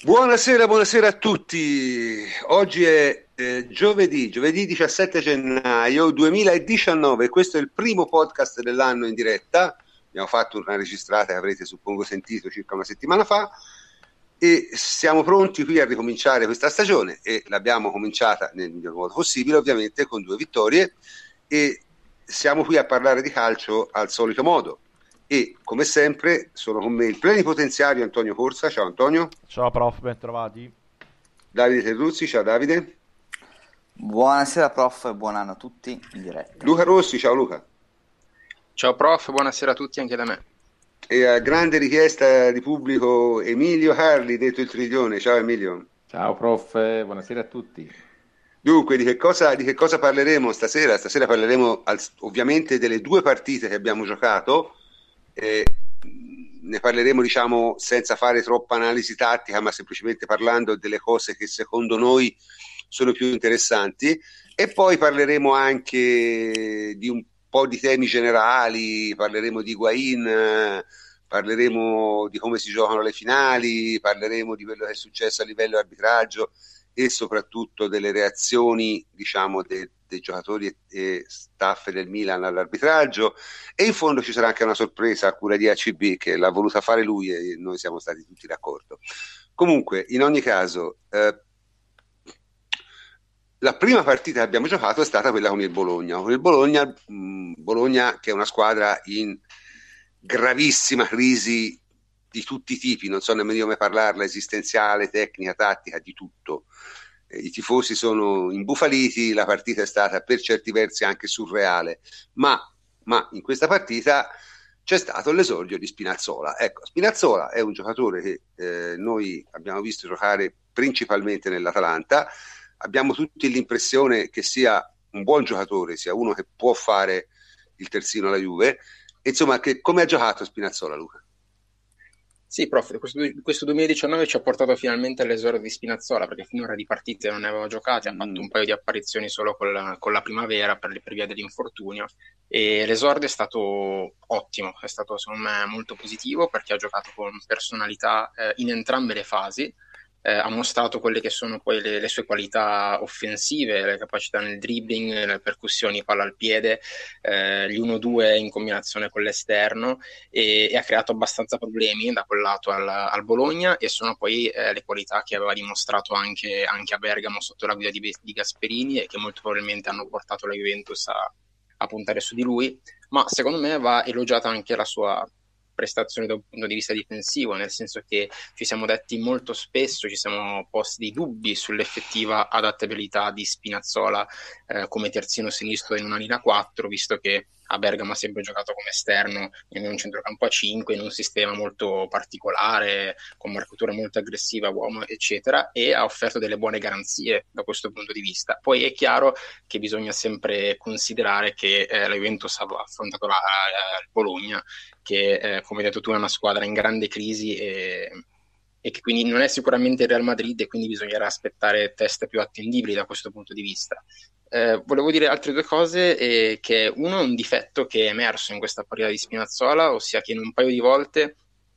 Buonasera, buonasera a tutti. Oggi è giovedì 17 gennaio 2019. Questo è il primo podcast dell'anno in diretta. Abbiamo fatto una registrata che avrete, suppongo, sentito circa una settimana fa e siamo pronti qui a ricominciare questa stagione e l'abbiamo cominciata nel miglior modo possibile, ovviamente con 2 vittorie, e siamo qui a parlare di calcio al solito modo. E come sempre sono con me il plenipotenziario Antonio Corsa. Ciao Antonio. Ciao prof, ben trovati. Davide Terruzzi. Ciao Davide. Buonasera prof e buon anno a tutti in diretta. Luca Rossi. Ciao Luca. Ciao prof, buonasera a tutti anche da me. E a grande richiesta di pubblico Emilio Harli, detto il Triglione. Ciao Emilio. Ciao prof, buonasera a tutti. Dunque, di che cosa parleremo stasera? Stasera parleremo ovviamente delle 2 partite che abbiamo giocato. Ne parleremo, diciamo, senza fare troppa analisi tattica, ma semplicemente parlando delle cose che secondo noi sono più interessanti, e poi parleremo anche di un po' di temi generali, parleremo di Higuaín, parleremo di come si giocano le finali, parleremo di quello che è successo a livello arbitraggio e soprattutto delle reazioni, diciamo, dei giocatori e staff del Milan all'arbitraggio, e in fondo ci sarà anche una sorpresa a cura di ACB che l'ha voluta fare lui e noi siamo stati tutti d'accordo. Comunque, in ogni caso, la prima partita che abbiamo giocato è stata quella con il Bologna. Con il Bologna che è una squadra in gravissima crisi di tutti i tipi, non so nemmeno io come parlarla, esistenziale, tecnica, tattica, di tutto. I tifosi sono imbufaliti, la partita è stata per certi versi anche surreale, ma in questa partita c'è stato l'esordio di Spinazzola. Ecco, Spinazzola è un giocatore che noi abbiamo visto giocare principalmente nell'Atalanta, abbiamo tutti l'impressione che sia un buon giocatore, sia uno che può fare il terzino alla Juve. Insomma, come ha giocato Spinazzola, Luca? Sì, prof, questo 2019 ci ha portato finalmente all'esordio di Spinazzola, perché finora di partite non ne aveva giocate, ha fatto un paio di apparizioni solo con la primavera per via dell'infortunio, e l'esordio è stato ottimo, è stato secondo me molto positivo perché ha giocato con personalità in entrambe le fasi. Ha mostrato quelle che sono poi le sue qualità offensive, le capacità nel dribbling, le percussioni, palla al piede, gli 1-2 in combinazione con l'esterno, e ha creato abbastanza problemi da quel lato al Bologna, e sono poi le qualità che aveva dimostrato anche a Bergamo sotto la guida di Gasperini e che molto probabilmente hanno portato la Juventus a puntare su di lui. Ma secondo me va elogiata anche la sua prestazioni da un punto di vista difensivo, nel senso che ci siamo detti molto spesso, ci siamo posti dei dubbi sull'effettiva adattabilità di Spinazzola come terzino sinistro in una linea 4, visto che a Bergamo ha sempre giocato come esterno in un centrocampo a 5, in un sistema molto particolare, con marcatura molto aggressiva, uomo, eccetera, e ha offerto delle buone garanzie da questo punto di vista. Poi è chiaro che bisogna sempre considerare che la Juventus ha affrontato il Bologna, che come hai detto tu è una squadra in grande crisi e che quindi non è sicuramente il Real Madrid, e quindi bisognerà aspettare test più attendibili da questo punto di vista. Volevo dire altre 2 cose, che uno è un difetto che è emerso in questa partita di Spinazzola, ossia che in un paio di volte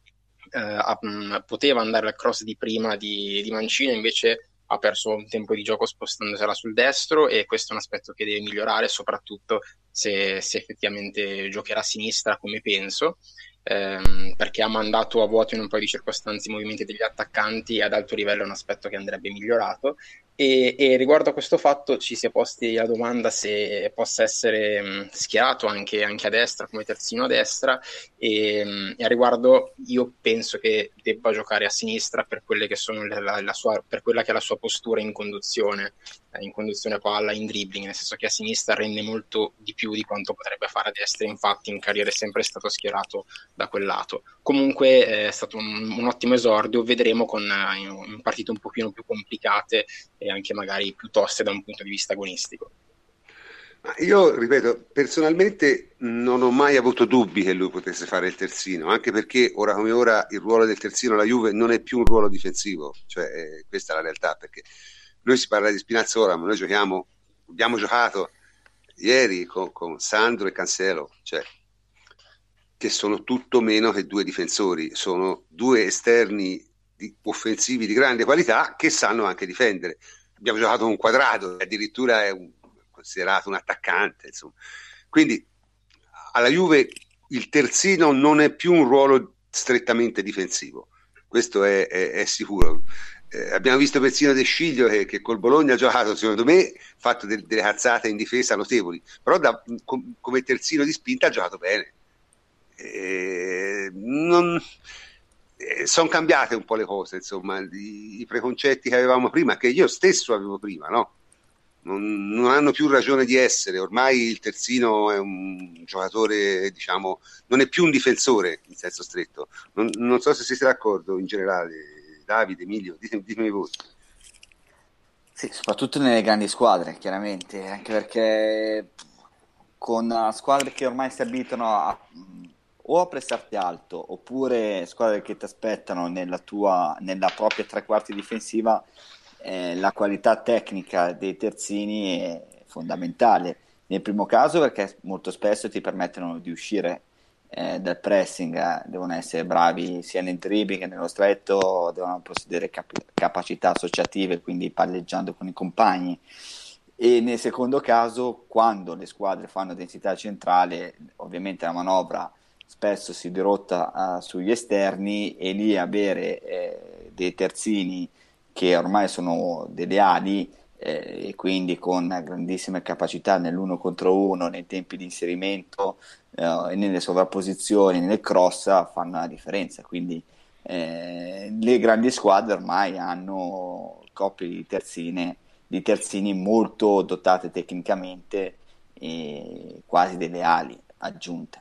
poteva andare al cross di prima di Mancini, invece ha perso un tempo di gioco spostandosela sul destro, e questo è un aspetto che deve migliorare, soprattutto se effettivamente giocherà a sinistra come penso, perché ha mandato a vuoto in un paio di circostanze i movimenti degli attaccanti, e ad alto livello è un aspetto che andrebbe migliorato. E riguardo a questo fatto ci si è posti la domanda se possa essere schierato anche a destra, come terzino a destra, e a riguardo io penso che debba giocare a sinistra per quelle che sono per quella che è la sua postura in conduzione palla, in dribbling, nel senso che a sinistra rende molto di più di quanto potrebbe fare a destra, infatti in carriera è sempre stato schierato da quel lato. Comunque è stato un ottimo esordio, vedremo con in partite un pochino più complicate e anche magari più toste da un punto di vista agonistico. Io ripeto, personalmente non ho mai avuto dubbi che lui potesse fare il terzino, anche perché ora come ora il ruolo del terzino alla Juve non è più un ruolo difensivo, cioè questa è la realtà, perché noi si parla di Spinazzola, ma noi abbiamo giocato ieri con Sandro e Cancelo, cioè, che sono tutto meno che 2 difensori, sono 2 esterni offensivi di grande qualità che sanno anche difendere. Abbiamo giocato con Quadrato, addirittura è considerato un attaccante, insomma. Quindi alla Juve il terzino non è più un ruolo strettamente difensivo, questo è sicuro. Abbiamo visto persino De Sciglio che col Bologna ha giocato, secondo me, fatto delle cazzate in difesa notevoli, però come terzino di spinta ha giocato bene. Sono cambiate un po' le cose, insomma, i preconcetti che avevamo prima, che io stesso avevo prima, no? Non hanno più ragione di essere. Ormai il terzino è un giocatore, diciamo, non è più un difensore in senso stretto. Non so se siete d'accordo in generale, Davide, Emilio, ditemi voi. Sì, soprattutto nelle grandi squadre, chiaramente, anche perché con squadre che ormai si abituano o a prestarti alto, oppure squadre che ti aspettano nella propria tre quarti difensiva, la qualità tecnica dei terzini è fondamentale. Nel primo caso perché molto spesso ti permettono di uscire dal pressing, devono essere bravi sia nel dribbling che nello stretto, devono possedere capacità associative, quindi palleggiando con i compagni. E nel secondo caso, quando le squadre fanno densità centrale, ovviamente la manovra spesso si dirotta sugli esterni, e lì avere dei terzini che ormai sono delle ali, e quindi con grandissime capacità nell'uno contro uno, nei tempi di inserimento, e nelle sovrapposizioni, nel cross, fanno la differenza. Quindi le grandi squadre ormai hanno coppie di terzini molto dotate tecnicamente e quasi delle ali aggiunte.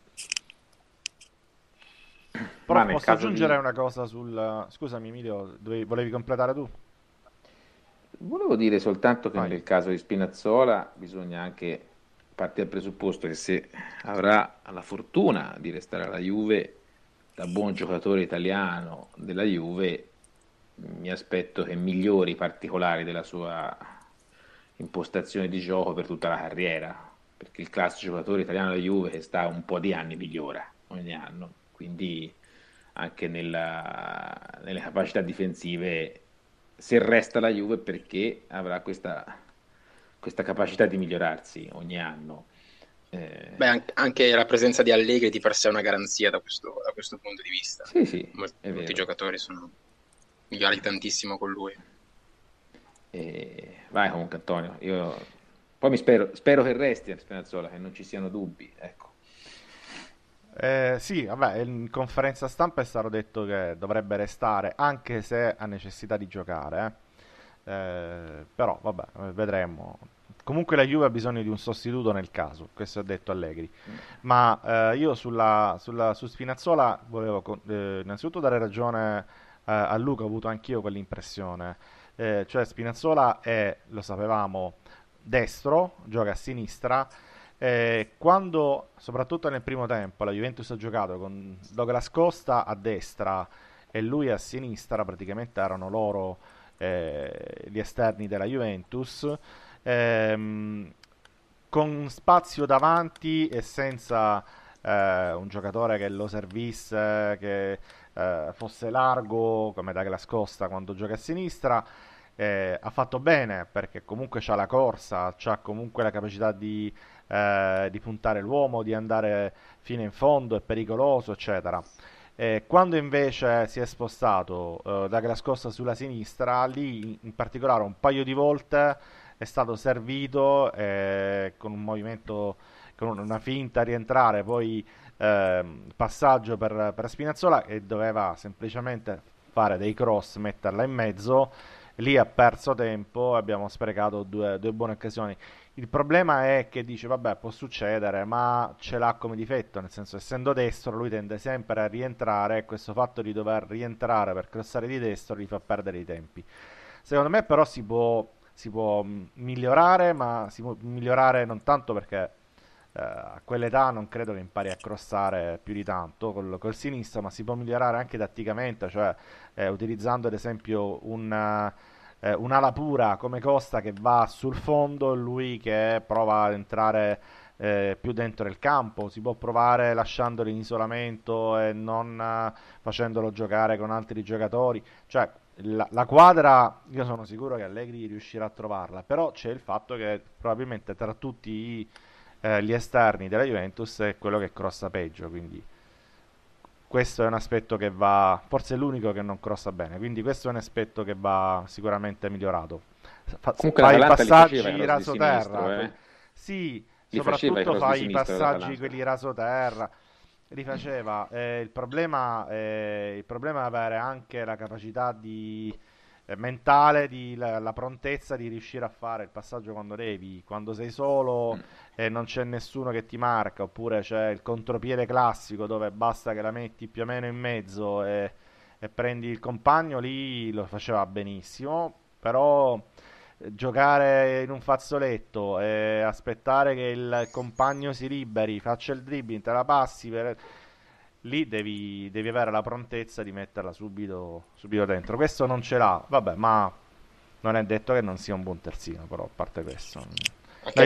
Però posso aggiungere una cosa Scusami Emilio, volevi completare tu? Volevo dire soltanto che nel caso di Spinazzola bisogna anche partire dal presupposto che se avrà la fortuna di restare alla Juve, da buon giocatore italiano della Juve, mi aspetto che migliori i particolari della sua impostazione di gioco per tutta la carriera, perché il classico giocatore italiano della Juve che sta un po' di anni migliora ogni anno, quindi anche nelle capacità difensive, se resta la Juve, perché avrà questa capacità di migliorarsi ogni anno. Beh, anche la presenza di Allegri di per sé è una garanzia da questo punto di vista. Sì, molti giocatori sono migliorati tantissimo con lui. Vai comunque Antonio, io poi spero che resti a Spinazzola, che non ci siano dubbi, ecco. Sì, vabbè, in conferenza stampa è stato detto che dovrebbe restare, anche se ha necessità di giocare. Però, vabbè, vedremo. Comunque la Juve ha bisogno di un sostituto nel caso, questo ha detto Allegri. Ma io su Spinazzola volevo innanzitutto dare ragione a Luca, ho avuto anch'io quell'impressione. Cioè Spinazzola è, lo sapevamo, destro, gioca a sinistra. Quando, soprattutto nel primo tempo, la Juventus ha giocato con Douglas Costa a destra e lui a sinistra, praticamente erano loro gli esterni della Juventus, con spazio davanti e senza un giocatore che lo servisse, che fosse largo come Douglas Costa quando gioca a sinistra. Ha fatto bene perché comunque c'ha la corsa, c'ha comunque la capacità di puntare l'uomo, di andare fino in fondo, è pericoloso, eccetera. Quando invece si è spostato Douglas Costa sulla sinistra, lì in particolare un paio di volte è stato servito con un movimento, con una finta a rientrare, poi passaggio per Spinazzola, e doveva semplicemente fare dei cross, metterla in mezzo. Lì ha perso tempo, abbiamo sprecato due buone occasioni. Il problema è che dice, vabbè, può succedere, ma ce l'ha come difetto, nel senso, essendo destro, lui tende sempre a rientrare, e questo fatto di dover rientrare per crossare di destro gli fa perdere i tempi. Secondo me però si può migliorare, ma si può migliorare non tanto perché a quell'età non credo che impari a crossare più di tanto col sinistro, ma si può migliorare anche tatticamente, cioè utilizzando ad esempio un'ala pura come Costa che va sul fondo, lui che prova ad entrare più dentro il campo, si può provare lasciandolo in isolamento e non facendolo giocare con altri giocatori, cioè la quadra io sono sicuro che Allegri riuscirà a trovarla, però c'è il fatto che probabilmente tra tutti gli esterni della Juventus è quello che crossa peggio, quindi questo è un aspetto che va, forse è l'unico che non crossa bene, quindi questo è un aspetto che va sicuramente migliorato. Comunque Fai i l'Atalanta li faceva i passaggi cross di sinistro, rasoterra, sì, li faceva i soprattutto cross di fai i sinistro passaggi l'Atalanta. quelli rasoterra, li faceva. Il problema è avere anche la capacità mentale, la prontezza di riuscire a fare il passaggio quando devi, quando sei solo e non c'è nessuno che ti marca, oppure c'è il contropiede classico dove basta che la metti più o meno in mezzo e prendi il compagno, lì lo faceva benissimo, però giocare in un fazzoletto e aspettare che il compagno si liberi, faccia il dribbling, te la passi, lì devi avere la prontezza di metterla subito dentro. Questo non ce l'ha, vabbè, ma non è detto che non sia un buon terzino, però a parte questo. Noi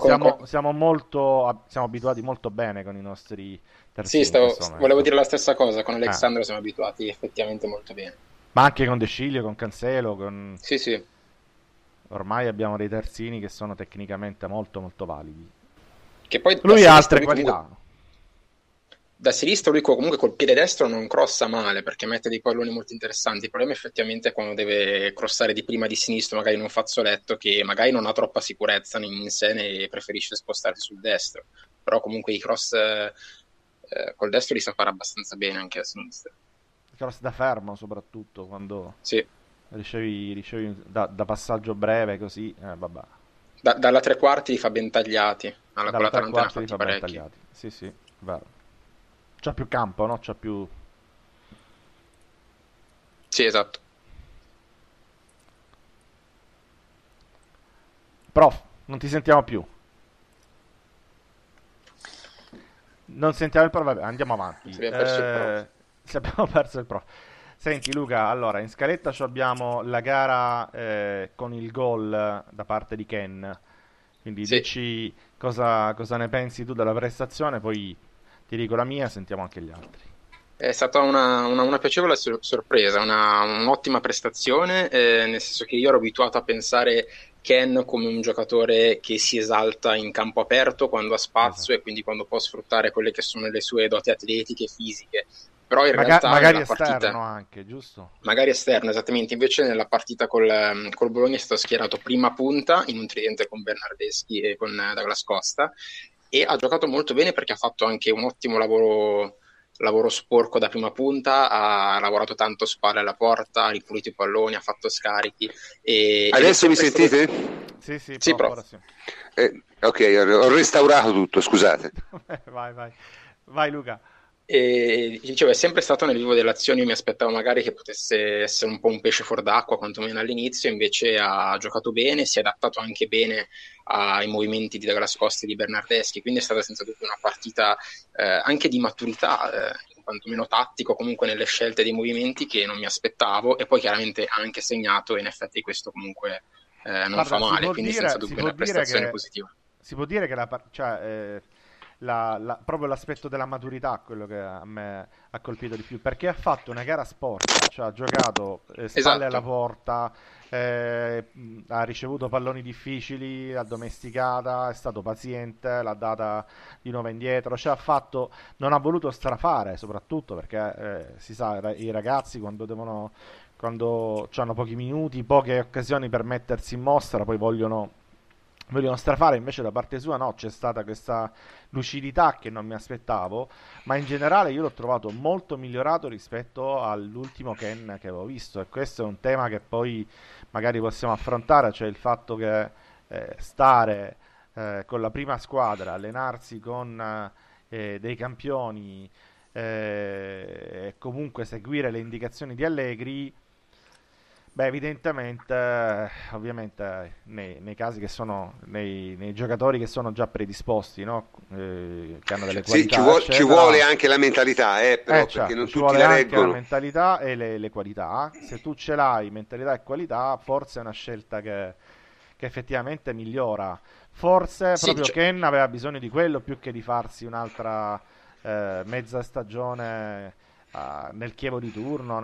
siamo abituati molto bene con i nostri terzini. Sì, volevo dire la stessa cosa, con Alexandro siamo abituati effettivamente molto bene. Ma anche con De Sciglio, con Cancelo, Sì. Ormai abbiamo dei terzini che sono tecnicamente molto molto validi. Che poi lui ha altre qualità. Da sinistra lui comunque col piede destro non crossa male perché mette dei palloni molto interessanti. Il problema effettivamente è quando deve crossare di prima di sinistro, magari in un fazzoletto che magari non ha troppa sicurezza in sé e preferisce spostarsi sul destro. Però comunque i cross col destro li sa fare abbastanza bene anche a sinistra. I cross da fermo soprattutto quando sì. ricevi da passaggio breve così, vabbè. Dalla tre quarti li fa ben tagliati. Con l'Atalanta ne ha fatti parecchi. Sì, vero. C'ha più campo, no? C'ha più... Sì, esatto. Prof, non ti sentiamo più. Non sentiamo il prof, vabbè, andiamo avanti. Abbiamo perso il prof. Senti Luca, allora in scaletta abbiamo la gara con il gol da parte di Ken, quindi dici cosa ne pensi tu della prestazione, poi ti dico la mia, sentiamo anche gli altri. È stata una piacevole sorpresa, un'ottima prestazione, nel senso che io ero abituato a pensare Ken come un giocatore che si esalta in campo aperto quando ha spazio e quindi quando può sfruttare quelle che sono le sue doti atletiche, fisiche. Però in realtà magari esterno anche, giusto? Magari esterno, esattamente. Invece nella partita col Bologna è stato schierato prima punta in un tridente con Bernardeschi e con Douglas Costa e ha giocato molto bene perché ha fatto anche un ottimo lavoro sporco da prima punta, ha lavorato tanto spalle alla porta, ha ripulito i palloni, ha fatto scarichi. Adesso mi sentite? Sì, prof. Sì. Ok, ho restaurato tutto, scusate. Vai Luca. E dicevo, è sempre stato nel vivo delle azioni. Io mi aspettavo magari che potesse essere un po' un pesce fuor d'acqua, quantomeno all'inizio, invece ha giocato bene, si è adattato anche bene ai movimenti di Douglas Costa e di Bernardeschi, quindi è stata senza dubbio una partita anche di maturità, quantomeno tattico, comunque nelle scelte dei movimenti che non mi aspettavo, e poi chiaramente ha anche segnato e in effetti questo comunque non fa male, quindi senza dubbio una prestazione positiva. Si può dire che proprio l'aspetto della maturità, quello che a me ha colpito di più, perché ha fatto una gara sporca, cioè ha giocato spalle alla porta, ha ricevuto palloni difficili, l'ha domesticata, è stato paziente, l'ha data di nuovo indietro, non ha voluto strafare, soprattutto perché si sa, i ragazzi quando hanno pochi minuti, poche occasioni per mettersi in mostra, poi vogliono strafare. Invece da parte sua no, c'è stata questa lucidità che non mi aspettavo, ma in generale io l'ho trovato molto migliorato rispetto all'ultimo Ken che avevo visto, e questo è un tema che poi magari possiamo affrontare, cioè il fatto che stare con la prima squadra, allenarsi con dei campioni e comunque seguire le indicazioni di Allegri. Beh, evidentemente, ovviamente, nei casi che sono nei giocatori che sono già predisposti, no? Che hanno delle qualità, ci vuole anche la mentalità, però, certo, perché non ci tutti vuole la anche reggono. la mentalità e le qualità. Se tu ce l'hai, mentalità e qualità, forse è una scelta che che effettivamente migliora. Forse Sì, proprio Ken aveva bisogno di quello più che di farsi un'altra mezza stagione nel Chievo di turno,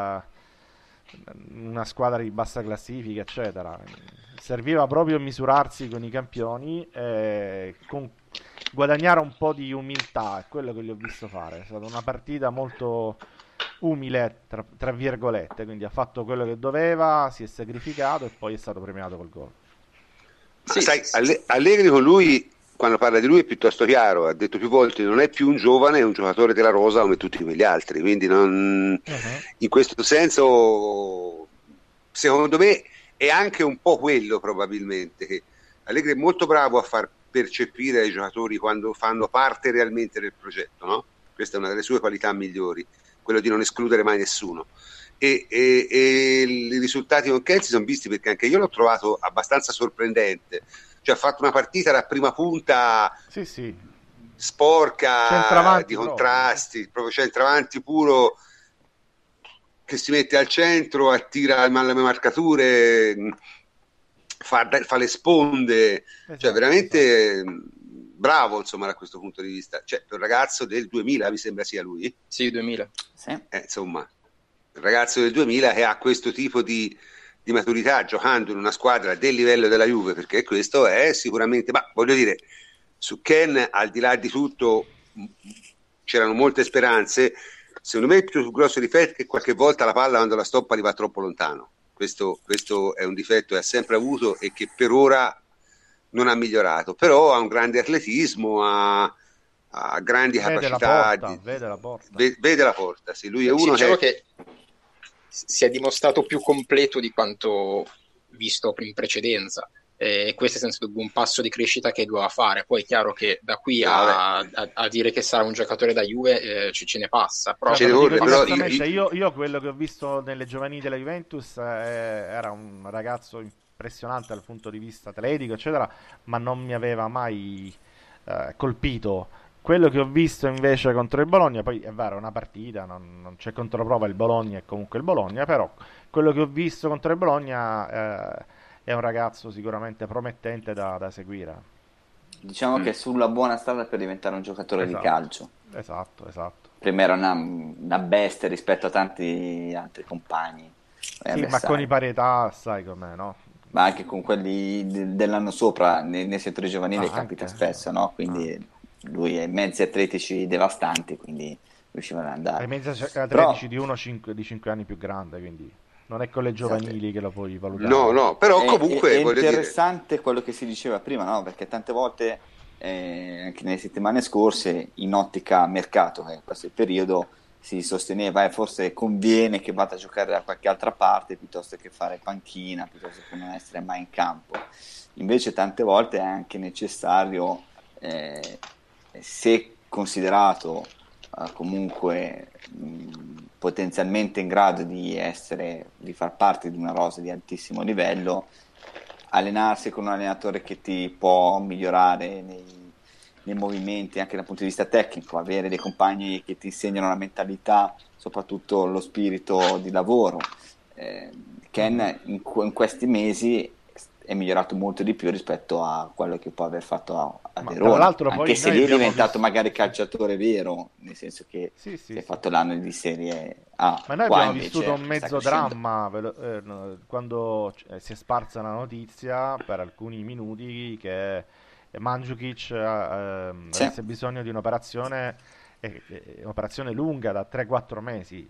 una squadra di bassa classifica, eccetera. Serviva proprio misurarsi con i campioni e guadagnare un po' di umiltà, è quello che gli ho visto fare. È stata una partita molto umile, tra virgolette, quindi ha fatto quello che doveva, si è sacrificato e poi è stato premiato col gol. Sì, sai, Allegri con lui, quando parla di lui, è piuttosto chiaro. Ha detto più volte: non è più un giovane, è un giocatore della rosa come tutti quegli altri. Quindi in questo senso, secondo me, è anche un po' quello probabilmente, che Allegri è molto bravo a far percepire ai giocatori quando fanno parte realmente del progetto, no? Questa è una delle sue qualità migliori, quello di non escludere mai nessuno. E i risultati con Ken si sono visti, perché anche io l'ho trovato abbastanza sorprendente. Cioè, ha fatto una partita da prima punta sporca, di contrasti, proprio centravanti puro, che si mette al centro, attira le marcature, fa le sponde, cioè veramente bravo, insomma, da questo punto di vista. Cioè, un ragazzo del 2000, mi sembra sia lui? Sì, 2000. Insomma, il ragazzo del 2000 che ha questo tipo di maturità giocando in una squadra del livello della Juve, perché questo è sicuramente, ma voglio dire, su Ken, al di là di tutto, c'erano molte speranze. Secondo me il più grosso difetto è che qualche volta la palla, quando la stoppa, arriva troppo lontano. Questo è un difetto che ha sempre avuto e che per ora non ha migliorato, però ha un grande atletismo, ha grandi capacità, vede la porta. Vede la porta, sì, lui è uno che si è dimostrato più completo di quanto visto in precedenza, e questo è senza dubbio un passo di crescita che doveva fare. Poi è chiaro che da qui a dire che sarà un giocatore da Juve ce ne passa, però, io quello che ho visto nelle giovanili della Juventus era un ragazzo impressionante dal punto di vista atletico, eccetera, ma non mi aveva mai colpito. Quello che ho visto invece contro il Bologna, poi è vero, è una partita, non c'è controprova, il Bologna è comunque il Bologna, però quello che ho visto contro il Bologna è un ragazzo sicuramente promettente da seguire. Diciamo che è sulla buona strada per diventare un giocatore di calcio. Esatto. Prima era una bestia rispetto a tanti altri compagni. Sì, ma con i parietà sai com'è, no? Ma anche con quelli dell'anno sopra, nei settori giovanili capita spesso, no? Quindi lui ha mezzi atletici devastanti, quindi riusciva ad andare. Hai mezzi atletici di uno di 5 anni più grande, quindi non è con le giovanili che lo puoi valutare. No, però comunque è interessante quello che si diceva prima, no? Perché tante volte, anche nelle settimane scorse, in ottica mercato, che questo è il periodo, si sosteneva forse conviene che vada a giocare da qualche altra parte piuttosto che fare panchina, piuttosto che non essere mai in campo. Invece tante volte è anche necessario, se considerato comunque potenzialmente in grado di far parte di una rosa di altissimo livello, allenarsi con un allenatore che ti può migliorare nei movimenti anche dal punto di vista tecnico, avere dei compagni che ti insegnano la mentalità, soprattutto lo spirito di lavoro. Ken in questi mesi è migliorato molto di più rispetto a quello che può aver fatto a Verona, anche se lì è diventato magari calciatore vero, nel senso che si è fatto l'anno di Serie A. Ma noi abbiamo vissuto un mezzo dramma quando si è sparsa la notizia per alcuni minuti che Mandzukic avesse bisogno di un'operazione lunga da 3-4 mesi.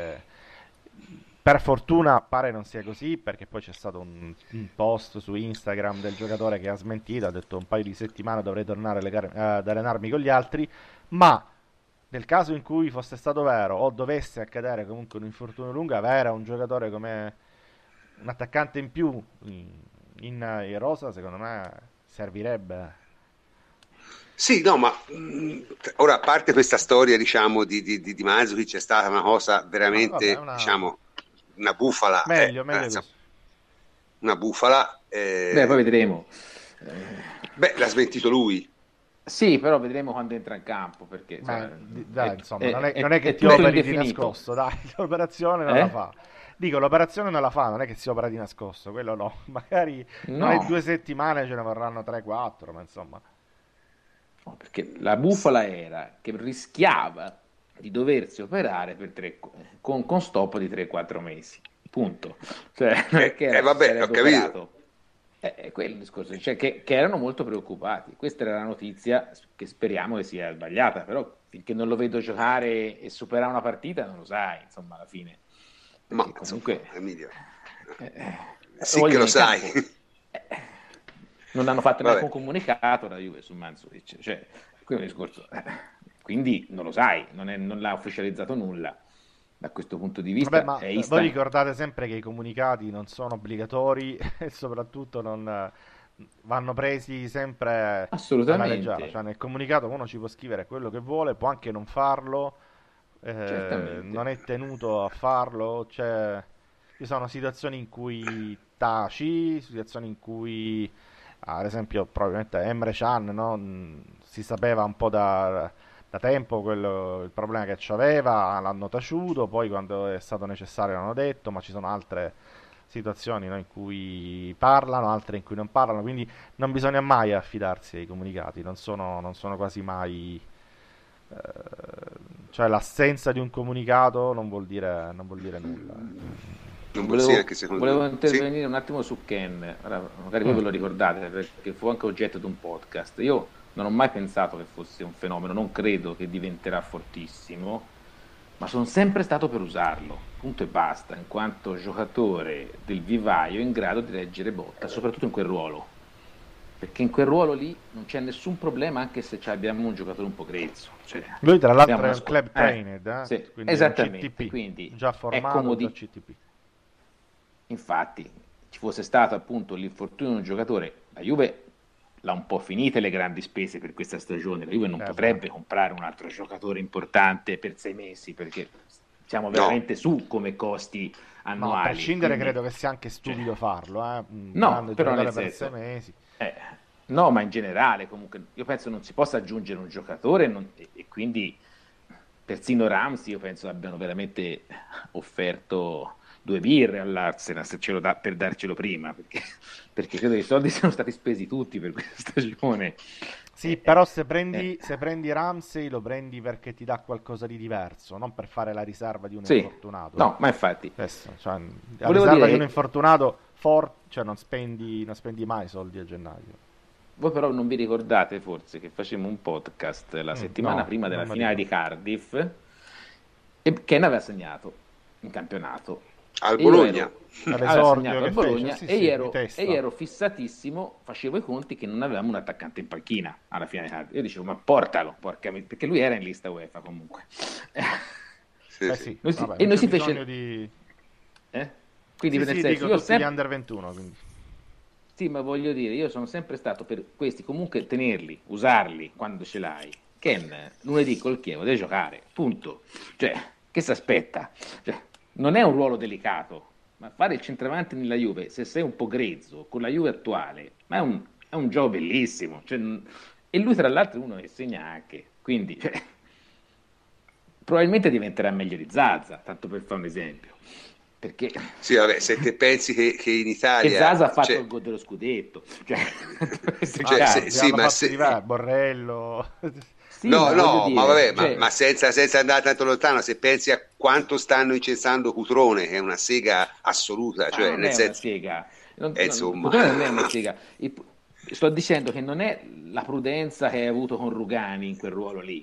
Per fortuna pare non sia così, perché poi c'è stato un post su Instagram del giocatore che ha smentito, ha detto un paio di settimane dovrei tornare ad allenarmi con gli altri, ma nel caso in cui fosse stato vero o dovesse accadere comunque un infortunio lungo, avere un giocatore come un attaccante in più in rosa, secondo me servirebbe. Sì, no, ma ora, a parte questa storia, diciamo, di Mandzukic, è stata una cosa veramente, diciamo, una bufala. Meglio una bufala. Poi vedremo. L'ha smentito lui. Sì, però vedremo quando entra in campo, perché insomma, non è che ti operi di nascosto, dai, l'operazione non la fa. Dico, l'operazione non la fa, non è che si opera di nascosto, quello no. Magari non è No, 2 settimane, ce ne vorranno 3-4, ma insomma. no, perché la bufala era che rischiava di doversi operare con stop di 3-4 mesi. Punto. Cioè, non è che vabbè, ho sarebbe capito. operato. È quello il discorso, cioè che erano molto preoccupati. Questa era la notizia che speriamo che sia sbagliata, però finché non lo vedo giocare e superare una partita non lo sai, insomma, alla fine. Ma Perché comunque insomma, Emilio, eh, sì voglio che lo in sai. campo. Eh, non hanno fatto Vabbè. neanche un comunicato la Juve su Mandzukic, cioè, quello è il discorso. Quindi non lo sai, non l'ha ufficializzato nulla. Da questo punto di Vabbè, vista ma è voi instant. ricordate sempre che i comunicati non sono obbligatori e soprattutto non vanno presi sempre alla leggera. Assolutamente, Cioè, nel comunicato uno ci può scrivere quello che vuole, può anche non farlo, certamente. non è tenuto a farlo. Ci sono situazioni in cui taci, situazioni in cui, ad esempio, probabilmente Emre Can, no? Si sapeva un po' da tempo il problema che c'aveva, l'hanno taciuto, poi quando è stato necessario l'hanno detto, ma ci sono altre situazioni, no, in cui parlano, altre in cui non parlano, quindi non bisogna mai affidarsi ai comunicati, non sono quasi mai... cioè l'assenza di un comunicato non vuol dire nulla. Non vuol sì, Volevo, anche secondo volevo me. Sì? intervenire un attimo su Ken, ora, magari voi ve lo ricordate perché fu anche oggetto di un podcast. Io non ho mai pensato che fosse un fenomeno, non credo che diventerà fortissimo, ma sono sempre stato per usarlo, punto e basta, in quanto giocatore del vivaio in grado di reggere botta, soprattutto in quel ruolo, perché in quel ruolo lì non c'è nessun problema anche se abbiamo un giocatore un po' grezzo. Cioè, Lui tra l'altro abbiamo è una un club trained, sì, quindi è un esattamente, CTP, quindi già è formato da CTP. Infatti, ci fosse stato appunto l'infortunio di un giocatore, la Juve l'ha un po' finite le grandi spese per questa stagione, la Juve non potrebbe comprare un altro giocatore importante per 6 mesi perché siamo veramente su come costi No, a annuali. prescindere Quindi, credo che sia anche stupido farlo, un no, grande però giocatore nel per senso, 6 mesi. no, ma in generale comunque io penso non si possa aggiungere un giocatore e quindi persino Ramsey io penso abbiano veramente offerto 2 birre all'Arsenal se ce lo dà per darcelo prima perché credo che i soldi siano stati spesi tutti per questa stagione. Sì, però se prendi Ramsey lo prendi perché ti dà qualcosa di diverso, non per fare la riserva di un Sì, infortunato. no, ma infatti Questo, cioè, la volevo riserva dire di un che infortunato cioè non spendi mai soldi a gennaio. voi però non vi ricordate forse che facemmo un podcast la settimana No, prima della non mi finale di ricordo. Cardiff e Ken aveva segnato in campionato Al e io Bologna. aveva All'esordio segnato che al Bologna fece, sì, e sì, io di ero, testa. e io ero fissatissimo, facevo i conti che non avevamo un attaccante in panchina alla finale di Cardiff. Io dicevo, ma portalo, perché lui era in lista UEFA comunque. Sì, sì. Sì, Noi si- vabbè, e non noi c'è si fece... bisogno di... Quindi Sì, nel sì, senso, dico io ho tutti gli sempre... under 21, quindi. Sì, ma voglio dire, io sono sempre stato per questi, comunque tenerli, usarli quando ce l'hai. Ken, lunedì col Chievo deve giocare, punto. Cioè, che si aspetta? Cioè, non è un ruolo delicato, ma fare il centravanti nella Juve, se sei un po' grezzo, con la Juve attuale, ma è un gioco bellissimo. Cioè, e lui, tra l'altro, è uno che segna anche. Quindi, cioè, probabilmente diventerà meglio di Zaza, tanto per fare un esempio. Perché... Sì, vabbè, se te pensi che in Che Italia Zaza ha fatto cioè, il gol dello scudetto, cioè, questo è cioè, chiaro. sì, Hanno ma fatto se, diverso, Borrello. Sì, no, ma voglio no, ma dire, vabbè, cioè, ma senza andare tanto lontano, se pensi a quanto stanno incensando Cutrone, che è una sega assoluta, ma cioè, non nel è una senso, sega. insomma, Cotrone non è una sega. Sto dicendo che non è la prudenza che hai avuto con Rugani in quel ruolo lì,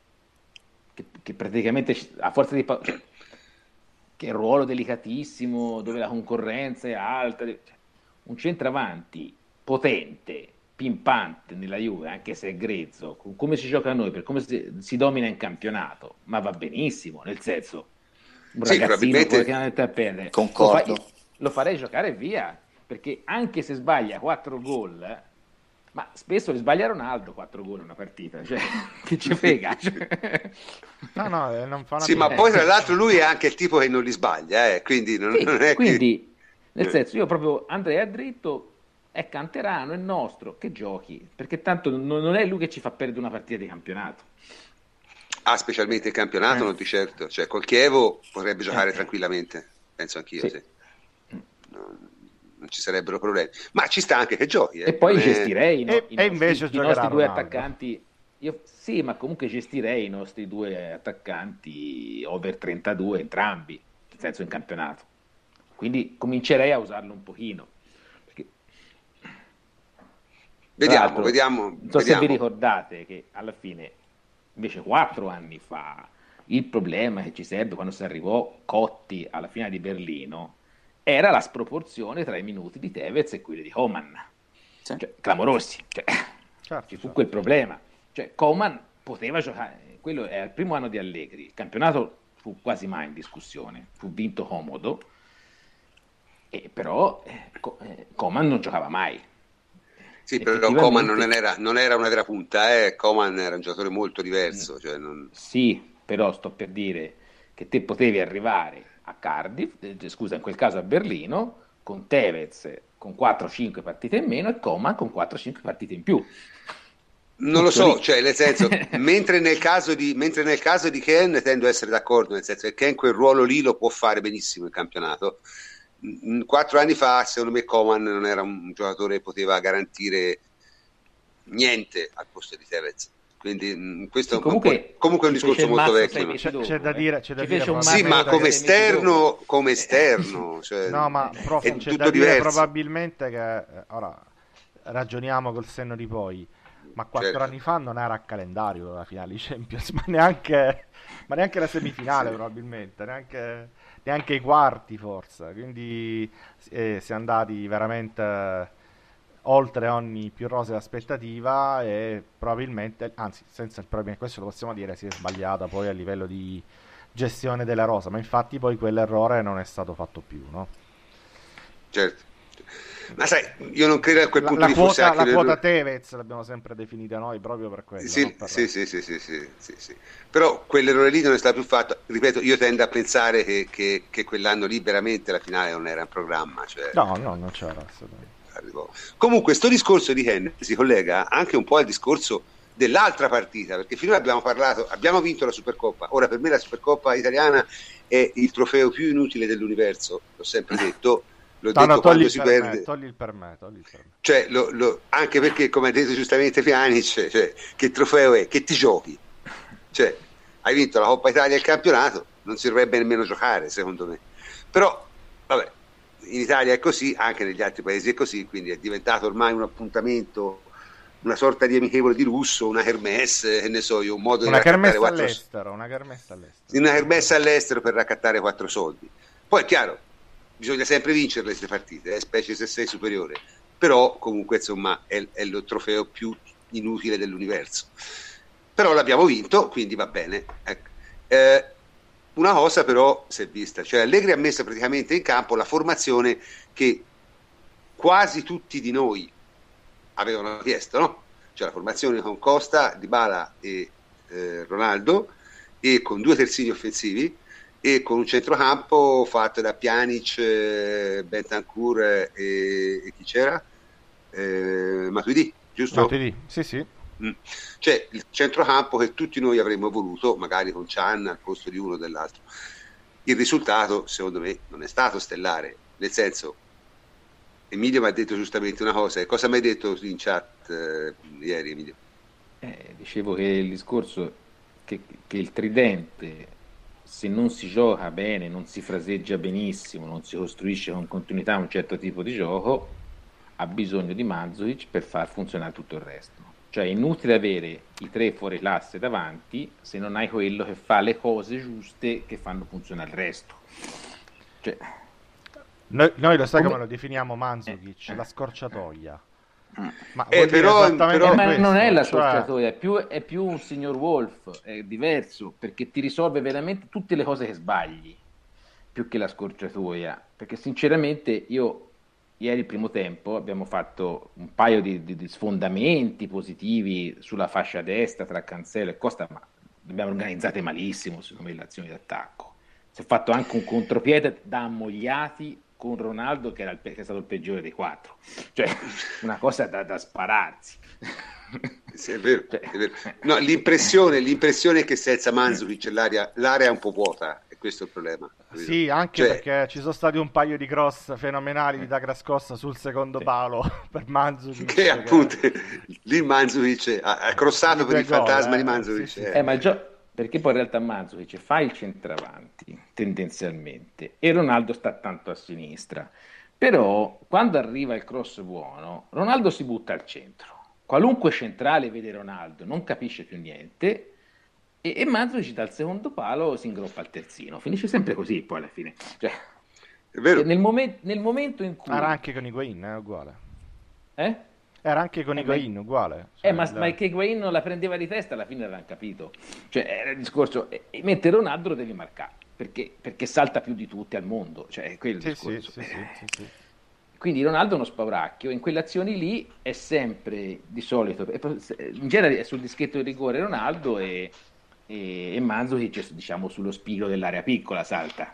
che praticamente a forza di... cioè, che è un ruolo delicatissimo, dove la concorrenza è alta. Cioè, un centravanti potente, pimpante nella Juve, anche se è grezzo, con come si gioca a noi, per come si domina in campionato, ma va benissimo, nel senso, un sì, ragazzino poi che probabilmente, non mette a perdere, Concordo. lo farei giocare via, perché anche se sbaglia 4 gol, ma spesso li sbaglia Ronaldo 4 gol in una partita, cioè, che ci frega. Cioè. No, non fa una sì, ma piega. poi tra l'altro lui è anche il tipo che non li sbaglia, quindi non, Sì, non è che... quindi, nel senso, io proprio andrei a dritto, è Canterano, è nostro, che giochi, perché tanto non è lui che ci fa perdere una partita di campionato. Ah, specialmente il campionato, non di certo, cioè col Chievo potrebbe giocare tranquillamente. penso anch'io, Sì. sì. Non ci sarebbero problemi, ma ci sta anche che giochi. E poi Non è- gestirei invece i giocherà nostri due Ronaldo. attaccanti. Sì, ma comunque gestirei i nostri due attaccanti over 32 entrambi, nel senso in campionato. Quindi comincerei a usarlo un pochino. Perché, tra Vediamo, l'altro, vediamo, non so se vi vediamo. ricordate che alla fine, invece 4 anni fa, il problema che ci serve quando si arrivò Cotti alla finale di Berlino era la sproporzione tra i minuti di Tevez e quelli di Coman. Sì. Cioè, clamorosi. Cioè, Certo, ci fu certo. quel problema. Cioè, Coman poteva giocare, quello è il primo anno di Allegri, il campionato fu quasi mai in discussione, fu vinto comodo, però Coman non giocava mai. Sì, però Coman Effettivamente- non era una vera punta, Coman era un giocatore molto diverso. Cioè Sì, però sto per dire che te potevi arrivare a Cardiff, scusa, in quel caso a Berlino, con Tevez con 4-5 partite in meno e Coman con 4-5 partite in più. Non lo Tutto so, lì. cioè nel senso, mentre nel caso di Ken tendo a essere d'accordo, nel senso che Ken quel ruolo lì lo può fare benissimo in campionato. 4 anni fa, secondo me, Coman non era un giocatore che poteva garantire niente al posto di Tevez. Quindi questo Sì, comunque è un ci discorso fece il molto mazzo vecchio. 6 mesi dopo, C'è da dire, c'è da Ci dire fece un Sì, mazzo ma probabilmente come 6 mesi dopo. esterno, cioè, No, ma prof, è c'è tutto da dire diverso. probabilmente che ora ragioniamo col senno di poi, ma 4 Certo. anni fa non era a calendario la finale di Champions, ma neanche la semifinale Sì. probabilmente, neanche i quarti forse, quindi si è andati veramente oltre ogni più rosea aspettativa e probabilmente, anzi senza il probabilmente, questo lo possiamo dire, si è sbagliata poi a livello di gestione della rosa, ma infatti poi quell'errore non è stato fatto più, no? Certo. Ma sai, io non credo a quel punto La lì fosse quota, anche la un quota errore. Tevez l'abbiamo sempre definita noi proprio per quello, Sì, non per sì, sì, sì, sì, sì, sì, sì. Però quell'errore lì non è stato più fatto. Ripeto, io tendo a pensare che quell'anno lì veramente la finale non era in programma. Cioè, No, non c'era assolutamente. arrivò. Comunque, sto discorso di Ken si collega anche un po' al discorso dell'altra partita, perché finora abbiamo parlato, abbiamo vinto la Supercoppa. Ora, per me la Supercoppa italiana è il trofeo più inutile dell'universo, l'ho sempre detto. L'ho No, detto togli quando il si per me, perde. togli il per me. Cioè, anche perché, come ha detto giustamente Pjanic, cioè, che trofeo è? Che ti giochi? Cioè, hai vinto la Coppa Italia e il campionato, non si dovrebbe nemmeno giocare, secondo me. Però, vabbè, in Italia è così, anche negli altri paesi è così, quindi è diventato ormai un appuntamento, una sorta di amichevole di lusso, una kermesse, che ne so io, un modo di Una raccattare kermesse all'estero, una kermesse all'estero per raccattare 4 soldi. Poi è chiaro, bisogna sempre vincere queste partite, specie se sei superiore, però comunque insomma è il trofeo più inutile dell'universo. Però l'abbiamo vinto, quindi va bene. Ecco. Una cosa però si è vista, cioè Allegri ha messo praticamente in campo la formazione che quasi tutti di noi avevano chiesto, no? Cioè la formazione con Costa, Dybala e Ronaldo, e con 2 terzini offensivi e con un centrocampo fatto da Pjanic, Bentancur e chi c'era? Matuidi, giusto? Matuidi, sì. Cioè il centrocampo che tutti noi avremmo voluto, magari con Chan al posto di uno o dell'altro. Il risultato, secondo me, non è stato stellare, nel senso, Emilio mi ha detto giustamente una cosa, e cosa mi hai detto in chat ieri, Emilio? Dicevo che il discorso che il tridente, se non si gioca bene, non si fraseggia benissimo, non si costruisce con continuità un certo tipo di gioco, ha bisogno di Mandzukic per far funzionare tutto il resto. Cioè è inutile avere i 3 fuori classe davanti se non hai quello che fa le cose giuste che fanno funzionare il resto. Cioè, noi lo sai come lo definiamo Mandzukic, la scorciatoia. Ma vuol dire però esattamente ma questo, non è la cioè, scorciatoia, è più un signor Wolf, è diverso, perché ti risolve veramente tutte le cose che sbagli, più che la scorciatoia. Perché sinceramente io ieri il primo tempo abbiamo fatto un paio di sfondamenti positivi sulla fascia destra tra Cancelo e Costa, ma le abbiamo organizzate malissimo secondo me le azioni d'attacco. Si è fatto anche un contropiede da ammogliati con Ronaldo che è stato il peggiore dei 4, cioè una cosa da spararsi. Sì, è vero, è vero. No, l'impressione è che senza Mandzukic l'area è un po' vuota, è questo il problema. Capito? Sì, anche Cioè, perché ci sono stati un paio di cross fenomenali di Douglas Costa sul secondo Sì. palo per Mandzukic. che appunto lì Mandzukic ha crossato Di per il due gol, fantasma di sì, Mandzukic. sì, Ma perché poi in realtà Mandzukic fa il centravanti tendenzialmente e Ronaldo sta tanto a sinistra. Però quando arriva il cross buono, Ronaldo si butta al centro. Qualunque centrale vede Ronaldo non capisce più niente e Mandzukic dal secondo palo si ingroppa al terzino. Finisce sempre così poi alla fine. Cioè, È vero. nel momento in cui... Era anche con Higuain, uguale. Eh? Era anche con Ma- Higuain, uguale. Cioè, ma che Higuain non la prendeva di testa alla fine l'avevano capito. Cioè, era il discorso, mentre Ronaldo lo devi marcare, perché salta più di tutti al mondo. Cioè, è quello il Sì, sì, discorso. sì. Quindi Ronaldo è uno spauracchio, in quelle azioni lì è sempre, di solito, in genere è sul dischetto di rigore Ronaldo e Mandzukic, diciamo, sullo spiro dell'area piccola salta.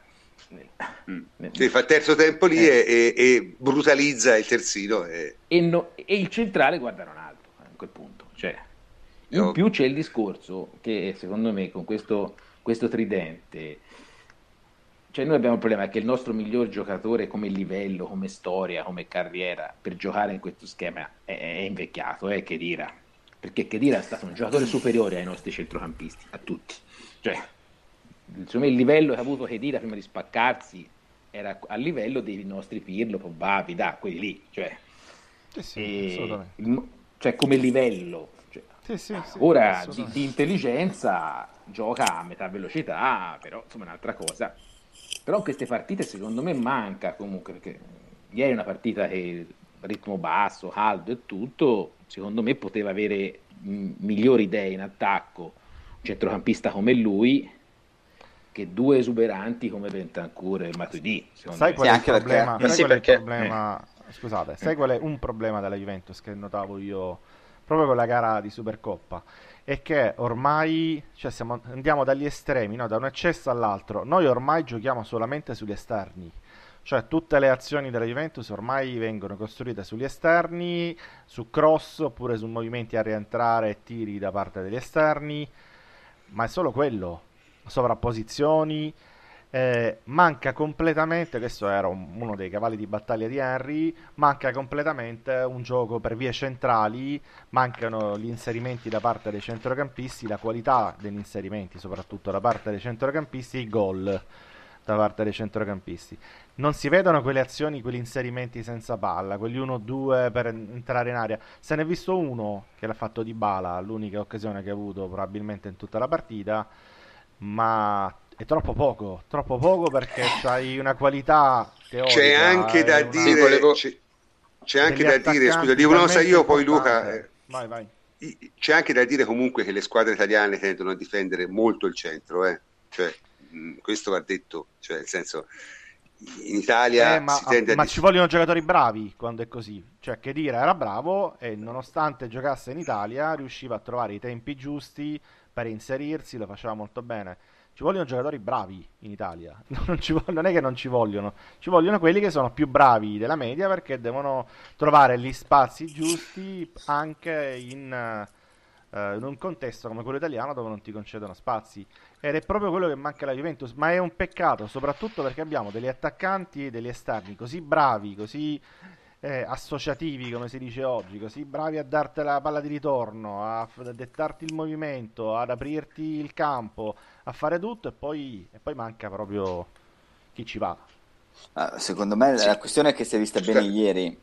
Sì, fa il terzo tempo lì e brutalizza il terzino. E il centrale guarda Ronaldo a quel punto. Cioè, in più c'è il discorso che secondo me con questo tridente, cioè noi abbiamo il problema che il nostro miglior giocatore come livello, come storia, come carriera per giocare in questo schema è invecchiato, è Khedira, perché Khedira è stato un giocatore superiore ai nostri centrocampisti, a tutti. Cioè, insomma, il livello che ha avuto Khedira prima di spaccarsi era a livello dei nostri Pirlo, Pogba, Vidal, quelli lì, cioè, assolutamente. cioè come livello. Cioè, Sì, ora di intelligenza gioca a metà velocità, però insomma è un'altra cosa. Però in queste partite secondo me manca comunque, perché ieri è una partita che ritmo basso, caldo e tutto, secondo me poteva avere migliori idee in attacco un centrocampista come lui che due esuberanti come Bentancur e Matuidi. Sai qual è il problema? Scusate, sai qual è un problema della Juventus che notavo io proprio con la gara di Supercoppa? È che ormai andiamo dagli estremi, no? Da un eccesso all'altro. Noi ormai giochiamo solamente sugli esterni. Cioè tutte le azioni della Juventus ormai vengono costruite sugli esterni, su cross oppure su movimenti a rientrare e tiri da parte degli esterni, ma è solo quello, sovrapposizioni. Manca completamente, questo era uno dei cavalli di battaglia di Henry, manca completamente un gioco per vie centrali, mancano gli inserimenti da parte dei centrocampisti, la qualità degli inserimenti soprattutto da parte dei centrocampisti, i gol da parte dei centrocampisti. Non si vedono quelle azioni, quegli inserimenti senza palla, quegli 1-2 per entrare in area. Se ne è visto uno che l'ha fatto Dybala, l'unica occasione che ha avuto probabilmente in tutta la partita, ma è troppo poco perché c'hai una qualità teorica. C'è anche da dire, c'è anche da dire, scusa, dico una cosa io, poi Luca, vai. C'è anche da dire comunque che le squadre italiane tendono a difendere molto il centro, cioè questo va detto, cioè nel senso in Italia si tende ma ci vogliono giocatori bravi quando è così, cioè Khedira era bravo e nonostante giocasse in Italia riusciva a trovare i tempi giusti per inserirsi, lo faceva molto bene. Ci vogliono giocatori bravi in Italia, non è che non ci vogliono quelli che sono più bravi della media perché devono trovare gli spazi giusti anche in un contesto come quello italiano dove non ti concedono spazi, ed è proprio quello che manca alla Juventus, ma è un peccato soprattutto perché abbiamo degli attaccanti e degli esterni così bravi, così associativi come si dice oggi, così bravi a darti la palla di ritorno, a dettarti il movimento, ad aprirti il campo, a fare tutto e poi manca proprio chi ci va. Secondo me la questione è che si è vista bene ieri,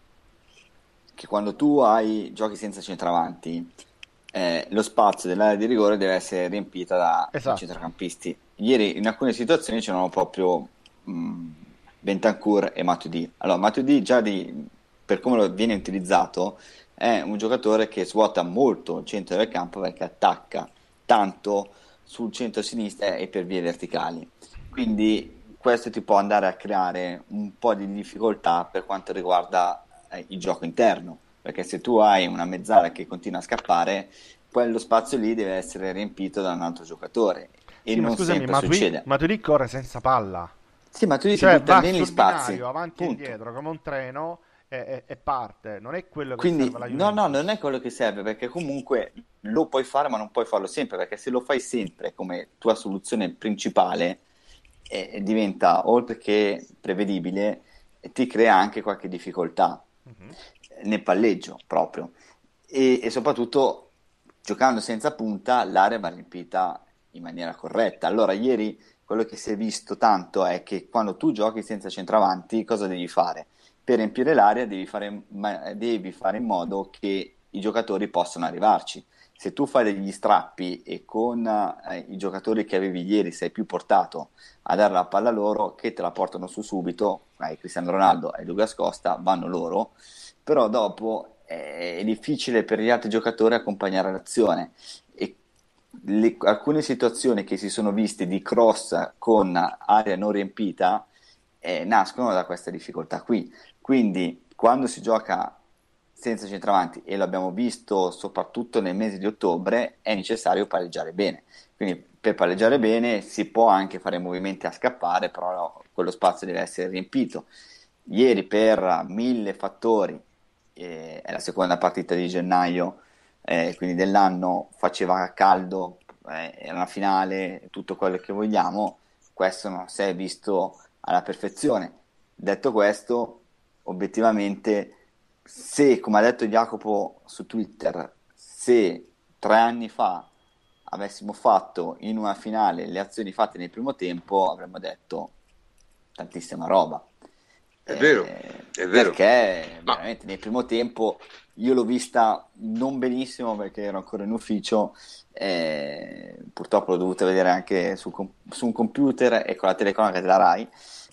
che quando tu giochi senza centravanti, lo spazio dell'area di rigore deve essere riempita da centrocampisti. Ieri in alcune situazioni c'erano proprio Bentancur e Matuidi. Allora Matuidi già per come viene utilizzato è un giocatore che svuota molto il centro del campo perché attacca tanto sul centro-sinistra e per vie verticali, quindi questo ti può andare a creare un po' di difficoltà per quanto riguarda il gioco interno, perché se tu hai una mezzala che continua a scappare, quello spazio lì deve essere riempito da un altro giocatore e non sempre succede. Matuidi corre senza palla, sì, ma tu dici butta bene gli spazi spazi avanti e indietro come un treno e parte, non è quello che quindi serve alla Juventus. no, non è quello che serve, perché comunque lo puoi fare ma non puoi farlo sempre, perché se lo fai sempre come tua soluzione principale e diventa, oltre che prevedibile, ti crea anche qualche difficoltà Mhm. nel palleggio proprio. E soprattutto giocando senza punta l'area va riempita in maniera corretta. Allora, ieri quello che si è visto tanto è che quando tu giochi senza centravanti, cosa devi fare? Per riempire l'area devi fare in modo che i giocatori possano arrivarci. Se tu fai degli strappi e con i giocatori che avevi ieri sei più portato a dare la palla loro, che te la portano su subito, Cristiano Ronaldo e Douglas Costa vanno loro, però dopo è difficile per gli altri giocatori accompagnare l'azione e alcune situazioni che si sono viste di cross con area non riempita nascono da questa difficoltà qui. Quindi quando si gioca senza centravanti, e l'abbiamo visto soprattutto nel mese di ottobre, è necessario pareggiare bene. Quindi per pareggiare bene si può anche fare movimenti a scappare, però quello spazio deve essere riempito. Ieri per mille fattori, è la seconda partita di gennaio, quindi dell'anno, faceva caldo, era una finale, tutto quello che vogliamo, questo non si è visto alla perfezione. Detto questo, obiettivamente, se, come ha detto Jacopo su Twitter, se 3 anni fa avessimo fatto in una finale le azioni fatte nel primo tempo, avremmo detto tantissima roba. È vero, è vero. Perché Ma veramente nel primo tempo io l'ho vista non benissimo perché ero ancora in ufficio, purtroppo l'ho dovuta vedere anche su un computer e con la telecronaca della Rai.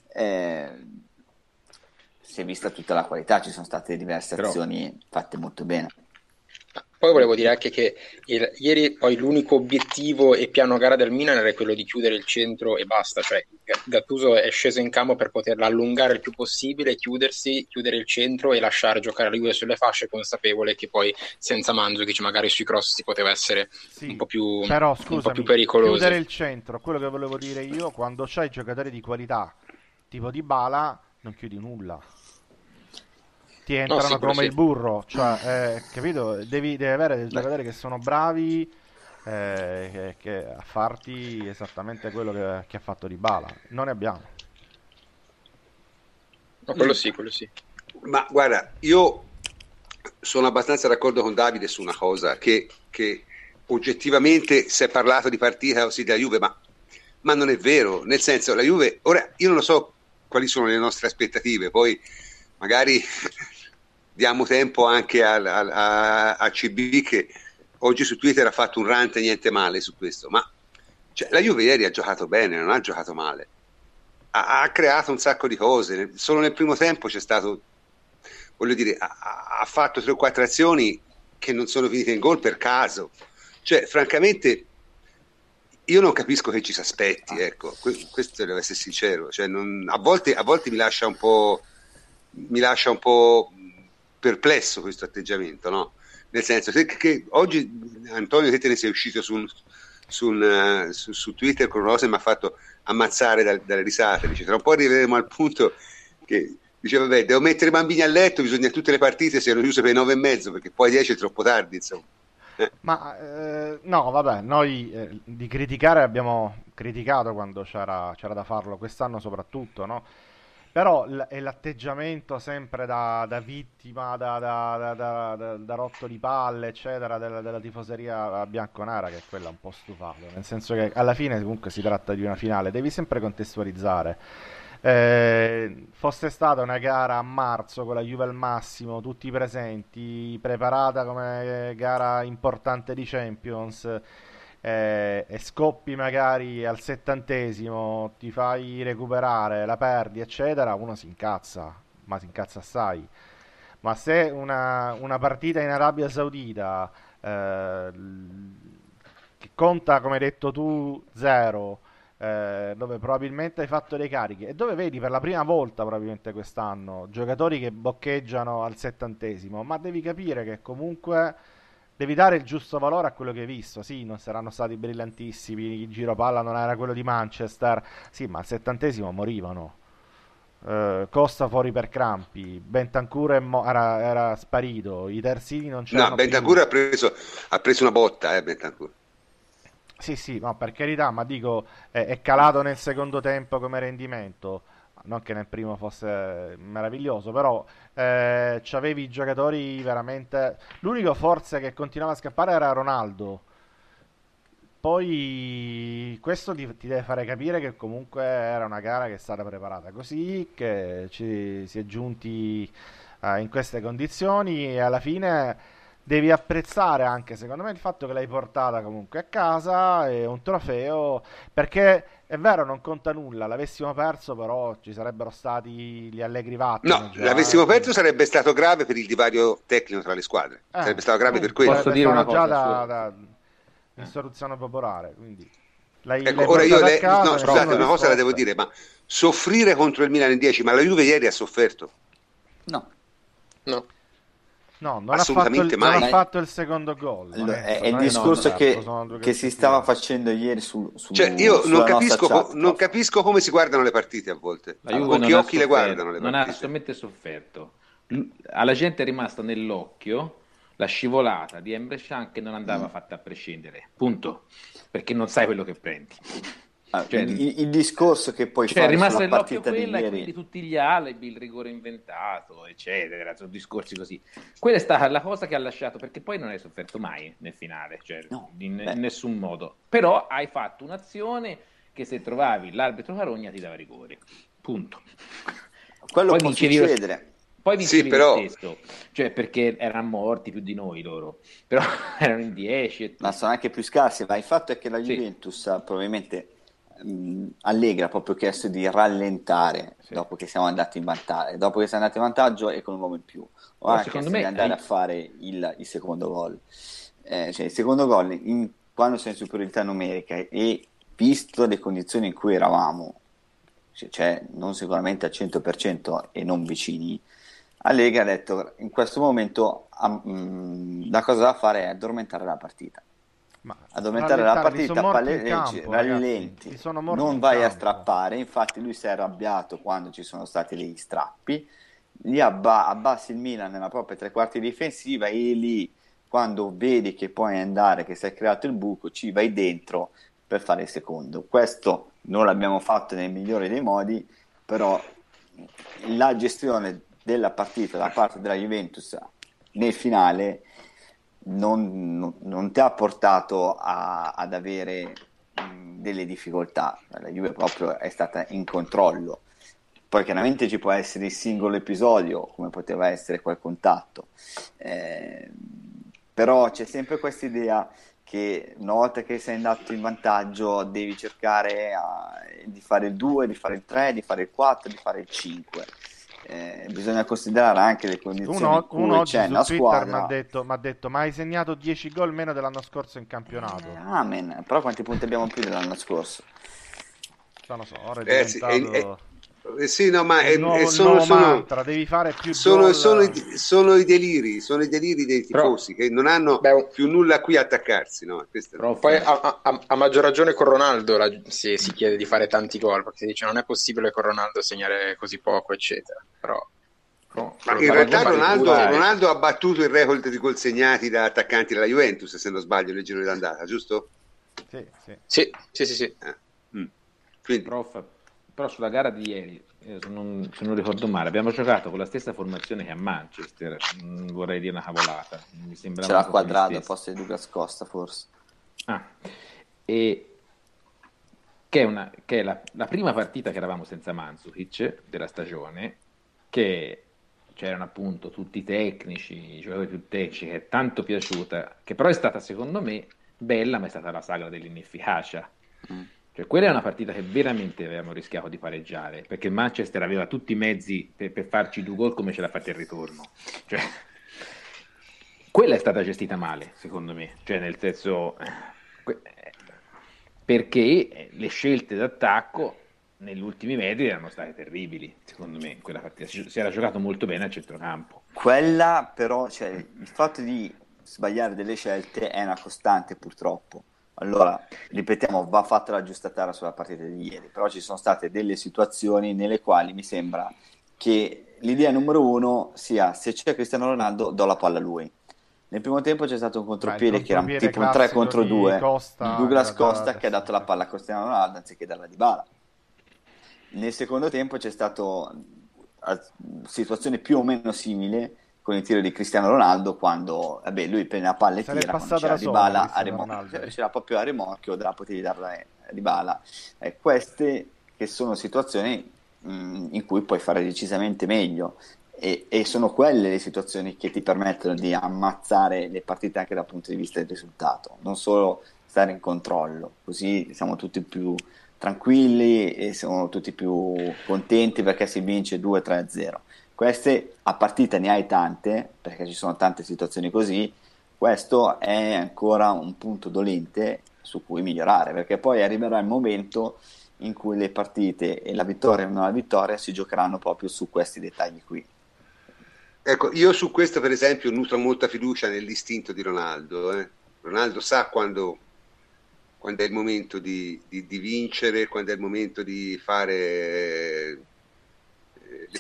Si è vista tutta la qualità, ci sono state diverse Però azioni fatte molto bene. poi volevo dire anche che ieri poi l'unico obiettivo e piano gara del Milan era quello di chiudere il centro e basta, cioè Gattuso è sceso in campo per poterla allungare il più possibile, chiudersi, chiudere il centro e lasciare giocare la Juve sulle fasce, consapevole che poi senza Mandzukic magari sui cross si poteva essere Sì, un però po' più scusami, pericolosi. chiudere il centro, quello che volevo dire io, quando c'hai giocatori di qualità tipo Dybala, non chiudi nulla. Ti No, entrano sì, quello come sì. il burro, cioè, capito? Devi avere dei Beh, giocatori che sono bravi a farti esattamente quello che ha fatto Dybala. Non ne abbiamo. No, quello sì, quello sì. Ma guarda, io sono abbastanza d'accordo con Davide su una cosa, che oggettivamente si è parlato di partita così della Juve, ma non è vero, nel senso la Juve, ora io non lo so quali sono le nostre aspettative, poi magari diamo tempo anche a CB che oggi su Twitter ha fatto un rant e niente male su questo, ma cioè, la Juve ieri ha giocato bene, non ha giocato male, ha creato un sacco di cose, solo nel primo tempo c'è stato, voglio dire, ha fatto 3 o 4 azioni che non sono finite in gol per caso, cioè francamente io non capisco che ci si aspetti, ecco, questo devo essere sincero, cioè a volte mi lascia un po' perplesso questo atteggiamento, no? Nel senso che oggi Antonio che te ne sei uscito su Twitter con Rose mi ha fatto ammazzare dalle risate, dice tra un po' arriveremo al punto che dice vabbè devo mettere i bambini a letto, bisogna che tutte le partite siano chiuse per le 9:30 perché poi 10 è troppo tardi, insomma. Ma no, vabbè, noi di criticare abbiamo criticato quando c'era da farlo, quest'anno soprattutto, no? Però è l'atteggiamento sempre da vittima, da rotto di palle, eccetera, della tifoseria bianconera, che è quella un po' stufato. Nel senso che alla fine comunque si tratta di una finale, devi sempre contestualizzare. Fosse stata una gara a marzo con la Juve al massimo, tutti presenti, preparata come gara importante di Champions, e scoppi magari al 70°, ti fai recuperare, la perdi, eccetera, uno si incazza, ma si incazza assai. Ma se una partita in Arabia Saudita che conta, come hai detto tu, zero, dove probabilmente hai fatto dei carichi e dove vedi per la prima volta probabilmente quest'anno giocatori che boccheggiano al 70°, ma devi capire che comunque devi dare il giusto valore a quello che hai visto. Sì, non saranno stati brillantissimi, il giro palla non era quello di Manchester, sì, ma al 70° morivano. Costa fuori per crampi, Bentancur era sparito, i terzini non No, c'erano più. Bentancur ha preso una botta, Bentancur. Sì, no, per carità, ma dico, è calato nel secondo tempo come rendimento. Non che nel primo fosse meraviglioso, però c'avevi i giocatori veramente. L'unico forse che continuava a scappare era Ronaldo. Poi questo ti deve fare capire che comunque era una gara che è stata preparata così, che ci si è giunti in queste condizioni e alla fine devi apprezzare anche secondo me il fatto che l'hai portata comunque a casa e un trofeo, perché è vero non conta nulla, l'avessimo perso però ci sarebbero stati gli Allegri Vattene No, già, l'avessimo quindi. perso sarebbe stato grave per il divario tecnico tra le squadre, sarebbe stato grave per Appunto, quello. Posso sarebbe dire una stato già cosa su... in soluzione popolare, quindi l'hai Ecco, ora io portata a casa, no, scusate, nessuno una cosa la devo rispetta. dire, ma soffrire contro il Milan in 10, ma la Juve ieri ha sofferto? No, No. No, Assolutamente non ha mai. fatto il secondo gol, allora, Lorenzo, è il non è discorso contato, sono due che cose si stava diverse. facendo ieri Cioè, io non sulla nostra capisco, chat, non prof. capisco come si guardano le partite a volte, La Juve con che non ha occhi le guardano le sofferto, non ha partite. assolutamente sofferto. Alla gente è rimasta nell'occhio la scivolata di Emre Can che non andava fatta a prescindere, punto, perché non sai quello che prendi. Cioè, Il discorso che puoi è fare rimasta sulla nell'occhio partita di quella e quindi ieri, tutti gli alibi, il rigore inventato, eccetera, sono discorsi così. Quella è stata la cosa che ha lasciato, perché poi non hai sofferto mai nel finale, cioè no, in beh, nessun modo. Però hai fatto un'azione che se trovavi l'arbitro Carogna ti dava rigore, punto. quello Poi può vincevi lo, succedere, poi Sì, vincevi lo però stesso, cioè perché erano morti più di noi loro, però erano in 10 e ma tutto. sono anche più scarsi, ma il fatto è che la Sì, Juventus probabilmente Allegri ha proprio chiesto di rallentare sì. dopo che siamo andati in vantaggio, dopo che siamo andati in vantaggio e con un uomo in più, ora Però ha secondo chiesto di me andare a fare il secondo gol. Cioè il secondo gol quando sei in superiorità numerica e visto le condizioni in cui eravamo, cioè non sicuramente al 100% e non vicini, Allegri ha detto in questo momento la cosa da fare è addormentare la partita. Ma Addormentare la rallentare, li sono partita, morti in campo, ragazzi, rallenti, li sono morti non in vai a campo. strappare. Infatti, lui si è arrabbiato quando ci sono stati degli strappi. Lì abbassi il Milan nella propria tre quarti difensiva e lì, quando vedi che puoi andare, che si è creato il buco, ci vai dentro per fare il secondo. Questo non l'abbiamo fatto nel migliore dei modi, però la gestione della partita da parte della Juventus nel finale non ti ha portato ad avere delle difficoltà. La Juve proprio è stata in controllo. Poi chiaramente ci può essere il singolo episodio, come poteva essere quel contatto, però c'è sempre questa idea che una volta che sei andato in vantaggio devi cercare di fare il 2, di fare il 3, di fare il 4, di fare il 5. Bisogna considerare anche le condizioni in Uno cui oggi c'è su una Twitter mi ha squadra. detto, m'ha detto, ma hai segnato 10 gol meno dell'anno scorso in campionato. Amen, però quanti punti abbiamo più dell'anno scorso? Non lo so, ora è sì, diventato sì, no, ma il nuovo mantra, devi fare più gol. sono i deliri dei però, tifosi che non hanno Beh, più nulla a cui attaccarsi, no? Questo è prof, poi a maggior ragione con Ronaldo si chiede di fare tanti gol, perché si dice non è possibile con Ronaldo segnare così poco, eccetera. Però Ma lo in realtà paragone di tutti. Ronaldo ha battuto il record di gol segnati da attaccanti della Juventus, se non sbaglio, nel giro d'andata, giusto? Sì, sì. Sì. Quindi, prof, però sulla gara di ieri, se non ricordo male, abbiamo giocato con la stessa formazione che a Manchester, vorrei dire una cavolata, mi sembrava C'era proprio gli Quadrado al stessi. posto di Douglas Costa forse. Ah, e che è la prima partita che eravamo senza Mandzukic della stagione, che c'erano appunto tutti i tecnici, i giocatori più tecnici, che è tanto piaciuta, che però è stata secondo me bella, ma è stata la sagra dell'inefficacia. Cioè, quella è una partita che veramente avevamo rischiato di pareggiare, perché il Manchester aveva tutti i mezzi per farci 2 gol come ce l'ha fatti al ritorno. Cioè, quella è stata gestita male, secondo me. Cioè, nel senso, perché le scelte d'attacco negli ultimi metri erano state terribili, secondo me, in quella partita. Si era giocato molto bene a centrocampo. Quella però, cioè, il fatto di sbagliare delle scelte è una costante purtroppo. Allora, ripetiamo, va fatta la giusta tara sulla partita di ieri, però ci sono state delle situazioni nelle quali mi sembra che l'idea numero uno sia: se c'è Cristiano Ronaldo do la palla a lui, Nel primo tempo c'è stato un Beh, il contropiede che era contropiede tipo un 3 classico contro di 2 Costa, di Douglas che l'ha Costa data che ha dato la palla a Cristiano Ronaldo anziché darla a Dybala. Nel secondo tempo c'è stato situazione più o meno simile con il tiro di Cristiano Ronaldo quando lui prende la palla e se l'è tira, quando passata c'era da sola Dybala a Cristiano Ronaldo. c'era proprio a rimorchio, la potevi darla a Dybala. Queste che sono situazioni in cui puoi fare decisamente meglio e sono quelle le situazioni che ti permettono di ammazzare le partite anche dal punto di vista del risultato, non solo stare in controllo, così siamo tutti più tranquilli e siamo tutti più contenti perché si vince 2-3-0. Queste a partita ne hai tante, perché ci sono tante situazioni così. Questo è ancora un punto dolente su cui migliorare, perché poi arriverà il momento in cui le partite e la vittoria o non la vittoria si giocheranno proprio su questi dettagli qui. Ecco, io su questo per esempio nutro molta fiducia nell'istinto di Ronaldo. Ronaldo sa quando è il momento di vincere, quando è il momento di fare sì,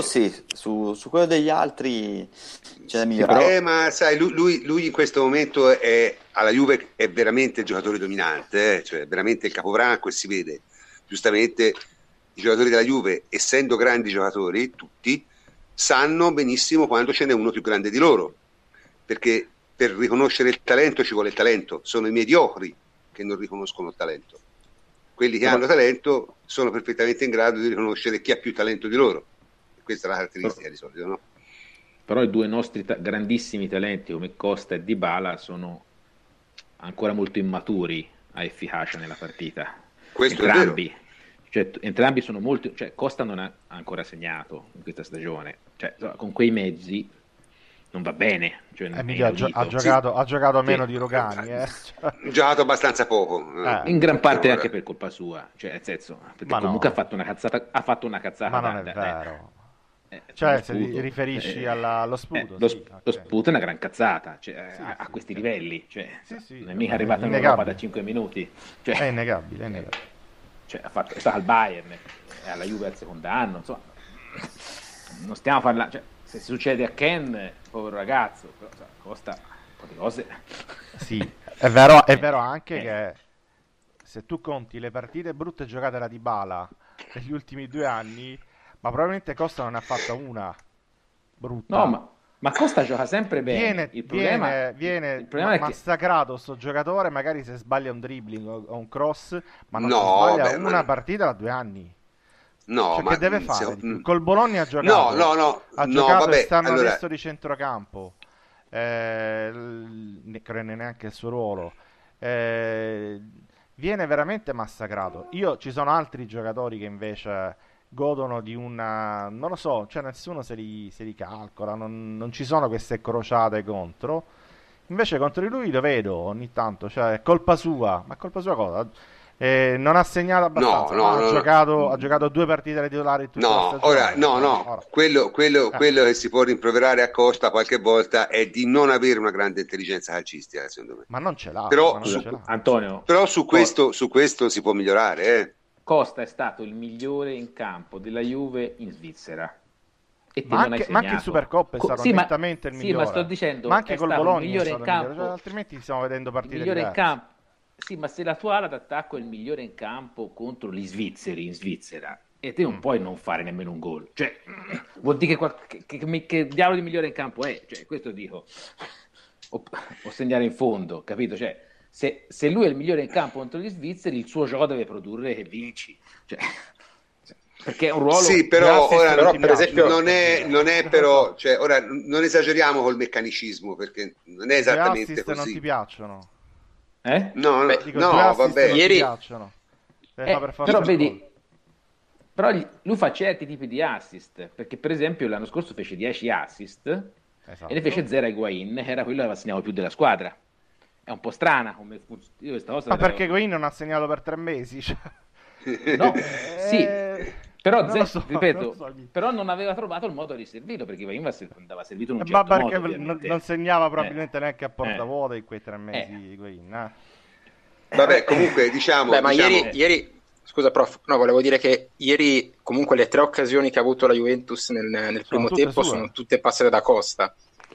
su quello degli altri c'è da migliorare. Ma sai, lui in questo momento alla Juve è veramente il giocatore dominante, cioè veramente il capobranco, e si vede giustamente i giocatori della Juve, essendo grandi giocatori tutti, sanno benissimo quando ce n'è uno più grande di loro, perché per riconoscere il talento ci vuole il talento. Sono i mediocri che non riconoscono il talento. Quelli che hanno talento sono perfettamente in grado di riconoscere chi ha più talento di loro. Questa è la caratteristica di solito, no? Però i due nostri grandissimi talenti come Costa e Dybala sono ancora molto immaturi a efficacia nella partita. Questo entrambi, è vero. Cioè, entrambi sono molto, cioè Costa non ha ancora segnato in questa stagione, cioè, con quei mezzi non va bene, cioè, ha giocato meno di Rogani, Ha giocato abbastanza poco, in gran parte anche per colpa sua, cioè nel senso, perché comunque no. ha fatto una cazzata, ma non è vero. Cioè, se ti riferisci allo sputo, lo sputo è una gran cazzata, cioè, a questi livelli, cioè, non è mica arrivato in Europa da 5 minuti, cioè, è innegabile. Cioè, è stato al Bayern, è alla Juve al secondo anno, insomma, non stiamo parlando, cioè, se succede a Ken, povero ragazzo, però Costa un po' di cose. Sì, è vero anche che se tu conti le partite brutte giocate da Dybala negli ultimi 2 anni, ma probabilmente Costa non ne ha fatta una brutta. No, ma Costa gioca sempre bene. Viene massacrato sto giocatore, magari se sbaglia un dribbling o un cross, ma non sbaglia una partita da 2 anni. No, cioè, ma che deve fare? Col Bologna ha giocato. Ha giocato esterno destro di centrocampo. Ne credo neanche il suo ruolo. Viene veramente massacrato. Ci sono altri giocatori che invece godono di una, non lo so, cioè nessuno se li calcola, non ci sono queste crociate contro. Invece contro di lui lo vedo ogni tanto, cioè è colpa sua. Ma colpa sua cosa? Non ha segnato abbastanza. Ha giocato 2 partite da titolare in tutta la stagione. Ora. Quello che si può rimproverare a Costa qualche volta è di non avere una grande intelligenza calcistica, secondo me. Ma non ce l'ha. Antonio. Però su questo si può migliorare. Costa è stato il migliore in campo della Juve in Svizzera. E ma anche in Supercoppa è stato nettamente il migliore. Sì, ma sto dicendo, ma anche col Bologna migliore in campo. Cioè, altrimenti stiamo vedendo partite migliore diverse. In campo. Sì, ma se la tua ala d'attacco è il migliore in campo contro gli svizzeri in Svizzera, e te non puoi non fare nemmeno un gol, cioè vuol dire che diavolo di migliore in campo è, cioè questo dico, o segnare in fondo, capito? Cioè se lui è il migliore in campo contro gli svizzeri, il suo gioco deve produrre che vinci, cioè, perché è un ruolo. Sì, però ora per esempio non è però, cioè ora non esageriamo col meccanicismo, perché non è esattamente così. Non ti piacciono? No, vabbè. Ieri però vedi, però lui fa certi tipi di assist, perché per esempio l'anno scorso fece 10 assist e ne fece 0 a Higuain, era quello che aveva segnato più della squadra. È un po' strana come io questa cosa. Ma perché Higuain non ha segnato per 3 mesi? Cioè. No, sì. Però, però non aveva trovato il modo di servirlo, perché Higuain andava servito in un certo modo. Ma perché non segnava probabilmente neanche a porta vuota in quei 3 mesi Higuain. Vabbè, comunque diciamo. Ma ieri, scusa prof, no, volevo dire che ieri comunque le 3 occasioni che ha avuto la Juventus nel primo tempo sono tutte passate da Costa.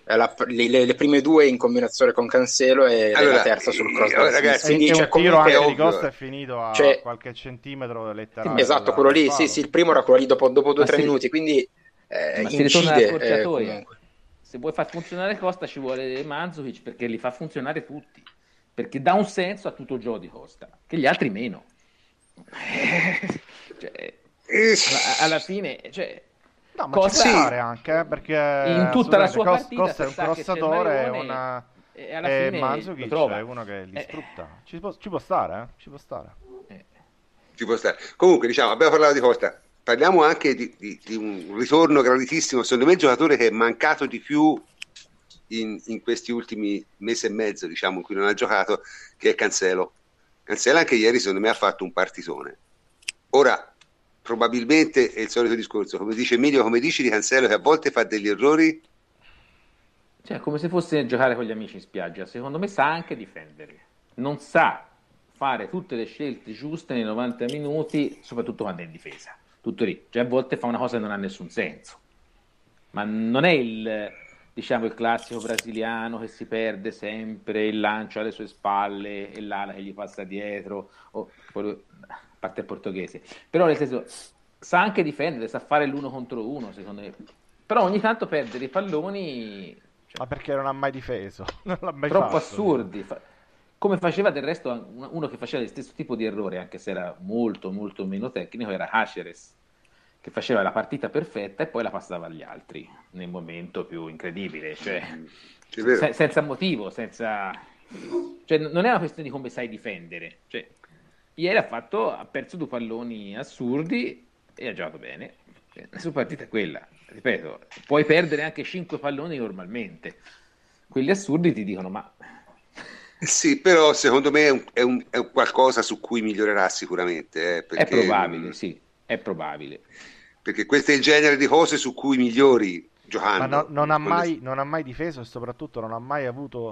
le prime due in combinazione con Cancelo e Allora, la terza sul cross da ragazzi, quindi E cioè, un tiro comunque anche è di ovvio, Costa è finito a cioè, qualche centimetro Sì, letterale esatto, quello dal lì, palo. sì, il primo era quello lì dopo 2 o 3 ma se, minuti, quindi ma se ritorna alla incide scorciatoia, comunque. se vuoi far funzionare Costa ci vuole Mandzukic perché li fa funzionare tutti, perché dà un senso a tutto il gioco di Costa, che gli altri meno. Cioè, alla fine, cioè, No, ma ci può Costa stare anche, perché in tutta la assolutamente sua partita Costa è se un sa che c'è il crossatore Mareone e alla e fine lo Mandzukic è trova. uno che li sfrutta. Ci può stare, ci può stare. ci può stare. Comunque, diciamo, abbiamo parlato di Costa, parliamo anche di un ritorno graditissimo, secondo me il giocatore che è mancato di più in questi ultimi mesi e mezzo, diciamo, in cui non ha giocato, che è Cancelo. Cancelo anche ieri secondo me ha fatto un partitone. Ora, probabilmente è il solito discorso, come dice Emilio, come dici di Cancelo che a volte fa degli errori. Cioè, come se fosse giocare con gli amici in spiaggia. Secondo me sa anche difendere. Non sa fare tutte le scelte giuste nei 90 minuti, soprattutto quando è in difesa. Tutto lì. Cioè, a volte fa una cosa che non ha nessun senso. Ma non è diciamo, il classico brasiliano che si perde sempre, il lancio alle sue spalle e l'ala che gli passa dietro, a parte il portoghese. Però, nel senso, sa anche difendere, sa fare l'uno contro uno, secondo me. Però ogni tanto perdere i palloni... Ma perché non ha mai difeso? Non l'ha mai troppo fatto. assurdi. Come faceva del resto uno che faceva lo stesso tipo di errore, anche se era molto molto meno tecnico, era Haceres, che faceva la partita perfetta e poi la passava agli altri nel momento più incredibile, cioè senza motivo, cioè non è una questione di come sai difendere, cioè ieri ha perso 2 palloni assurdi e ha giocato bene, cioè, la sua partita è quella, ripeto, puoi perdere anche 5 palloni normalmente, quelli assurdi ti dicono ma... Sì, però secondo me è un qualcosa su cui migliorerà sicuramente. Perché, è probabile, sì, è probabile. Perché questo è il genere di cose su cui migliori giocando. Ma non ha mai difeso e soprattutto non ha mai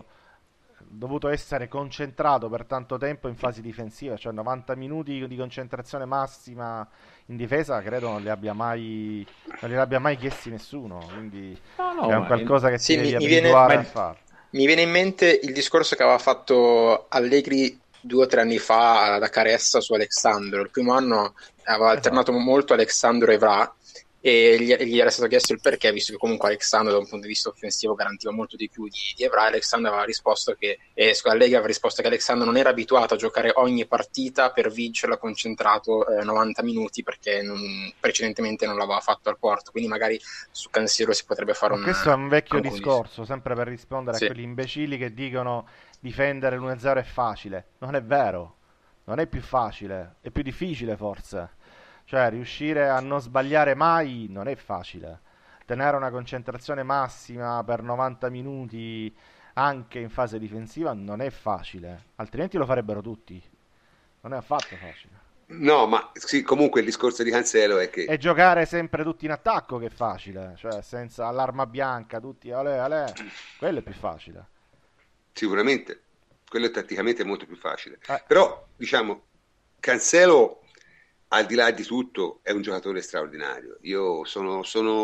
dovuto essere concentrato per tanto tempo in fase difensiva, cioè 90 minuti di concentrazione massima in difesa credo non li abbia mai chiesti nessuno, quindi è un qualcosa che sì, ti devi abituare a fare. Mi viene in mente il discorso che aveva fatto Allegri 2 o 3 anni fa da Caressa su Alexandro. Il primo anno aveva alternato molto Alexandro e Evra e gli era stato chiesto il perché, visto che comunque Alexandro da un punto di vista offensivo garantiva molto di più di Evra. Alexandro aveva risposto Allegri aveva risposto che Alexandro non era abituato a giocare ogni partita per vincerla concentrato 90 minuti perché precedentemente non l'aveva fatto al Porto, quindi magari su Cancelo si potrebbe fare questo è un vecchio discorso, sempre per rispondere sì. a quegli imbecilli che dicono difendere l'1-0 è facile. Non è vero, non è più facile, è più difficile forse. Cioè, riuscire a non sbagliare mai non è facile. Tenere una concentrazione massima per 90 minuti anche in fase difensiva non è facile. Altrimenti lo farebbero tutti. Non è affatto facile. No, ma sì, comunque il discorso di Cancelo è che... E giocare sempre tutti in attacco che è facile. Cioè, senza l'arma bianca, tutti ale. Quello è più facile. Sicuramente. Quello è tatticamente molto più facile. Però, diciamo, Cancelo... al di là di tutto è un giocatore straordinario. Io sono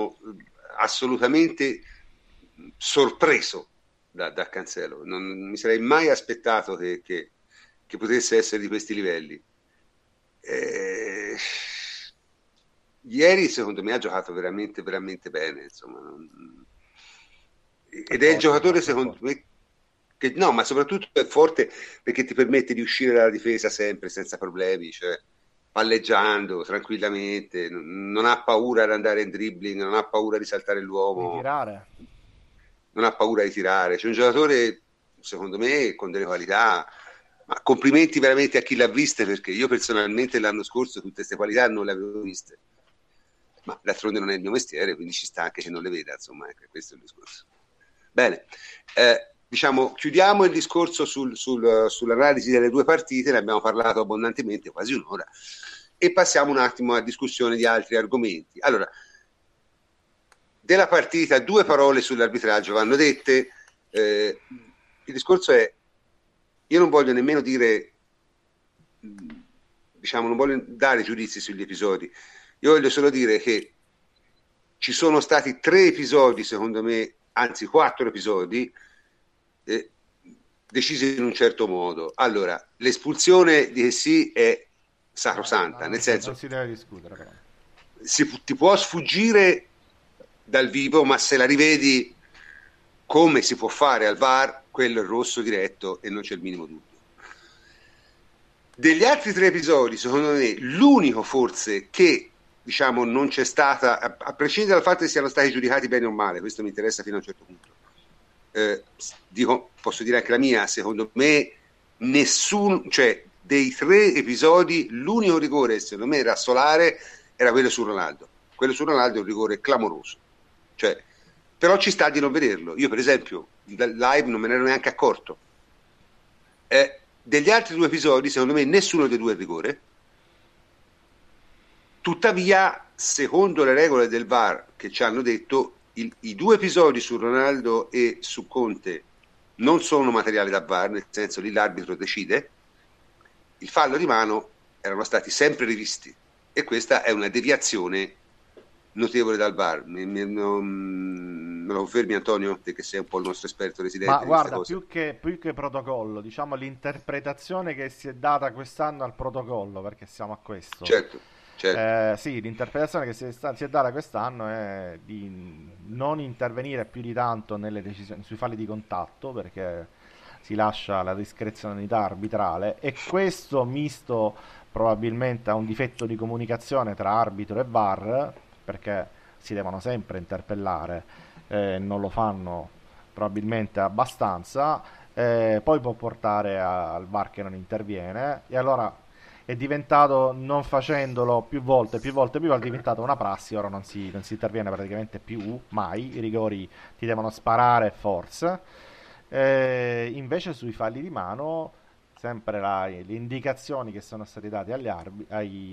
assolutamente sorpreso da Cancelo. Non mi sarei mai aspettato che potesse essere di questi livelli. Ieri secondo me ha giocato veramente veramente bene, insomma, ed è il giocatore secondo me che no, ma soprattutto è forte perché ti permette di uscire dalla difesa sempre senza problemi, cioè palleggiando tranquillamente, non ha paura di andare in dribbling, non ha paura di saltare l'uomo, di tirare. Non ha paura di tirare. C'è un giocatore, secondo me, con delle qualità, ma complimenti veramente a chi l'ha viste, perché io personalmente l'anno scorso tutte queste qualità non le avevo viste, ma d'altronde non è il mio mestiere, quindi ci sta anche che non le veda, insomma, ecco, questo è il discorso. Bene, diciamo, chiudiamo il discorso sull'analisi delle 2 partite, ne abbiamo parlato abbondantemente, quasi un'ora, e passiamo un attimo a discussione di altri argomenti. Allora, della partita 2 parole sull'arbitraggio vanno dette. Il discorso è, io non voglio nemmeno dire, diciamo, non voglio dare giudizi sugli episodi, io voglio solo dire che ci sono stati 3 episodi, secondo me, anzi 4 episodi, decisi in un certo modo. Allora, l'espulsione di Kessie è sacrosanta, nel senso, non si deve discutere, però. Ti può sfuggire dal vivo, ma se la rivedi come si può fare al VAR, quello è rosso diretto e non c'è il minimo dubbio. Degli altri 3 episodi, secondo me, l'unico forse che, diciamo, non c'è stata, a prescindere dal fatto che siano stati giudicati bene o male, questo mi interessa fino a un certo punto, posso dire anche la mia, secondo me cioè dei 3 episodi l'unico rigore secondo me era solare, era quello su Ronaldo. Quello su Ronaldo è un rigore clamoroso, cioè, però ci sta di non vederlo. Io per esempio dal live non me ne ero neanche accorto. Degli altri 2 episodi secondo me nessuno dei 2 è rigore. Tuttavia, secondo le regole del VAR che ci hanno detto, i 2 episodi su Ronaldo e su Conte non sono materiale da VAR, nel senso lì l'arbitro decide. Il fallo di mano erano stati sempre rivisti e questa è una deviazione notevole dal VAR. Me lo confermi, Antonio, te che sei un po' il nostro esperto residente? Ma guarda, più che protocollo, diciamo l'interpretazione che si è data quest'anno al protocollo, perché siamo a questo. Certo. Sì, l'interpretazione che si è data quest'anno è di non intervenire più di tanto nelle decisioni sui falli di contatto, perché si lascia la discrezionalità arbitrale, e questo misto probabilmente a un difetto di comunicazione tra arbitro e VAR, perché si devono sempre interpellare, non lo fanno probabilmente abbastanza, poi può portare al VAR che non interviene, e allora è diventato, non facendolo più volte, è diventata una prassi. Ora non si interviene praticamente più, mai, i rigori ti devono sparare forse. Invece sui falli di mano, sempre le indicazioni che sono state date agli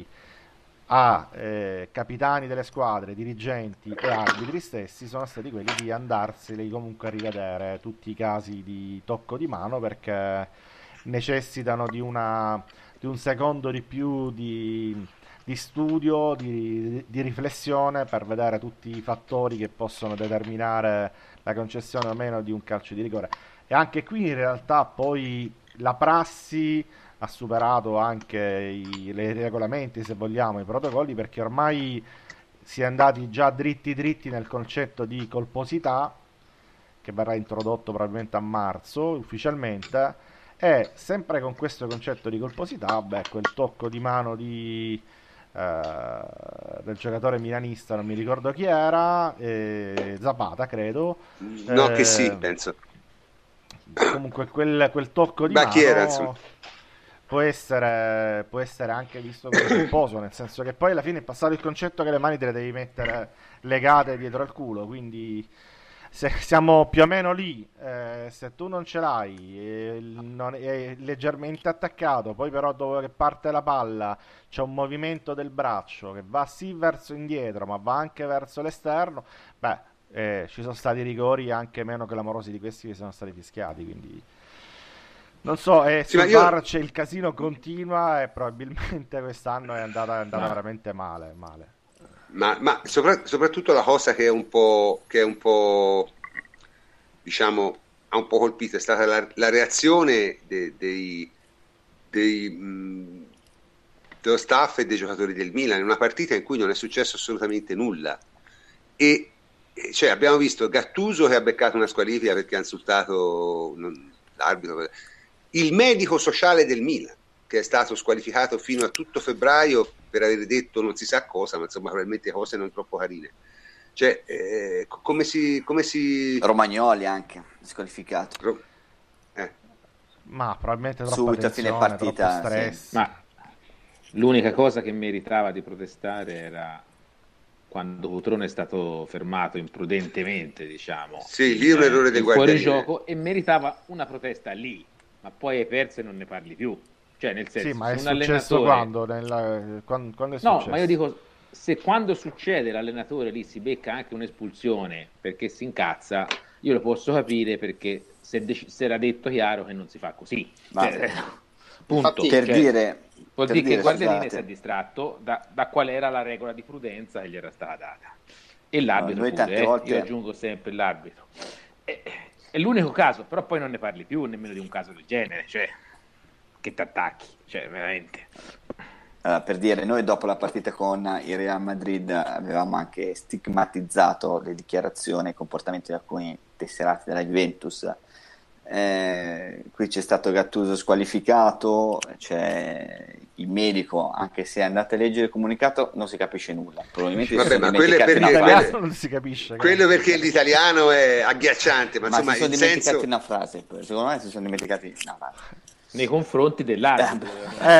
capitani delle squadre, dirigenti e arbitri stessi sono stati quelli di andarseli comunque a rivedere tutti i casi di tocco di mano, perché necessitano di un secondo di più di studio, di riflessione, per vedere tutti i fattori che possono determinare la concessione o meno di un calcio di rigore. E anche qui in realtà poi la prassi ha superato anche i regolamenti, se vogliamo, i protocolli, perché ormai si è andati già dritti nel concetto di colposità, che verrà introdotto probabilmente a marzo ufficialmente. E sempre con questo concetto di colposità, quel tocco di mano del giocatore milanista, non mi ricordo chi era, Zapata credo, no, che sì, penso. Comunque quel tocco di chi era, mano può essere anche visto come colposo, nel senso che poi alla fine è passato il concetto che le mani te le devi mettere legate dietro al culo, quindi se siamo più o meno lì, se tu non ce l'hai, è leggermente attaccato, poi però dove che parte la palla c'è un movimento del braccio che va sì verso indietro ma va anche verso l'esterno, ci sono stati rigori anche meno clamorosi di questi che sono stati fischiati, quindi non so, sul VAR c'è il casino continua e probabilmente quest'anno è andata veramente male. Ma soprattutto la cosa che è un po' diciamo ha un po' colpito è stata la reazione dello staff e dei giocatori del Milan in una partita in cui non è successo assolutamente nulla, e cioè abbiamo visto Gattuso che ha beccato una squalifica perché ha insultato l'arbitro, il medico sociale del Milan che è stato squalificato fino a tutto febbraio per aver detto non si sa cosa, ma insomma probabilmente cose non troppo carine. Cioè, come si... Romagnoli anche, squalificato. Ma probabilmente troppa subito a fine partita, troppo stress. Sì. Ma l'unica cosa che meritava di protestare era quando Cutrone è stato fermato imprudentemente, diciamo. Sì, lì è un errore del guardiano. Fuori gioco, e meritava una protesta lì, ma poi hai perso e non ne parli più. Cioè, nel senso, sì, ma è un successo allenatore... quando è no, successo? ma io dico, se quando succede l'allenatore lì si becca anche un'espulsione perché si incazza, io lo posso capire, perché si era detto chiaro che non si fa così. Punto. Infatti, per dire che Guardiolini si è distratto da qual era la regola di prudenza che gli era stata data. E l'arbitro noi pure, tante volte... Io aggiungo sempre l'arbitro. È l'unico caso, però poi non ne parli più nemmeno di un caso del genere, cioè che t'attacchi, cioè veramente. Per dire, noi dopo la partita con il Real Madrid avevamo anche stigmatizzato le dichiarazioni e i comportamenti di alcuni tesserati della Juventus. Qui c'è stato Gattuso squalificato, c'è il medico, anche se andate a leggere il comunicato non si capisce nulla. Probabilmente Vabbè, ma quello è In perché italiano non si capisce. quello perché l'italiano è agghiacciante, ma insomma si sono il dimenticati senso... una frase, secondo me si sono dimenticati una frase. Nei confronti dell'arbitro.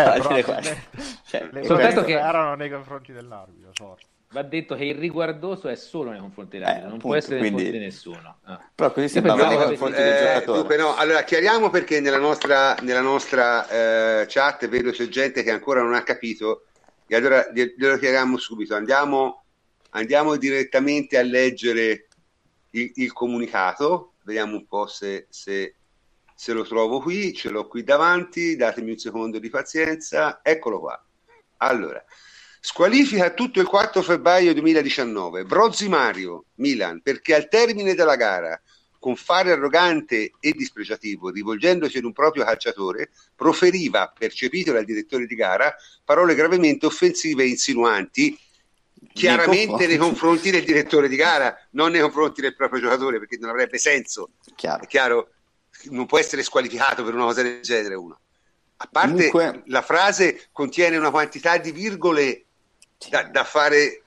Le soltanto che erano nei confronti dell'arbitro, forse. Va detto che il riguardoso è solo nei confronti dell'arbitro, non può appunto, essere nei quindi... confronti di nessuno. Però così sembra poi nei no, confronti del giocatore. Dunque, no, allora chiariamo, perché nella nostra chat vedo c'è gente che ancora non ha capito, e allora glielo chiariamo subito. Andiamo direttamente a leggere il comunicato, vediamo un po' se lo trovo qui, ce l'ho qui davanti, datemi un secondo di pazienza, eccolo qua. Allora, squalifica tutto il 4 febbraio 2019 Brozzi Mario, Milan, perché al termine della gara, con fare arrogante e dispregiativo, rivolgendosi ad un proprio calciatore, proferiva, percepito dal direttore di gara, parole gravemente offensive e insinuanti, chiaramente nei confronti del direttore di gara, non nei confronti del proprio giocatore, perché non avrebbe senso. È chiaro, non può essere squalificato per una cosa del genere uno. A parte comunque, la frase contiene una quantità di virgole da fare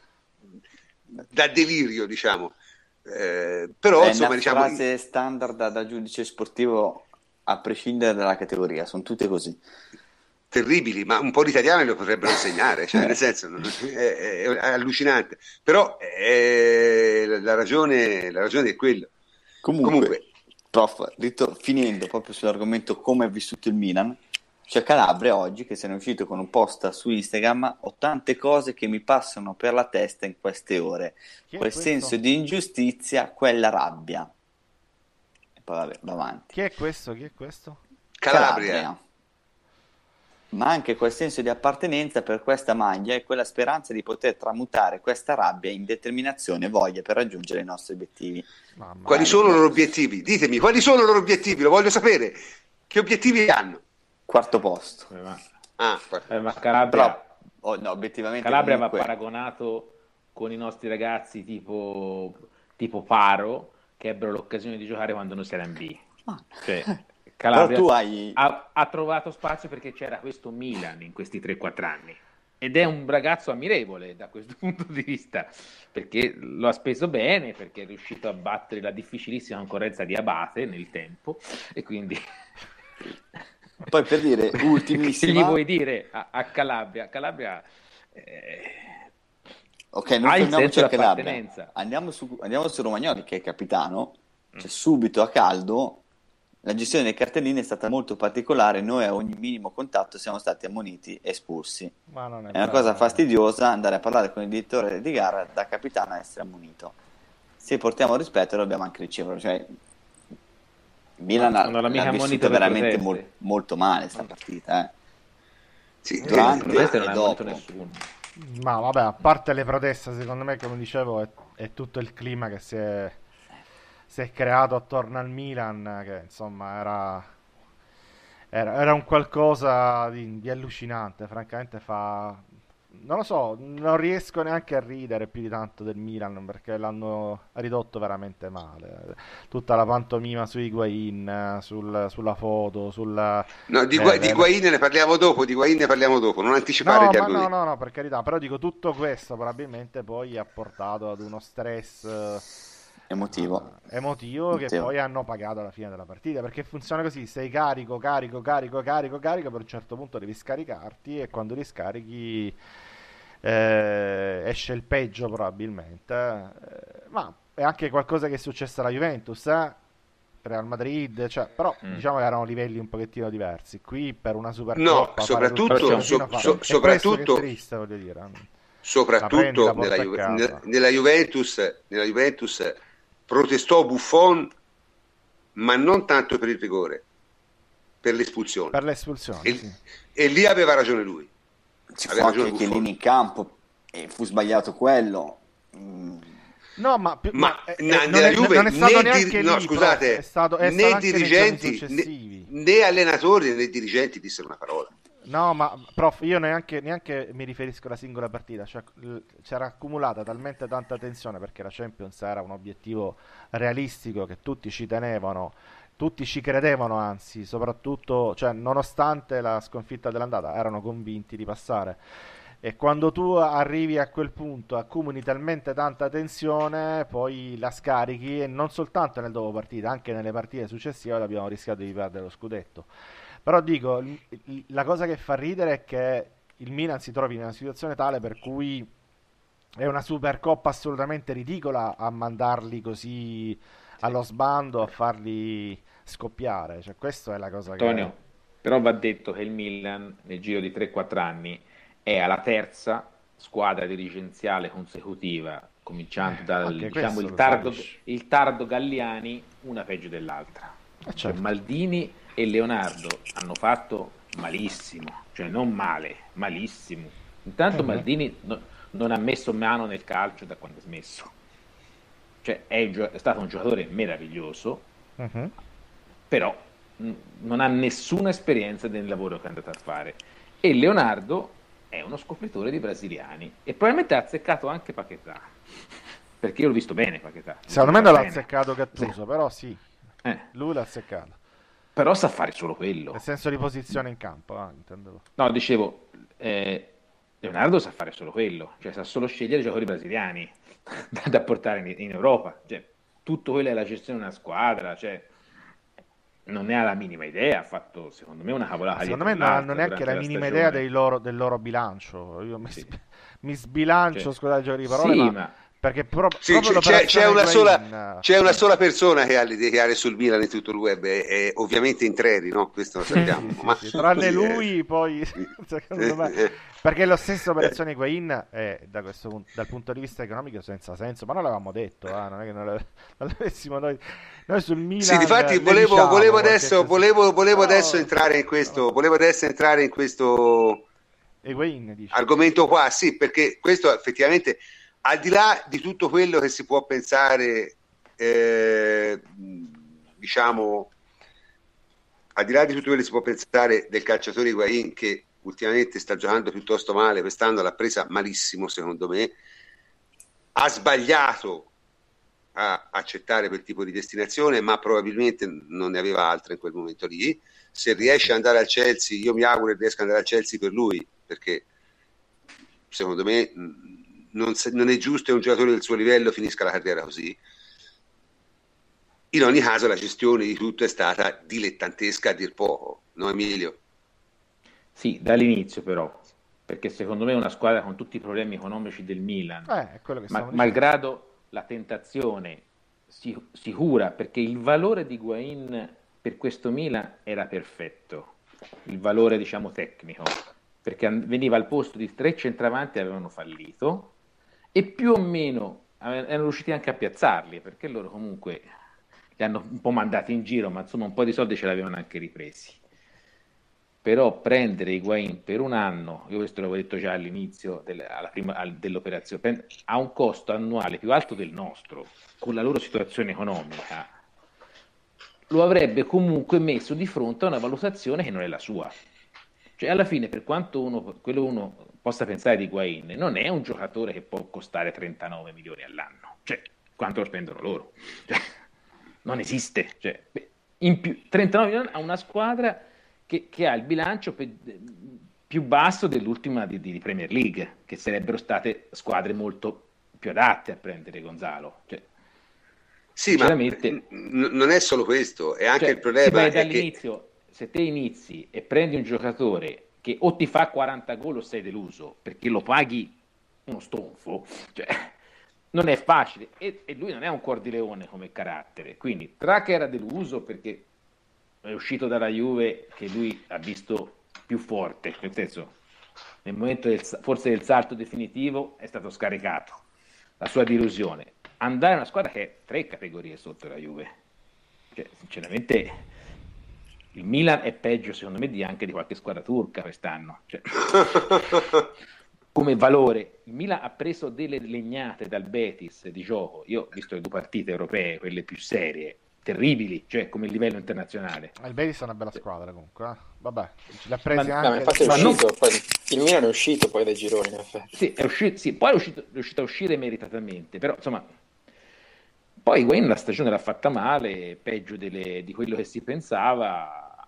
da delirio, diciamo. Però insomma, una frase standard da giudice sportivo a prescindere dalla categoria, sono tutte così. Terribili, ma un po' di italiani lo potrebbero insegnare, cioè, nel senso è allucinante. Però la ragione è quello. Comunque prof, finendo proprio sull'argomento come è vissuto il Milan, c'è Calabria oggi che se ne è uscito con un post su Instagram: ho tante cose che mi passano per la testa in queste ore, quel senso di ingiustizia, quella rabbia. E poi vabbè, va avanti. Chi è questo? Calabria. Ma anche quel senso di appartenenza per questa maglia e quella speranza di poter tramutare questa rabbia in determinazione e voglia per raggiungere i nostri obiettivi. Quali sono i loro obiettivi? Ditemi, quali sono i loro obiettivi? Lo voglio sapere. Che obiettivi hanno? Quarto posto. Ma Calabria, però, no, obiettivamente Calabria comunque... va paragonato con i nostri ragazzi tipo Faro, che ebbero l'occasione di giocare quando noi siamo in B. Cioè, Calabria ha trovato spazio perché c'era questo Milan in questi 3-4 anni, ed è un ragazzo ammirevole da questo punto di vista, perché lo ha speso bene, perché è riuscito a battere la difficilissima concorrenza di Abate nel tempo, e quindi poi, per dire ultimissima, che gli vuoi dire a Calabria? Ok, non fermiamoci a Calabria, andiamo su Romagnoli, che è capitano. Cioè, subito a caldo la gestione dei cartellini è stata molto particolare, noi a ogni minimo contatto siamo stati ammoniti e espulsi. Ma non è una cosa fastidiosa andare a parlare con il direttore di gara, da capitano a essere ammonito. Se portiamo rispetto lo dobbiamo anche ricevere, cioè Milan l'ha vissuta veramente molto male sta partita, Sì, durante e dopo. Ma vabbè, a parte le proteste, secondo me, come dicevo, è tutto il clima che si è creato attorno al Milan, che insomma era un qualcosa di allucinante. Francamente non lo so, non riesco neanche a ridere più di tanto del Milan, perché l'hanno ridotto veramente male. Tutta la pantomima su Higuain, sulla foto, no, di Higuain ne parliamo dopo, non anticipare no, già lui. No, per carità, però dico, tutto questo probabilmente poi ha portato ad uno stress emotivo che poi hanno pagato alla fine della partita, perché funziona così: sei carico, per un certo punto devi scaricarti, e quando li scarichi esce il peggio probabilmente, ma è anche qualcosa che è successo alla Juventus, Real Madrid, cioè, però diciamo che erano livelli un pochettino diversi. Qui per una Supercoppa, soprattutto triste, voglio dire. Soprattutto nella Juventus protestò Buffon, ma non tanto per il rigore, per l'espulsione. Sì. E lì aveva ragione lui. Ci fu anche Chiellini in campo e fu sbagliato quello. No, ma, nella Juve non è stato neanche no, lì, scusate, è stato né anche dirigenti né allenatori né dirigenti dissero una parola. No, ma prof, io neanche mi riferisco alla singola partita, cioè c'era accumulata talmente tanta tensione perché la Champions era un obiettivo realistico che tutti ci tenevano, tutti ci credevano, anzi, soprattutto, cioè, nonostante la sconfitta dell'andata, erano convinti di passare. E quando tu arrivi a quel punto, accumuli talmente tanta tensione, poi la scarichi e non soltanto nel dopo partita, anche nelle partite successive abbiamo rischiato di perdere lo scudetto. Però dico, la cosa che fa ridere è che il Milan si trovi in una situazione tale per cui è una Supercoppa assolutamente ridicola a mandarli così allo sbando, a farli scoppiare. Cioè, questa è la cosa Antonio, però va detto che il Milan nel giro di 3-4 anni è alla terza squadra dirigenziale consecutiva, cominciando dal diciamo, il tardo Galliani, una peggio dell'altra. Certo. Cioè, Maldini e Leonardo hanno fatto malissimo, cioè non male, malissimo. Intanto Maldini non ha messo mano nel calcio da quando ha smesso, cioè è stato un giocatore meraviglioso, però non ha nessuna esperienza nel lavoro che è andato a fare. E Leonardo è uno scopritore di brasiliani e probabilmente ha azzeccato anche Paquetá, perché io l'ho visto bene Paquetá. Secondo me non l'ha azzeccato Gattuso, però sì, lui l'ha azzeccato. Però sa fare solo quello. Nel senso di posizione in campo, intendevo. No, dicevo, Leonardo sa fare solo quello, cioè sa solo scegliere i giocatori brasiliani da portare in Europa. Cioè, tutto quello è la gestione di una squadra, cioè non ne ha la minima idea, ha fatto secondo me una cavolata. Secondo me non hanno neanche la minima idea del loro bilancio. Io mi sbilancio, scusate il gioco di parole, ma perché c'è una sola persona che ha le idee sul Milan in tutto il web, è ovviamente Intreri, no? Questo lo sappiamo. Ma tranne lui, poi secondo me, perché la stessa operazione Higuain è dal punto di vista economico senza senso, ma noi l'avevamo detto, non è che non l'avessimo noi sul Milan. Sì, difatti volevo adesso entrare in questo, Higuain, dice. Argomento qua, sì, perché questo effettivamente, al di là di tutto quello che si può pensare, diciamo, al di là di tutto quello che si può pensare del calciatore Higuain, che ultimamente sta giocando piuttosto male, quest'anno l'ha presa malissimo secondo me, ha sbagliato a accettare quel tipo di destinazione, ma probabilmente non ne aveva altre in quel momento lì. Se riesce ad andare al Chelsea, io mi auguro che riesca ad andare al Chelsea per lui, perché secondo me non è giusto che un giocatore del suo livello finisca la carriera così. In ogni caso la gestione di tutto è stata dilettantesca a dir poco, no Emilio? Sì, dall'inizio però, perché secondo me una squadra con tutti i problemi economici del Milan, malgrado la tentazione sicura, perché il valore di Higuain per questo Milan era perfetto, il valore diciamo tecnico, perché veniva al posto di 3 centravanti che avevano fallito e più o meno erano riusciti anche a piazzarli, perché loro comunque li hanno un po' mandati in giro, ma insomma un po' di soldi ce l'avevano anche ripresi. Però prendere Higuain per un anno, io questo l'avevo detto già all'inizio dell'operazione, ha un costo annuale più alto del nostro, con la loro situazione economica, lo avrebbe comunque messo di fronte a una valutazione che non è la sua. Cioè alla fine, per quanto uno possa pensare di Higuain, non è un giocatore che può costare 39 milioni all'anno, cioè quanto lo spendono loro, cioè, non esiste, cioè, in più 39 milioni a una squadra che ha il bilancio più basso dell'ultima di Premier League, che sarebbero state squadre molto più adatte a prendere Gonzalo. Cioè, sì, ma non è solo questo, è anche il problema. Dall'inizio, se te inizi e prendi un giocatore che o ti fa 40 gol o sei deluso, perché lo paghi uno stonfo, cioè, non è facile. E lui non è un cuor di leone come carattere, quindi tra che era deluso perché è uscito dalla Juve che lui ha visto più forte, nel senso, nel momento forse del salto definitivo è stato scaricato, la sua delusione, andare a una squadra che è 3 categorie sotto la Juve, cioè sinceramente il Milan è peggio secondo me anche di qualche squadra turca quest'anno, cioè. come valore. Il Milan ha preso delle legnate dal Betis di gioco. Io ho visto le 2 partite europee, quelle più serie, terribili, cioè come livello internazionale. Il Betis è una bella squadra comunque, Vabbè, ce l'ha presi Ma anche. infatti è uscito, poi, il Milan è uscito poi dai gironi, in effetti. Sì, è uscito, sì, poi è riuscito a uscire meritatamente, però insomma, poi Wayne la stagione l'ha fatta male, peggio di quello che si pensava,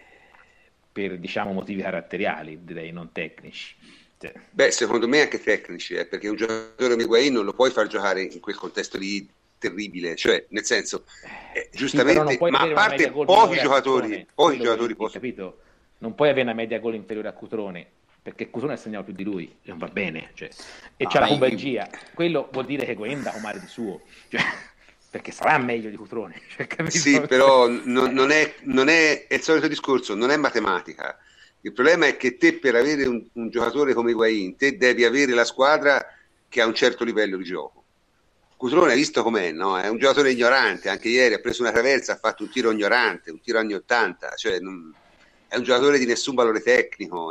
per diciamo motivi caratteriali, direi non tecnici. Cioè. Beh, secondo me anche tecnici, perché un giocatore come Higuaín non lo puoi far giocare in quel contesto lì terribile, cioè nel senso, giustamente, sì, ma a parte pochi giocatori possono... Capito? Non puoi avere una media gol inferiore a Cutrone, perché Cutrone ha segnato più di lui, non va bene, cioè. E c'è la Combergia, quello vuol dire che Higuaín dà male di suo, cioè, perché sarà meglio di Cutrone, cioè, sì, però non è il solito discorso, non è matematica. Il problema è che te, per avere un giocatore come Higuaín, te devi avere la squadra che ha un certo livello di gioco. Cutrone, hai visto com'è, no? È un giocatore ignorante, anche ieri ha preso una traversa, ha fatto un tiro ignorante, un tiro anni 80, cioè è un giocatore di nessun valore tecnico.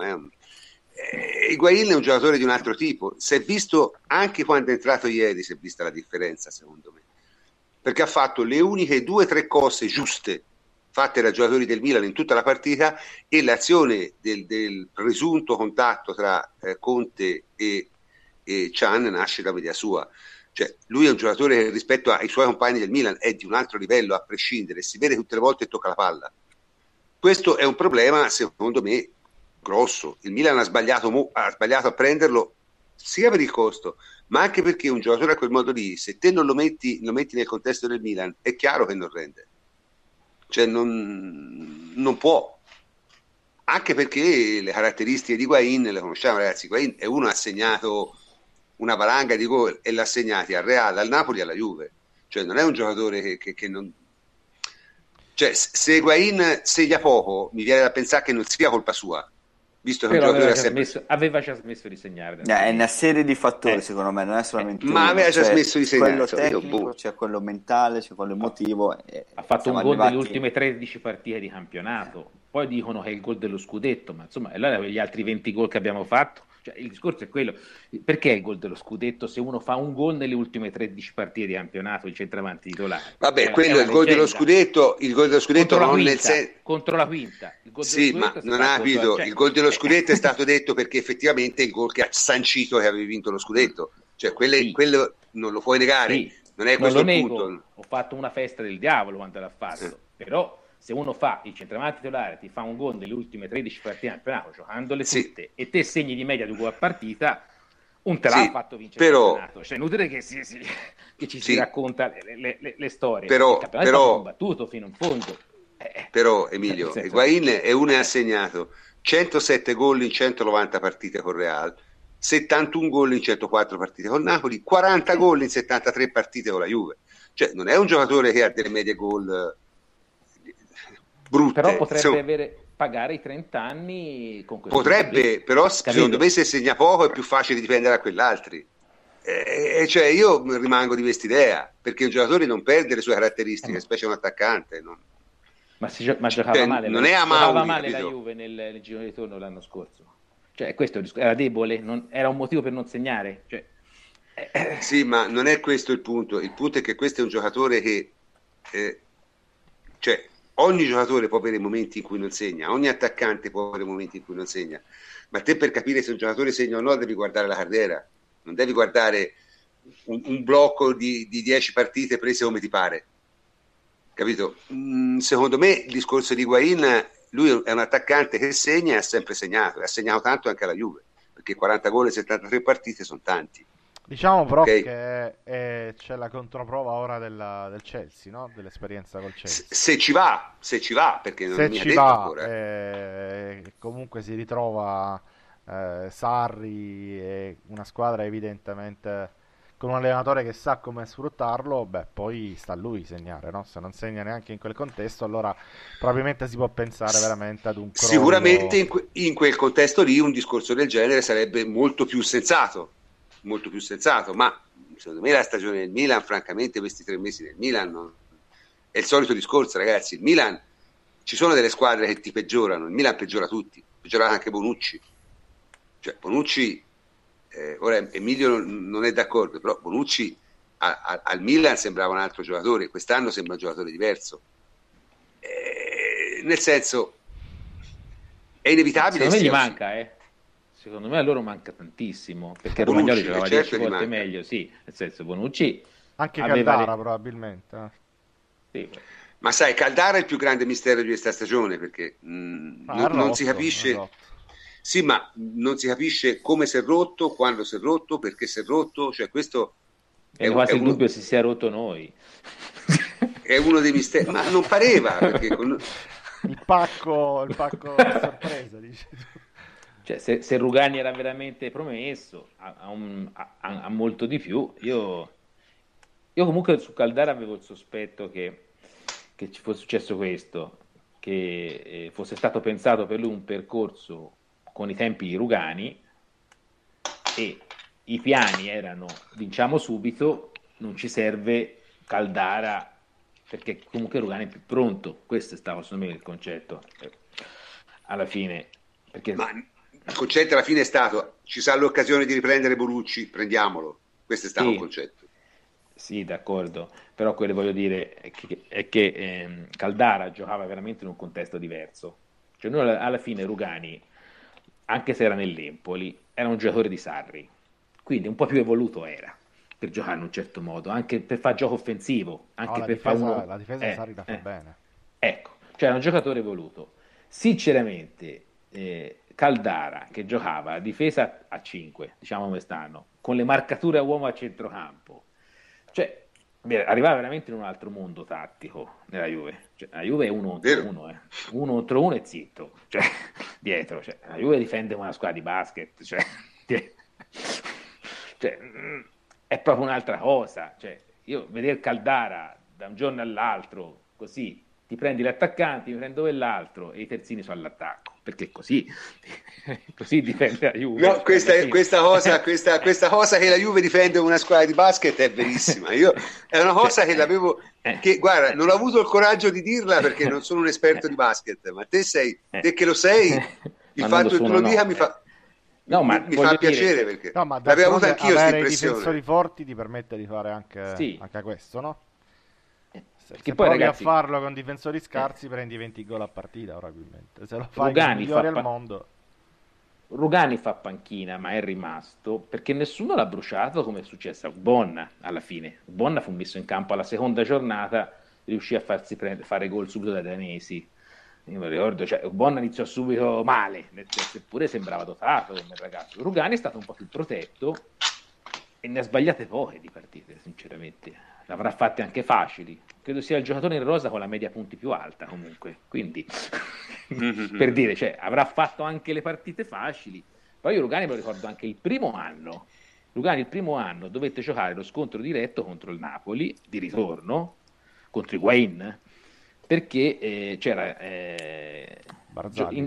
Higuaín è un giocatore di un altro tipo. Si è visto anche quando è entrato ieri, si è vista la differenza, secondo me, perché ha fatto le uniche 2 o 3 cose giuste fatte dai giocatori del Milan in tutta la partita, e l'azione del presunto contatto tra Conte e Can nasce da media sua. Cioè, lui è un giocatore che rispetto ai suoi compagni del Milan è di un altro livello a prescindere, si vede tutte le volte che tocca la palla. Questo è un problema, secondo me, grosso. Il Milan ha sbagliato a prenderlo sia per il costo, ma anche perché un giocatore a quel modo lì, se te non lo metti nel contesto del Milan, è chiaro che non rende. Cioè non può, anche perché le caratteristiche di Higuaín le conosciamo, ragazzi. Higuaín è uno, ha segnato una valanga di gol e l'ha segnati al Real, al Napoli e alla Juve, cioè non è un giocatore che non, cioè se Higuaín segna poco mi viene da pensare che non sia colpa sua, visto che però un giocatore aveva già smesso di segnare. È una serie di fattori, secondo me, non è solamente ma aveva già smesso di segnare. Quello tecnico, c'è quello mentale, c'è quello emotivo. Ha fatto un gol nelle ultime 13 partite di campionato. Poi dicono che è il gol dello scudetto, ma insomma, allora gli altri 20 gol che abbiamo fatto. Cioè, il discorso è quello, perché il gol dello scudetto se uno fa un gol nelle ultime 13 partite di campionato, il centravanti titolare? Vabbè, quello è il gol dello scudetto, non nel senso contro la quinta. Il gol sì, ma non ha capito, il gol dello scudetto è stato detto perché effettivamente è il gol che ha sancito che avevi vinto lo scudetto, cioè quello non lo puoi negare, sì, non è questo non lo il nego. punto. Ho fatto una festa del diavolo quando l'ha fatto, però se uno fa il centravanti titolare, ti fa un gol nelle ultime 13 partite di campionato, giocandole tutte, e te segni di media 2 gol a partita, un te l'ha fatto vincere il campionato. Cioè, è inutile che ci si racconta le storie. Però, il campionato è stato combattuto fino in fondo. Però, Emilio, Higuaín è uno che ha segnato 107 gol in 190 partite con Real, 71 gol in 104 partite con Napoli, 40 gol in 73 partite con la Juve. Cioè, non è un giocatore che ha delle medie gol brutte. Però potrebbe pagare i 30 anni con questo. Potrebbe, però secondo me se segna poco è più facile dipendere da quell'altri. Cioè io rimango di quest'idea, perché un giocatore non perde le sue caratteristiche, specie un attaccante. Ma giocava male. Non è giocava male la Juve nel giro di ritorno l'anno scorso. Cioè, questo era debole, era un motivo per non segnare. Cioè, Sì, ma non è questo il punto. Il punto è che questo è un giocatore che cioè ogni giocatore può avere momenti in cui non segna, ogni attaccante può avere momenti in cui non segna, ma te per capire se un giocatore segna o no devi guardare la carriera, non devi guardare un blocco di 10 partite prese come ti pare, capito? Secondo me il discorso di Higuaín, lui è un attaccante che segna e ha sempre segnato, e ha segnato tanto anche alla Juve, perché 40 gol e 73 partite sono tanti. Diciamo però che c'è la controprova ora del Chelsea, no? Dell'esperienza col Chelsea. Se ci va, perché non mi ha detto ancora. Comunque si ritrova Sarri e una squadra evidentemente con un allenatore che sa come sfruttarlo, poi sta a lui segnare, no? Se non segna neanche in quel contesto, allora probabilmente si può pensare veramente ad un crollo. Sicuramente in quel contesto lì un discorso del genere sarebbe molto più sensato, ma secondo me la stagione del Milan, francamente questi 3 mesi del Milan è il solito discorso, ragazzi. Il Milan, ci sono delle squadre che ti peggiorano, il Milan peggiora tutti, peggiora anche Bonucci, cioè Bonucci ora Emilio non è d'accordo, però Bonucci al Milan sembrava un altro giocatore, quest'anno sembra un giocatore diverso, nel senso è inevitabile. Secondo me gli manca, secondo me a loro manca tantissimo, perché Bonucci, Romagnoli giocava certo 10 volte meglio, sì, nel senso Bonucci anche aveva Caldara probabilmente. Sì. Ma sai, Caldara è il più grande mistero di questa stagione, perché non si capisce. Sì, ma non si capisce come si è rotto, quando si è rotto, perché si è rotto, cioè questo è quasi il dubbio si sia rotto noi. È uno dei misteri, ma non pareva, perché il pacco sorpresa, dice tu. Cioè, se Rugani era veramente promesso a molto di più, io comunque su Caldara avevo il sospetto che ci fosse successo questo, che fosse stato pensato per lui un percorso con i tempi di Rugani e i piani erano vinciamo subito, non ci serve Caldara perché comunque Rugani è più pronto. Questo stava secondo me il concetto alla fine, perché ma il concetto alla fine è stato: ci sa l'occasione di riprendere Bonucci, prendiamolo. Questo è stato il concetto. Sì, d'accordo, però quello che voglio dire è che Caldara giocava veramente in un contesto diverso. Cioè noi alla fine Rugani, anche se era nell'Empoli, era un giocatore di Sarri, quindi un po' più evoluto era per giocare in un certo modo, anche per fare gioco offensivo, anche per fare uno... La difesa di Sarri la fa bene. Ecco, cioè era un giocatore evoluto. Sinceramente, Caldara che giocava a difesa a 5, diciamo quest'anno, con le marcature a uomo a centrocampo, cioè arrivava veramente in un altro mondo tattico nella Juve. Cioè, la Juve è uno contro uno, uno contro uno e zitto, cioè, dietro, cioè, la Juve difende una squadra di basket, cioè, è proprio un'altra cosa. Cioè, io vedere Caldara da un giorno all'altro così, ti prendi l'attaccante, mi prendo quell'altro e i terzini sono all'attacco, perché così difende la Juve. No, questa cosa che la Juve difende una squadra di basket è verissima. È una cosa che l'avevo, che guarda, non ho avuto il coraggio di dirla perché non sono un esperto di basket, ma te che lo sei, il fatto che tu lo dica mi fa... No, ma mi fa piacere perché ma l'avevo avuto anch'io questa impressione. impressione. I difensori forti ti permette di fare anche questo, no? Se poi ragazzi, a farlo con difensori scarsi prendi 20 gol a partita probabilmente. Se lo fai con i migliori al mondo. Rugani fa panchina, ma è rimasto perché nessuno l'ha bruciato come è successo a Gbonna alla fine. Gbonna fu messo in campo alla seconda giornata, riuscì a farsi fare gol subito dai danesi. Io mi ricordo, cioè, Gbonna iniziò subito male, seppure sembrava dotato come ragazzo. Rugani è stato un po' più protetto e ne ha sbagliate poche di partite, sinceramente. L'avrà fatte anche facili. Credo sia il giocatore in rosa con la media punti più alta comunque, quindi per dire, cioè, avrà fatto anche le partite facili. Poi io Rugani me lo ricordo anche il primo anno. Rugani il primo anno dovette giocare lo scontro diretto contro il Napoli di ritorno, contro Higuain, perché c'era Barzagli,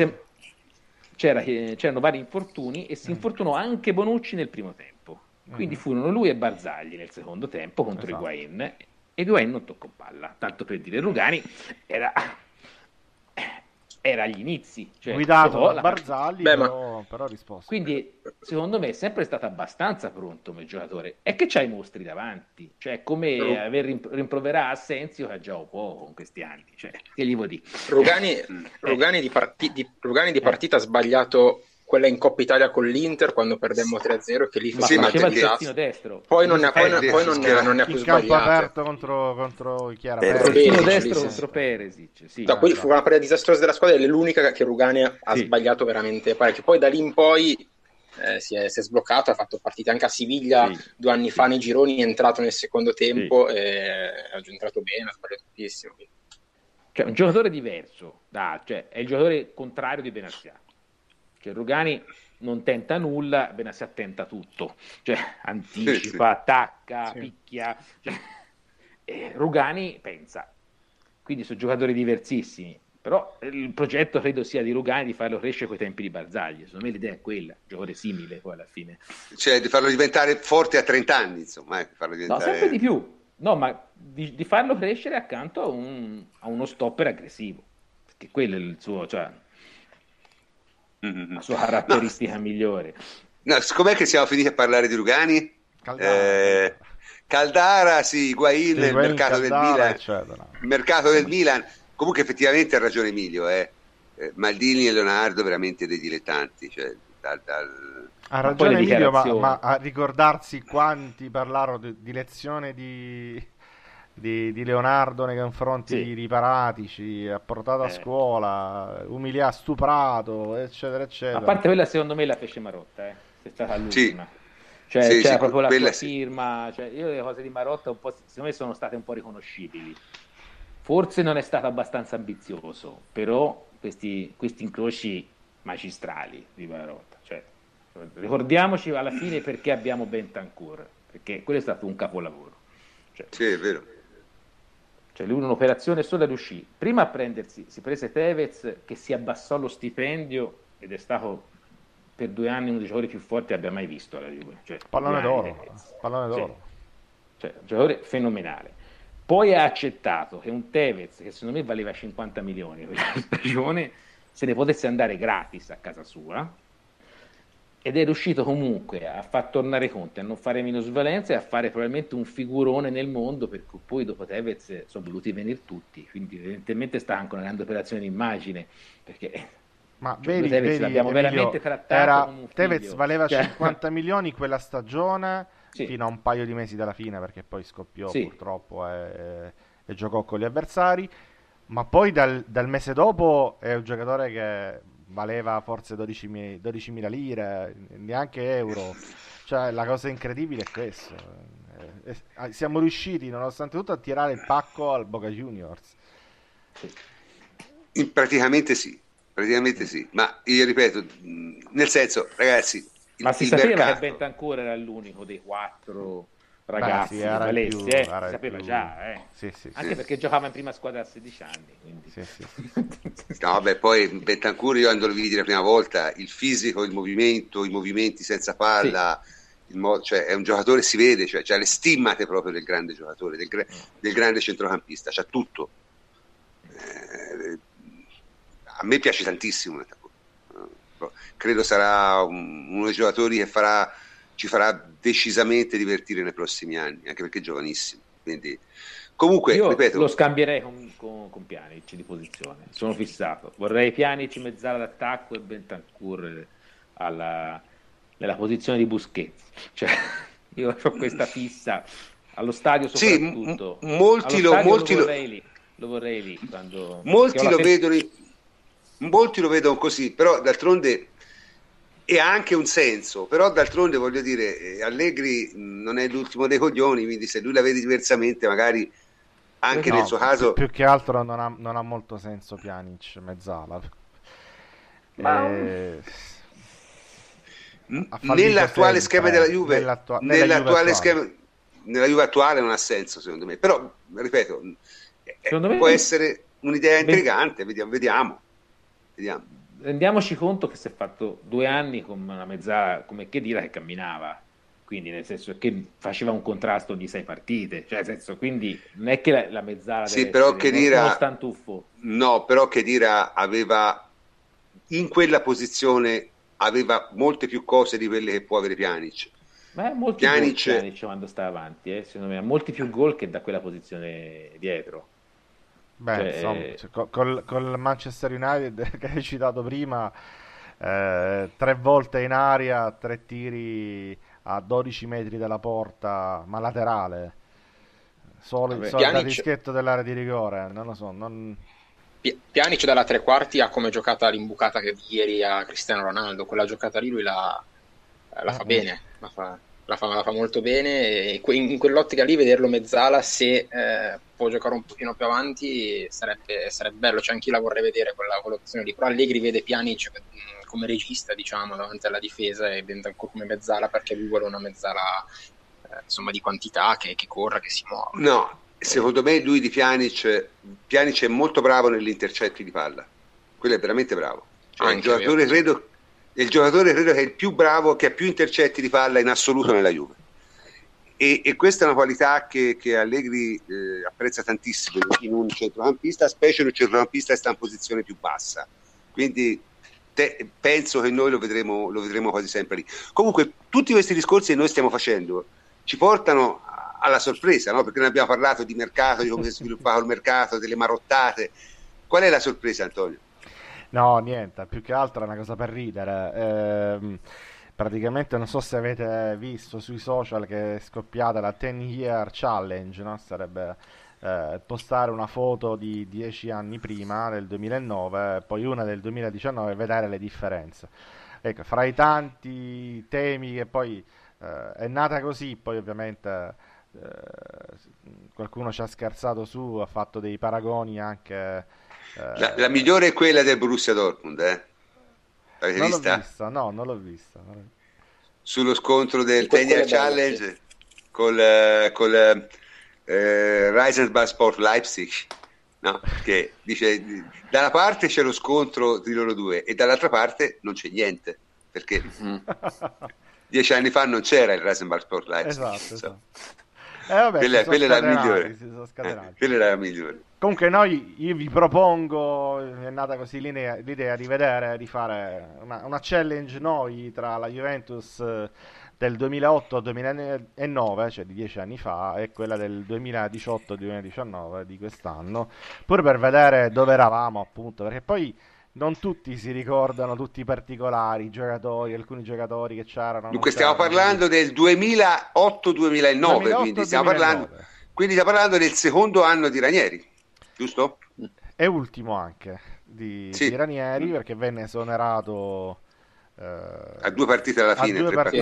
c'erano vari infortuni e si infortunò anche Bonucci nel primo tempo. Quindi furono lui e Barzagli nel secondo tempo contro Higuain e Higuain non toccò palla, tanto per dire. Rugani era agli inizi, cioè, guidato da Barzagli, però ha risposto. Quindi secondo me è sempre stato abbastanza pronto come giocatore. È che c'ha i mostri davanti, cioè come aver rimproverà Assensio che ha già poco in questi anni, cioè, che gli vuoi dire? Rugani di partita ha sbagliato quella in Coppa Italia con l'Inter quando perdemmo 3-0 che lì faceva il terzino destro, poi non ne ha più in sbagliato campo aperto contro Chiara terzino destro contro Peresic, sì. Poi fu una partita disastrosa della squadra, è l'unica che Rugani ha sbagliato veramente parecchio. Poi da lì in poi si è sbloccato, ha fatto partite anche a Siviglia 2 anni fa nei gironi, è entrato nel secondo tempo e ha entrato bene, ha sbagliato tantissimo. Cioè un giocatore diverso, cioè è il giocatore contrario di Benassia. Cioè Rugani non tenta nulla, Benassia tenta tutto, cioè anticipa, attacca, picchia, cioè, Rugani pensa. Quindi sono giocatori diversissimi, però il progetto credo sia di Rugani di farlo crescere coi tempi di Barzagli. Secondo me l'idea è quella, giocatore simile poi alla fine. Cioè di farlo diventare forte a 30 anni, insomma, farlo diventare... No, sempre di più. No, ma di farlo crescere accanto a uno stopper aggressivo, perché quello è il suo, cioè la sua caratteristica migliore. No, com'è che siamo finiti a parlare di Rugani? Caldara, Caldara, sì, Higuaín, sì, il mercato Caldara, del Milan. eccetera. Il mercato del Milan. Comunque effettivamente ha ragione Emilio, Maldini e Leonardo veramente dei dilettanti, cioè, Ha Ma poi le ragione Emilio, dichiarazioni. ma a ricordarsi quanti parlarono di lezione di Leonardo nei confronti Sì. di Paratici, ha portato a scuola, umiliato, stuprato, eccetera, A eccetera. parte quella, secondo me la fece Marotta, è stata sì, l'ultima. Cioè, sì, c'era sì, proprio la quella sua sì. firma. Cioè, io le cose di Marotta un po', secondo me sono state un po' riconoscibili. Forse non è stato abbastanza ambizioso, però questi incroci magistrali di Marotta. Cioè, ricordiamoci alla fine perché abbiamo Bentancur, perché quello è stato un capolavoro. Cioè, Sì, è vero. cioè lui un'operazione sola riuscì prima a prendersi, si prese Tevez che si abbassò lo stipendio ed è stato per 2 anni uno dei giocatori più forti che abbia mai visto alla Juve. Cioè, Pallone 2 anni d'oro, Tevez. pallone Sì. d'oro. Cioè, un giocatore fenomenale. Poi ha accettato che un Tevez, che secondo me valeva 50 milioni quella stagione, se ne potesse andare gratis a casa sua, ed è riuscito comunque a far tornare Conte, a non fare minusvalenza e a fare probabilmente un figurone nel mondo, perché poi dopo Tevez sono voluti venire tutti, quindi evidentemente sta anche una grande operazione di immagine, perché Ma cioè, noi vedi, Tevez l'abbiamo Emilio, veramente trattato come un Tevez figlio. valeva Cioè, 50 milioni quella stagione sì, fino a un paio di mesi dalla fine, perché poi scoppiò sì. purtroppo e giocò con gli avversari, ma poi dal mese dopo è un giocatore che valeva forse 12.000 lire, neanche euro. Cioè, la cosa incredibile è questo. Siamo riusciti, nonostante tutto, a tirare il pacco al Boca Juniors. Praticamente sì, ma io ripeto, nel senso, ragazzi, Ma si il sapeva che mercato, Bentancur era l'unico dei 4 Beh, ragazzi sì, di era il Valesi, più, si era il sapeva più... già, Sì, sì, anche sì, perché giocava in prima squadra a 16 anni. Quindi. sì, sì. no, vabbè, poi Bentancur, io quando lo vidi la prima volta, il fisico, il movimento, i movimenti senza Sì. palla, cioè è un giocatore, si vede, cioè c'ha le stimmate proprio del grande giocatore, del grande centrocampista, c'ha tutto. A me piace tantissimo, credo sarà uno dei giocatori che ci farà decisamente divertire nei prossimi anni, anche perché è giovanissimo. Quindi, comunque, Io ripeto, lo scambierei con Pjanic di posizione, sono fissato. Vorrei Pjanic mezzala d'attacco e Bentancur nella posizione di Busquets. Cioè, io ho questa fissa allo stadio soprattutto. Sì, molti lo vorrei lì quando molti lo vedono così, però d'altronde e ha anche un senso, però d'altronde voglio dire, Allegri non è l'ultimo dei coglioni, quindi se lui la vede diversamente magari anche nel suo caso più che altro non ha molto senso Pjanic mezzala. Nell'attuale schema della Juve, nella Juve attuale non ha senso secondo me, però ripeto, secondo me può essere un'idea intrigante, vediamo. Rendiamoci conto che si è fatto 2 anni con una mezzala come Khedira che camminava, quindi nel senso che faceva un contrasto ogni 6 partite, cioè nel senso, quindi non è che la mezzala sì, deve però essere uno stantuffo. No, però Khedira aveva in quella posizione aveva molte più cose di quelle che può avere Pjanic. Ma è molti Pjanic quando sta avanti, secondo me ha molti più gol che da quella posizione dietro. Beh, insomma, col Manchester United che hai citato prima, 3 volte in aria, 3 tiri a 12 metri dalla porta, ma laterale, solo dal dischetto dell'area di rigore, non lo so. Pjanic dalla tre quarti ha come giocata l'imbucata che ieri a Cristiano Ronaldo, quella giocata lì lui la fa bene, la fa molto bene, e in quell'ottica lì vederlo mezzala, se può giocare un pochino più avanti sarebbe bello, cioè anch'io la vorrei vedere quell'opzione lì, però Allegri vede Pjanic come regista, diciamo, davanti alla difesa, e Bentancur come mezzala, perché lui vuole una mezzala insomma di quantità, che corra, che si muova. No, secondo me lui di Pjanic è molto bravo negli intercetti di palla, quello è veramente bravo, cioè, il giocatore credo che è il più bravo, che ha più intercetti di palla in assoluto nella Juve, e questa è una qualità che Allegri apprezza tantissimo in un centrocampista, specie in un centrocampista che sta in posizione più bassa, quindi penso che noi lo vedremo quasi sempre lì. Comunque tutti questi discorsi che noi stiamo facendo ci portano alla sorpresa, no? Perché noi abbiamo parlato di mercato, di come si è sviluppato il mercato, delle marottate. Qual è la sorpresa, Antonio? No, niente, più che altro è una cosa per ridere. Praticamente non so se avete visto sui social che è scoppiata la 10 Year Challenge, no? Sarebbe postare una foto di 10 anni prima, del 2009, poi una del 2019 e vedere le differenze. Ecco, fra i tanti temi che poi è nata così, poi ovviamente qualcuno ci ha scherzato su, ha fatto dei paragoni anche. La migliore è quella del Borussia Dortmund, L'avete Non l'ho vista? vista, no, non l'ho vista. Sullo scontro del Quella 10 Year è bella, Challenge col Reisenbach Sport Leipzig, no? Che dice da una parte c'è lo scontro di loro due e dall'altra parte non c'è niente, perché 10 anni fa non c'era il Reisenbach Sport Leipzig. Esatto. Vabbè, quella è la migliore. si sono scatenati. Quella era la migliore. Comunque io vi propongo, è nata così l'idea di vedere, di fare una challenge noi tra la Juventus del 2008-2009, cioè di 10 anni fa, e quella del 2018-2019 di quest'anno, pur per vedere dove eravamo, appunto, perché poi non tutti si ricordano tutti i particolari, i giocatori, alcuni giocatori che c'erano. Dunque stiamo parlando del 2008-2009, quindi stiamo parlando del secondo anno di Ranieri, giusto? E ultimo anche di Ranieri, perché venne esonerato a 2 partite alla fine,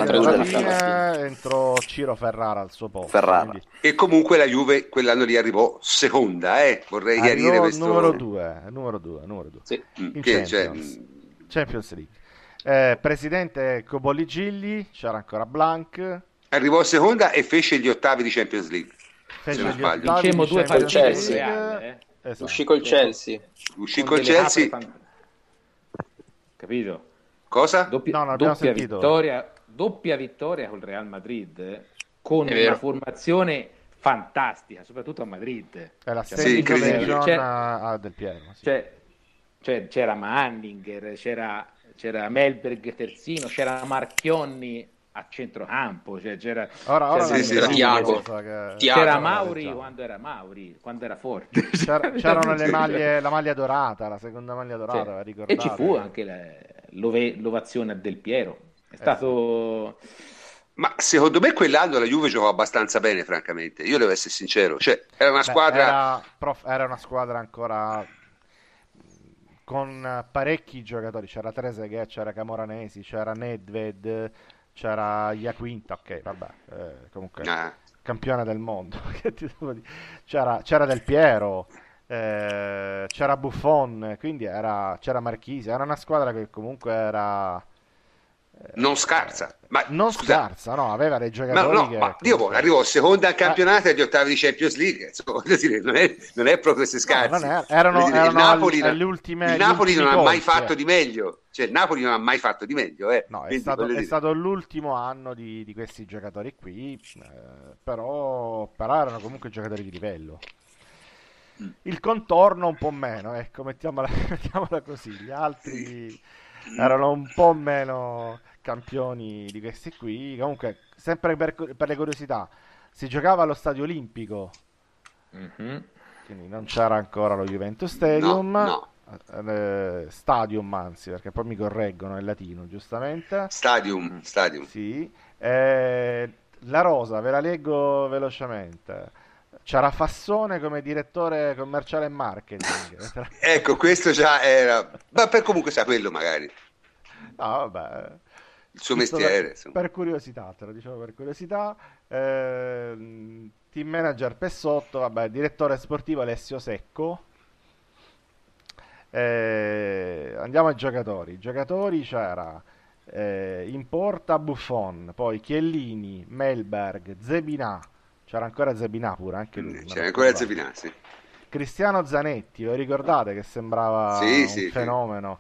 entrò Ciro Ferrara al suo posto. Quindi... E comunque la Juve quell'anno lì arrivò seconda, vorrei chiarire questo. Numero 2. Sì. In Champions League. Presidente Cobolli-Gilli, c'era ancora Blanc. Arrivò seconda e fece gli ottavi di Champions League. Fece gli Dicemmo 2 partite. Esatto. Uscì col Chelsea. Capito? Cosa? Doppia vittoria col Real Madrid, con una formazione fantastica, soprattutto a Madrid. È la stessa del Piero. Sì. C'era Manninger, c'era Melberg terzino, c'era Marchionni a centrocampo, c'era Thiago. C'era Mauri quando era forte. C'erano la maglia dorata, la seconda maglia dorata, ricordate? E ci fu anche l'ovazione a Del Piero. È stato... Ma secondo me quell'anno la Juve giocò abbastanza bene, francamente. Io devo essere sincero. Cioè, era una squadra... Era una squadra ancora con parecchi giocatori. C'era Trezeguet, c'era Camoranesi, c'era Nedved, c'era Iaquinta. Ok, vabbè. Comunque, campione del mondo. Che ti devo dire? C'era Del Piero. C'era Buffon, quindi c'era Marchisi, era una squadra che comunque era non scarsa, no, aveva dei giocatori arrivò seconda al campionato e agli ottavi di Champions League, insomma, voglio dire, non è proprio se scarsi. Erano il Napoli non ha mai colpi, fatto di meglio, cioè il Napoli non ha mai fatto di meglio, No, è stato l'ultimo anno di questi giocatori qui, però erano comunque giocatori di livello. Il contorno un po' meno, ecco, mettiamola così. Gli altri erano un po' meno campioni di questi qui. Comunque, sempre per le curiosità, si giocava allo Stadio Olimpico, quindi non c'era ancora lo Juventus Stadium. No. Stadium, anzi, perché poi mi correggono, è latino, giustamente. Stadium. Sì. La rosa, ve la leggo velocemente. C'era Fassone come direttore commerciale e marketing. Ecco, questo già era... Ma comunque sa quello magari. No, vabbè. Il suo mestiere. Per curiosità, te lo dicevo per curiosità. Team manager Pessotto, vabbè, direttore sportivo Alessio Secco. Andiamo ai giocatori. I giocatori c'era in porta Buffon, poi Chiellini, Melberg, Zebinà. C'era ancora Zebinà pure, anche lui. C'era ancora Zebinà, sì. Cristiano Zanetti, lo ricordate che sembrava un fenomeno?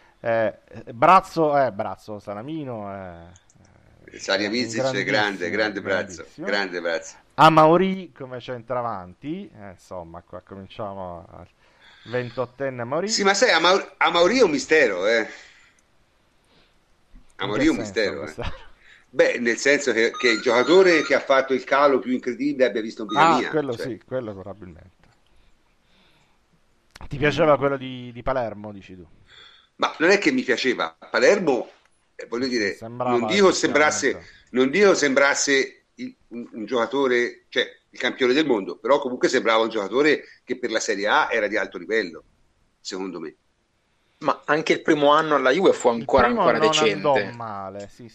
Braccio Salamino. Salihamidzic, grande braccio. Amauri come centravanti, insomma, qua cominciamo al 28enne Amauri. Sì, ma sai, Amauri è un mistero, Amorim è un mistero. Questa... Beh, nel senso che il giocatore che ha fatto il calo più incredibile abbia visto in vita mia. Quello cioè. sì, quello probabilmente. Ti piaceva quello di Palermo, dici tu? Ma non è che mi piaceva. Palermo, voglio dire, Sembrava non dico sembrasse un giocatore, cioè il campione del mondo, però comunque sembrava un giocatore che per la Serie A era di alto livello, secondo me. Ma anche il primo anno alla Juve fu ancora non decente. Andò male, sì.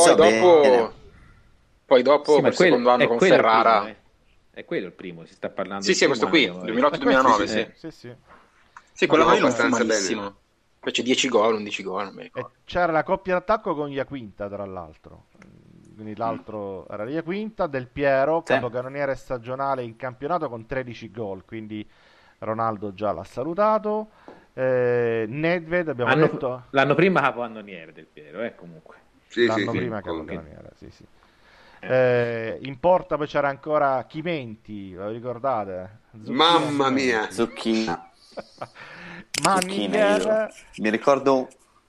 Poi dopo sì, il secondo anno con Ferrara. È quello il primo, si sta parlando Sì, questo qui, 2008-2009, sì. Sì, quell'anno lì non fu malissimo. Fece 10 gol, 11 gol, non mi ricordo. C'era la coppia d'attacco con Iaquinta, tra l'altro. Quindi l'altro era Iaquinta, Del Piero, capocannoniere stagionale in campionato con 13 gol, quindi Ronaldo già l'ha salutato. Nedved, abbiamo detto... L'anno prima capocannoniere Del Piero, comunque. L'anno prima capocannoniere, sì. In porta poi c'era ancora Chimenti, lo ricordate? Mamma mia! Zucchina. Manninger. Mi ricordo.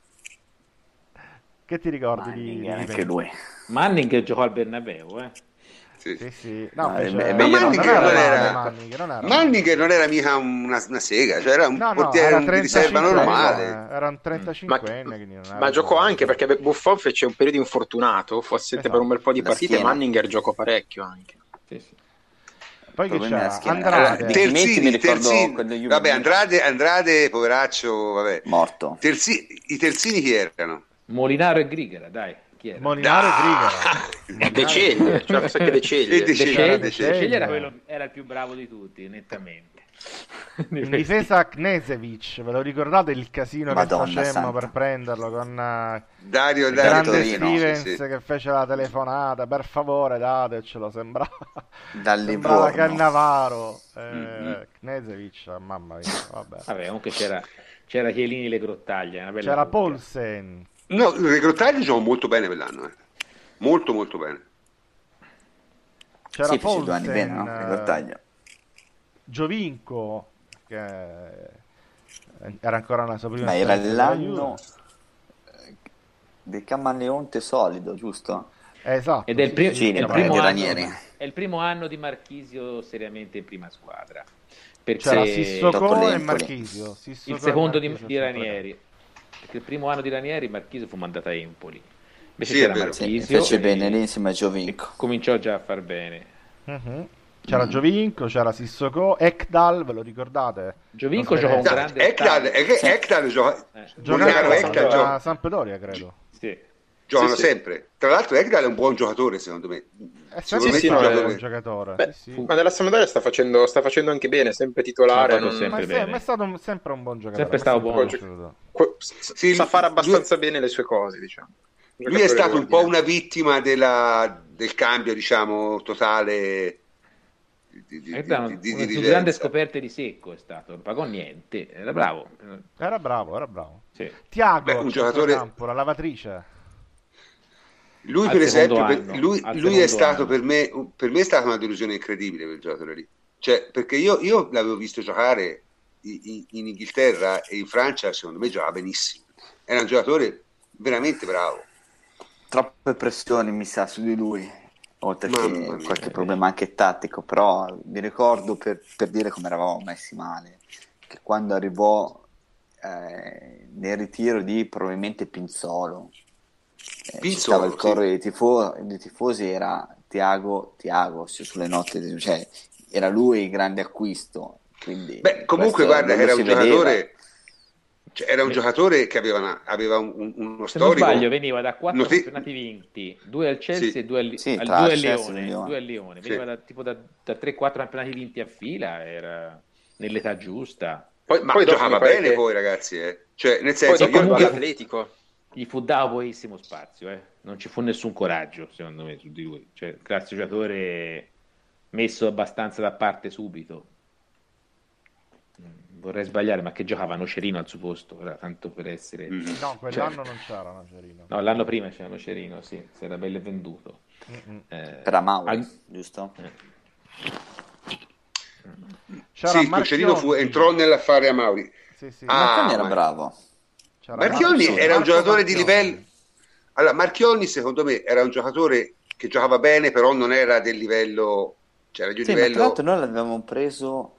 Che ti ricordi di anche lui? Manning giocò al Bernabeu, Sì. No, Manninger non era mica una sega, cioè era un portiere di riserva normale. Era un 35enne. Ma giocò anche perché Buffon fece un periodo infortunato, forse per un bel po' di partite. Manninger giocò parecchio anche. Sì. Poi che c'era? Andrade. Terzini. Vabbè, Andrade, poveraccio, vabbè. Morto. I terzini chi erano? Molinaro e Grigera, dai. Molinaro e Grigera. De Ceglie, cioè penso che De Ceglie era il più bravo di tutti, nettamente. In difesa Knežević, ve lo ricordate il casino che facemmo per prenderlo con Dario grande Stevens che fece la telefonata, per favore datecelo, sembrava Cannavaro. Knežević, mamma mia, vabbè, comunque c'era Chiellini le grottaglie, c'era Poulsen. No, le grottaglie giocò molto bene quell'anno, molto molto bene. C'era Poulsen, 2 anni bene, no? Le grottaglie. Giovinco, che era ancora una sua prima ma era l'anno del Camaleonte solido, giusto? Esatto. Ed è il primo anno di Marchisio seriamente in prima squadra. C'era Sissoko e Marchisio. Il secondo di Ranieri. Perché il primo anno di Ranieri Marchisio fu mandato a Empoli. Invece c'era Marchisio. Fece bene lì insieme a Giovinco. Cominciò già a far bene. C'era Giovinco, c'era Sissoko, Ekdal, ve lo ricordate? Giovinco giocò un grande Ekdal giocava a Sampdoria, credo. Sì. Giocano sempre. Tra l'altro Ekdal è un buon giocatore, secondo me. È un giocatore. Beh, ma nella Sampdoria sta facendo anche bene, sempre titolare. Ma è stato sempre un buon giocatore. Sempre stato buono. Sa fare abbastanza bene le sue cose, diciamo. Lui è stato un po' una vittima del cambio, diciamo, totale. Una grande scoperte di secco è stato, non pagò niente, era bravo. Sì. Tiago, un giocatore campo, la lavatrice. Lui per esempio lui è stato per me è stata una delusione incredibile quel giocatore lì, cioè perché io l'avevo visto giocare in Inghilterra e in Francia, secondo me giocava benissimo, era un giocatore veramente bravo. Troppe pressioni mi sa su di lui, oltre che qualche problema anche tattico, però mi ricordo per dire come eravamo messi male, che quando arrivò nel ritiro di probabilmente Pinzolo, stava il coro dei tifosi, era Tiago sulle note, cioè era lui il grande acquisto, quindi comunque guarda, era un giocatore, era un giocatore che aveva uno storico. Se non sbaglio veniva da 4 campionati vinti, 2 al Chelsea e 2 al Lione. Veniva da 3-4 campionati vinti a fila, era nell'età giusta. Poi giocava bene poi, ragazzi, cioè nel senso comunque Atletico gli fu dato pochissimo spazio, non ci fu nessun coraggio secondo me su di lui, cioè classe giocatore messo abbastanza da parte subito. Vorrei sbagliare, ma che giocava Nocerino al suo posto, tanto per essere... No, quell'anno non c'era Nocerino. No, l'anno prima c'era Nocerino, sì, si era bello venduto. Per Amauri, giusto? Sì, Nocerino entrò nell'affare Amauri. Marchionni era bravo. Marchionni era un giocatore di livello... Allora, Marchionni secondo me era un giocatore che giocava bene, però non era del livello, c'era di un Sì, ma tra livello. l'altro noi l'avevamo preso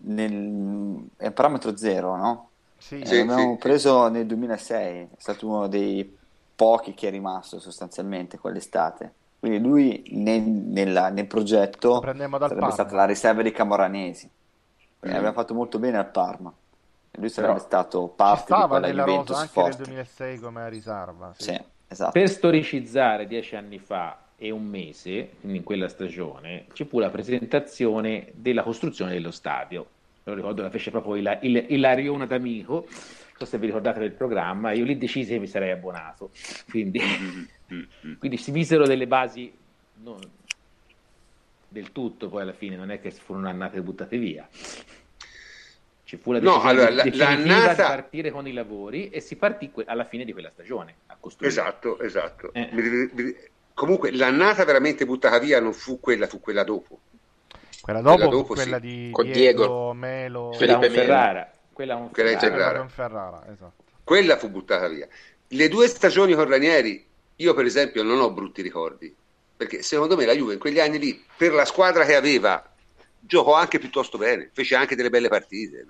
è parametro zero, no? Sì, Sì, L'abbiamo sì, preso nel 2006, è stato uno dei pochi che è rimasto sostanzialmente quell'estate. Quindi lui nel lo progetto prendemmo dal sarebbe stata Parma. la riserva di Camoranesi. Mm. Aveva fatto molto bene al Parma. E lui Però sarebbe stato Ci parte di stava quella nella rosa Juventus anche nel forte. 2006 come riserva. Sì. Sì, esatto. per storicizzare 10 anni fa e un mese, quindi in quella stagione, ci fu la presentazione della costruzione dello stadio. Me lo ricordo, la fece proprio Ilarione D'Amico, non so se vi ricordate del programma, io lì decisi che mi sarei abbonato, quindi, quindi si misero delle basi non del tutto, poi alla fine non è che furono annate e buttate via. Ci fu la No, decisione allora, definitiva di l'annata. partire con i lavori e si partì alla fine di quella stagione a costruire. Esatto. Comunque, l'annata veramente buttata via non fu quella, fu quella dopo. Quella dopo fu dopo, quella sì. di Con Diego, Diego. Melo, Quella con Felipe Melo. Ferrara, quella con Quella di Ferrara. quella Ferrara. con Ferrara, esatto. Quella fu buttata via. Le 2 stagioni con Ranieri, io per esempio non ho brutti ricordi, perché secondo me la Juve in quegli anni lì, per la squadra che aveva, giocò anche piuttosto bene, fece anche delle belle partite,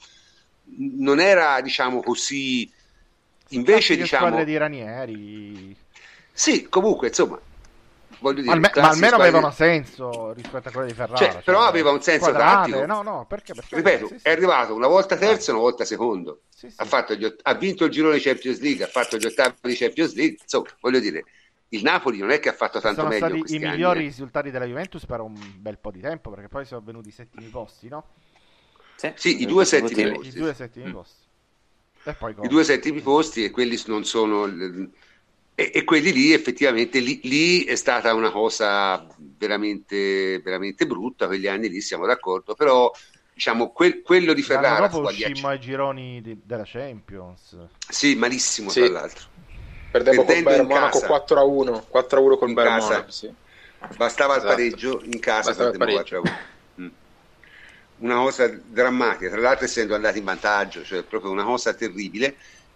non era, diciamo così, invece, Classiche diciamo, squadre di Ranieri. sì, comunque, insomma, voglio dire, Ma classiche almeno squadre- avevano senso rispetto a quelle di Ferrara. Cioè, però aveva un senso quadrate, tattico. No, perché? Ripeto, sì, sì. è arrivato una volta terzo e una volta secondo. Sì, sì. Ha vinto il girone Champions League, ha fatto gli ottavi di Champions League. Insomma, voglio dire, il Napoli non è che ha fatto tanto Sono meglio in stati i questi anni. migliori risultati della Juventus per un bel po' di tempo, perché poi sono venuti i settimi posti, no? Sì, i 2 settimi Consecutivi. posti. I 2 settimi posti. E poi I 2 settimi posti e quelli non sono. E quelli lì, effettivamente, lì è stata una cosa veramente, veramente brutta. Quegli anni lì siamo d'accordo, però diciamo quello di L'anno Ferrara dopo fu uscimmo ai gironi della Champions. Sì, malissimo, Sì. tra l'altro. Perdemmo con Perdendo Bayern in Monaco casa. 4-1 col In Bayern casa. Monaco, sì. Bastava il Esatto. pareggio in casa, Bastava il perdemmo pareggio. 4-1. Una cosa drammatica, tra l'altro essendo andati in vantaggio, cioè proprio una cosa terribile.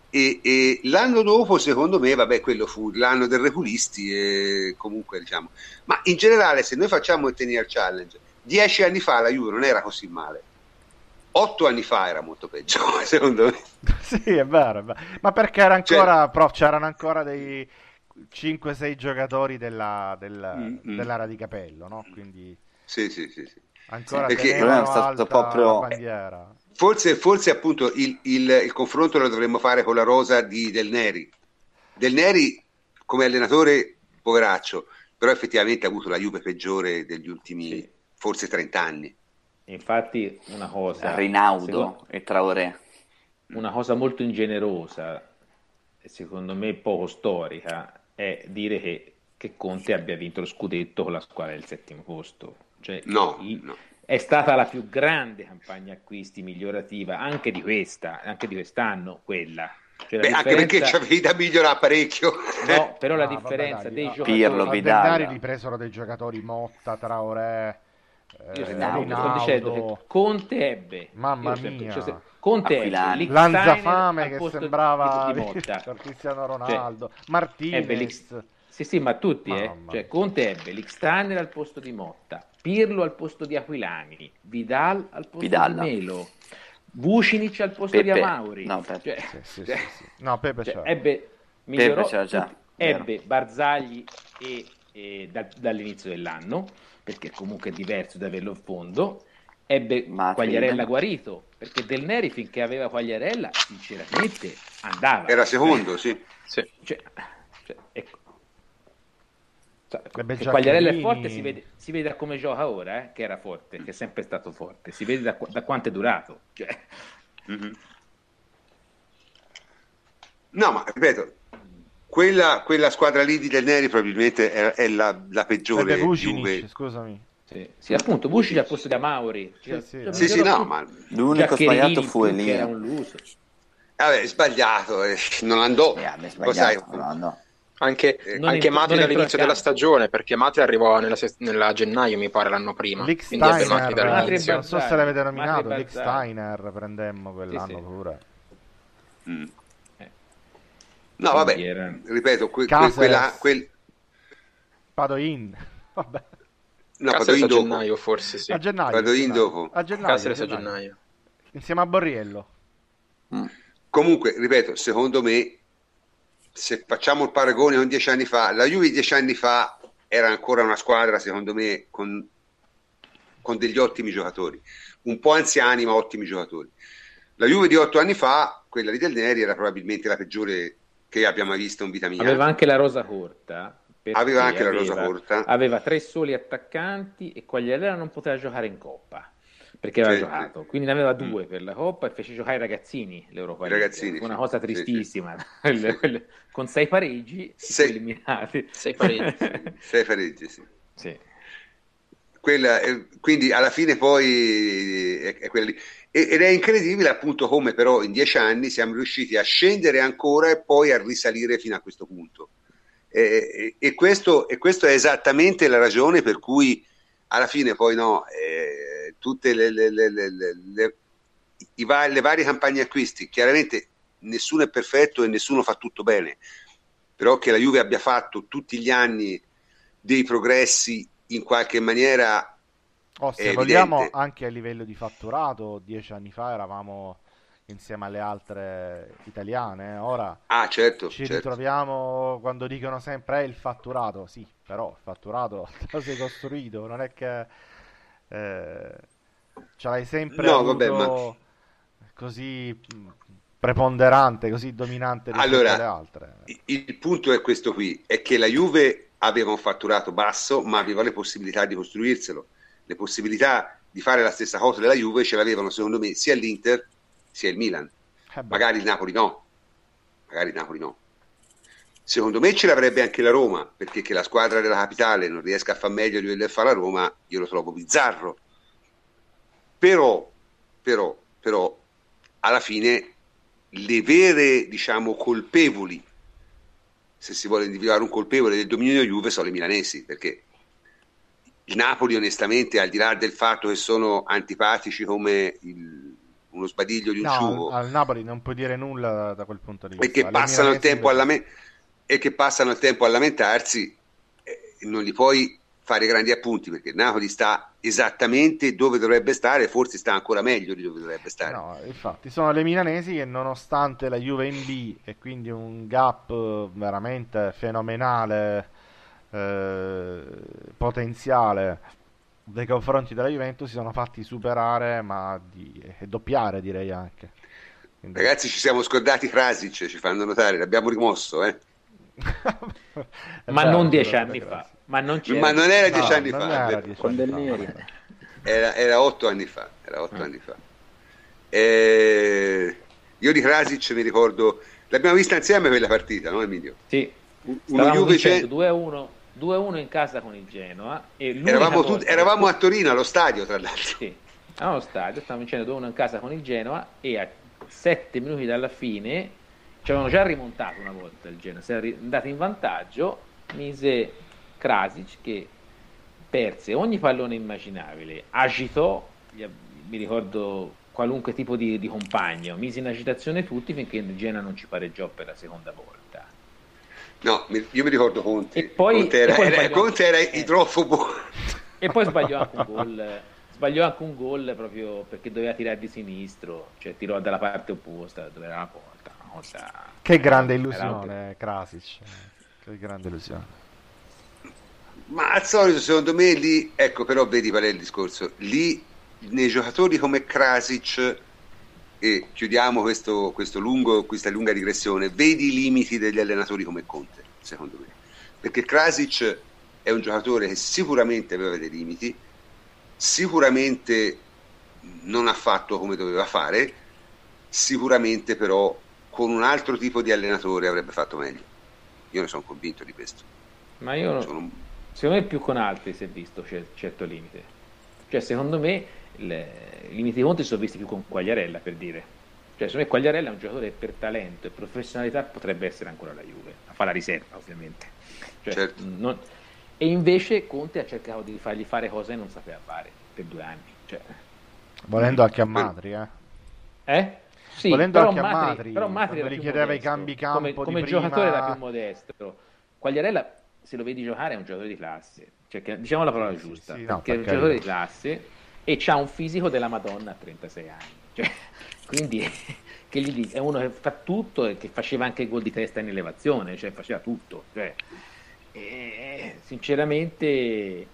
E l'anno dopo, secondo me, vabbè, quello fu l'anno del Repulisti, e comunque diciamo. Ma in generale, se noi facciamo il 10 Year Challenge, 10 anni fa la Juve non era così male. 8 anni fa era molto peggio, secondo me. Sì, è vero. Ma perché era ancora, c'erano ancora dei 5-6 giocatori dell'area di Capello, no? Quindi Sì. ancora Perché il problema è tenevano stato alta proprio- la bandiera. Forse appunto il confronto lo dovremmo fare con la rosa Del Neri. Del Neri come allenatore poveraccio, però effettivamente ha avuto la Juve peggiore degli ultimi Sì. forse 30 anni. Infatti una cosa, Rinaudo e Traoré. una cosa molto ingenerosa e secondo me poco storica è dire che Conte abbia vinto lo scudetto con la squadra del settimo posto. Cioè, No. è stata la più grande campagna acquisti migliorativa anche di quest'anno quella. Cioè, la Anche perché differenza- c'avevi da migliorare parecchio. No, però la Ah, vabbè, differenza dai, dei a- giocatori Pirlo, a Vidal. Dennari li presero dei giocatori Motta, Traoré, Io Rinaldo. sto dicendo che Conte ebbe Mamma io sempre- mia. cioè, Conte ebbe Aquilani. Lichtsteiner Lanzafame al che posto sembrava di Motta. con Cristiano Cioè, Ronaldo, ebbe Martinez. sì, ma tutti, Mamma. Cioè, Conte ebbe Lichtsteiner al posto di Motta, Pirlo al posto di Aquilani, Vidal al posto Vidal. di Melo, Vucinic al posto Pepe. di Amauri. No, Pepe. Cioè, Sì. cioè, No, Pepe cioè, c'era. migliorò c'era già, tutti. vero. Ebbe Barzagli dall'inizio dell'anno, perché comunque è diverso da averlo in fondo. Ebbe Matuidi. Quagliarella guarito, perché Del Neri finché aveva Quagliarella sinceramente andava. Era secondo, sì. Sì. Cioè, ecco. Ebbe Che Quagliarella è Giaccherini. forte, si vede da come gioca ora, che era forte, che è sempre stato forte, si vede da quanto è durato. Cioè, Mhm. No, ma ripeto, quella squadra lì di Del Neri probabilmente è la peggiore Ebbe Vucinic, Juve. scusami. sì, appunto, Vucinic al posto di Amauri. Sì. Sì, no, ma L'unico sbagliato fu Che era Elia. un luso. vabbè, sbagliato, non andò. Vabbè, Lo sai, sbagliato. No. Anche Non Mate entrò dall'inizio in della campo. stagione, perché Mate arrivò nella gennaio, mi pare, l'anno prima. Lick Quindi ebbe Mate Steiner, dall'inizio. non so se l'avete nominato, Mate Lick Barzagli. Steiner prendemmo quell'anno Sì. pure. Mm. No, vabbè, ripeto, Padoin, vabbè. No, Caceres a gennaio forse, sì. A gennaio. Padoin dopo. A gennaio. Caceres a gennaio. Insieme a Borriello. Comunque, ripeto, secondo me, se facciamo il paragone con 10 anni fa, la Juve 10 anni fa era ancora una squadra, secondo me, con degli ottimi giocatori, un po' anziani ma ottimi giocatori. La Juve di 8 anni fa, quella di Del Neri, era probabilmente la peggiore che abbia mai visto in vita mia. Aveva anche la rosa corta. Aveva 3 soli attaccanti e Quagliarella non poteva giocare in Coppa perché aveva giocato, quindi ne aveva 2 per la Coppa e fece giocare i ragazzini l'Europa League. Una cosa tristissima, sì. Con 6 pareggi eliminati. 6 pareggi. 6 pareggi, sì. Quindi alla fine poi è quella lì. Ed è incredibile appunto come però in 10 anni siamo riusciti a scendere ancora e poi a risalire fino a questo punto. E questo è esattamente la ragione per cui alla fine poi tutte le varie campagne acquisti, chiaramente nessuno è perfetto e nessuno fa tutto bene, però che la Juve abbia fatto tutti gli anni dei progressi in qualche maniera se vogliamo anche a livello di fatturato 10 anni fa eravamo insieme alle altre italiane, ora certo. ritroviamo quando dicono sempre il fatturato, sì, però il fatturato lo sei costruito, non è che ce l'hai sempre avuto così preponderante, così dominante rispetto alle altre. Il punto è questo qui, è che la Juve aveva un fatturato basso ma aveva le possibilità di costruirselo, le possibilità di fare la stessa cosa della Juve ce l'avevano secondo me sia l'Inter sia il Milan, magari il Napoli no, secondo me ce l'avrebbe anche la Roma, perché che la squadra della capitale non riesca a far meglio di quello che fa la Roma io lo trovo bizzarro, però alla fine le vere colpevoli, se si vuole individuare un colpevole del dominio Juve, sono le milanesi, perché il Napoli onestamente, al di là del fatto che sono antipatici come uno sbadiglio di un ciugo, al Napoli non puoi dire nulla da quel punto di vista, e che passano il tempo a lamentarsi, non gli puoi fare grandi appunti, perché il Napoli sta esattamente dove dovrebbe stare, forse sta ancora meglio di dove dovrebbe stare. No, infatti sono le milanesi che nonostante la Juve in B e quindi un gap veramente fenomenale, potenziale nei confronti della Juventus, si sono fatti superare e doppiare, direi anche. Quindi... Ragazzi, ci siamo scordati Krasic, ci fanno notare, l'abbiamo rimosso, ma non 10 anni fa, ma non era 10 anni fa, con Del Neri. Era 8 anni fa, io di Krasic mi ricordo, l'abbiamo vista insieme quella partita, no Emilio? Sì, stavamo vincendo 2-1 in casa con il Genoa e eravamo a Torino allo stadio, tra l'altro. Sì, allo stadio stavamo vincendo 2-1 in casa con il Genoa e a 7 minuti dalla fine ci avevano già rimontato una volta il Genoa, si era andato in vantaggio, mise Krasic che perse ogni pallone immaginabile, agitò, mi ricordo qualunque tipo di compagno, mise in agitazione tutti finché il Genoa non ci pareggiò per la seconda volta. No, io mi ricordo Conte. E poi Conte era idrofobo. E poi sbagliò anche un gol proprio perché doveva tirare di sinistro, cioè tirò dalla parte opposta dove era la porta. Che grande illusione, Krasic. Che grande illusione. Ma al solito, secondo me, lì, ecco, però vedi qual è il discorso. Lì, nei giocatori come Krasic, e chiudiamo questa lunga digressione, vedi i limiti degli allenatori come Conte, secondo me, perché Krasic è un giocatore che sicuramente aveva dei limiti, sicuramente non ha fatto come doveva fare, sicuramente però con un altro tipo di allenatore avrebbe fatto meglio. Io ne sono convinto di questo. Ma secondo me più con altri si è visto certo limite, cioè secondo me i limiti di Conte sono visti più con Quagliarella, per dire, cioè secondo me Quagliarella è un giocatore che per talento e professionalità potrebbe essere ancora la Juve, a fare la riserva ovviamente, cioè, certo. E invece Conte ha cercato di fargli fare cose che non sapeva fare per 2 anni, cioè. Volendo anche a Madri, Sì, volendo però anche a Matri quando era gli più chiedeva i modesto, cambi campo come di giocatore era più prima. modesto. Quagliarella, se lo vedi giocare, è un giocatore di classe, cioè, diciamo la parola Sì, sì, giusta, sì, no, perché è per un giocatore carità. di classe e c'ha un fisico della Madonna a 36 anni. Cioè, quindi, che gli dica, è uno che fa tutto e che faceva anche gol di testa in elevazione, cioè faceva tutto. Cioè, sinceramente,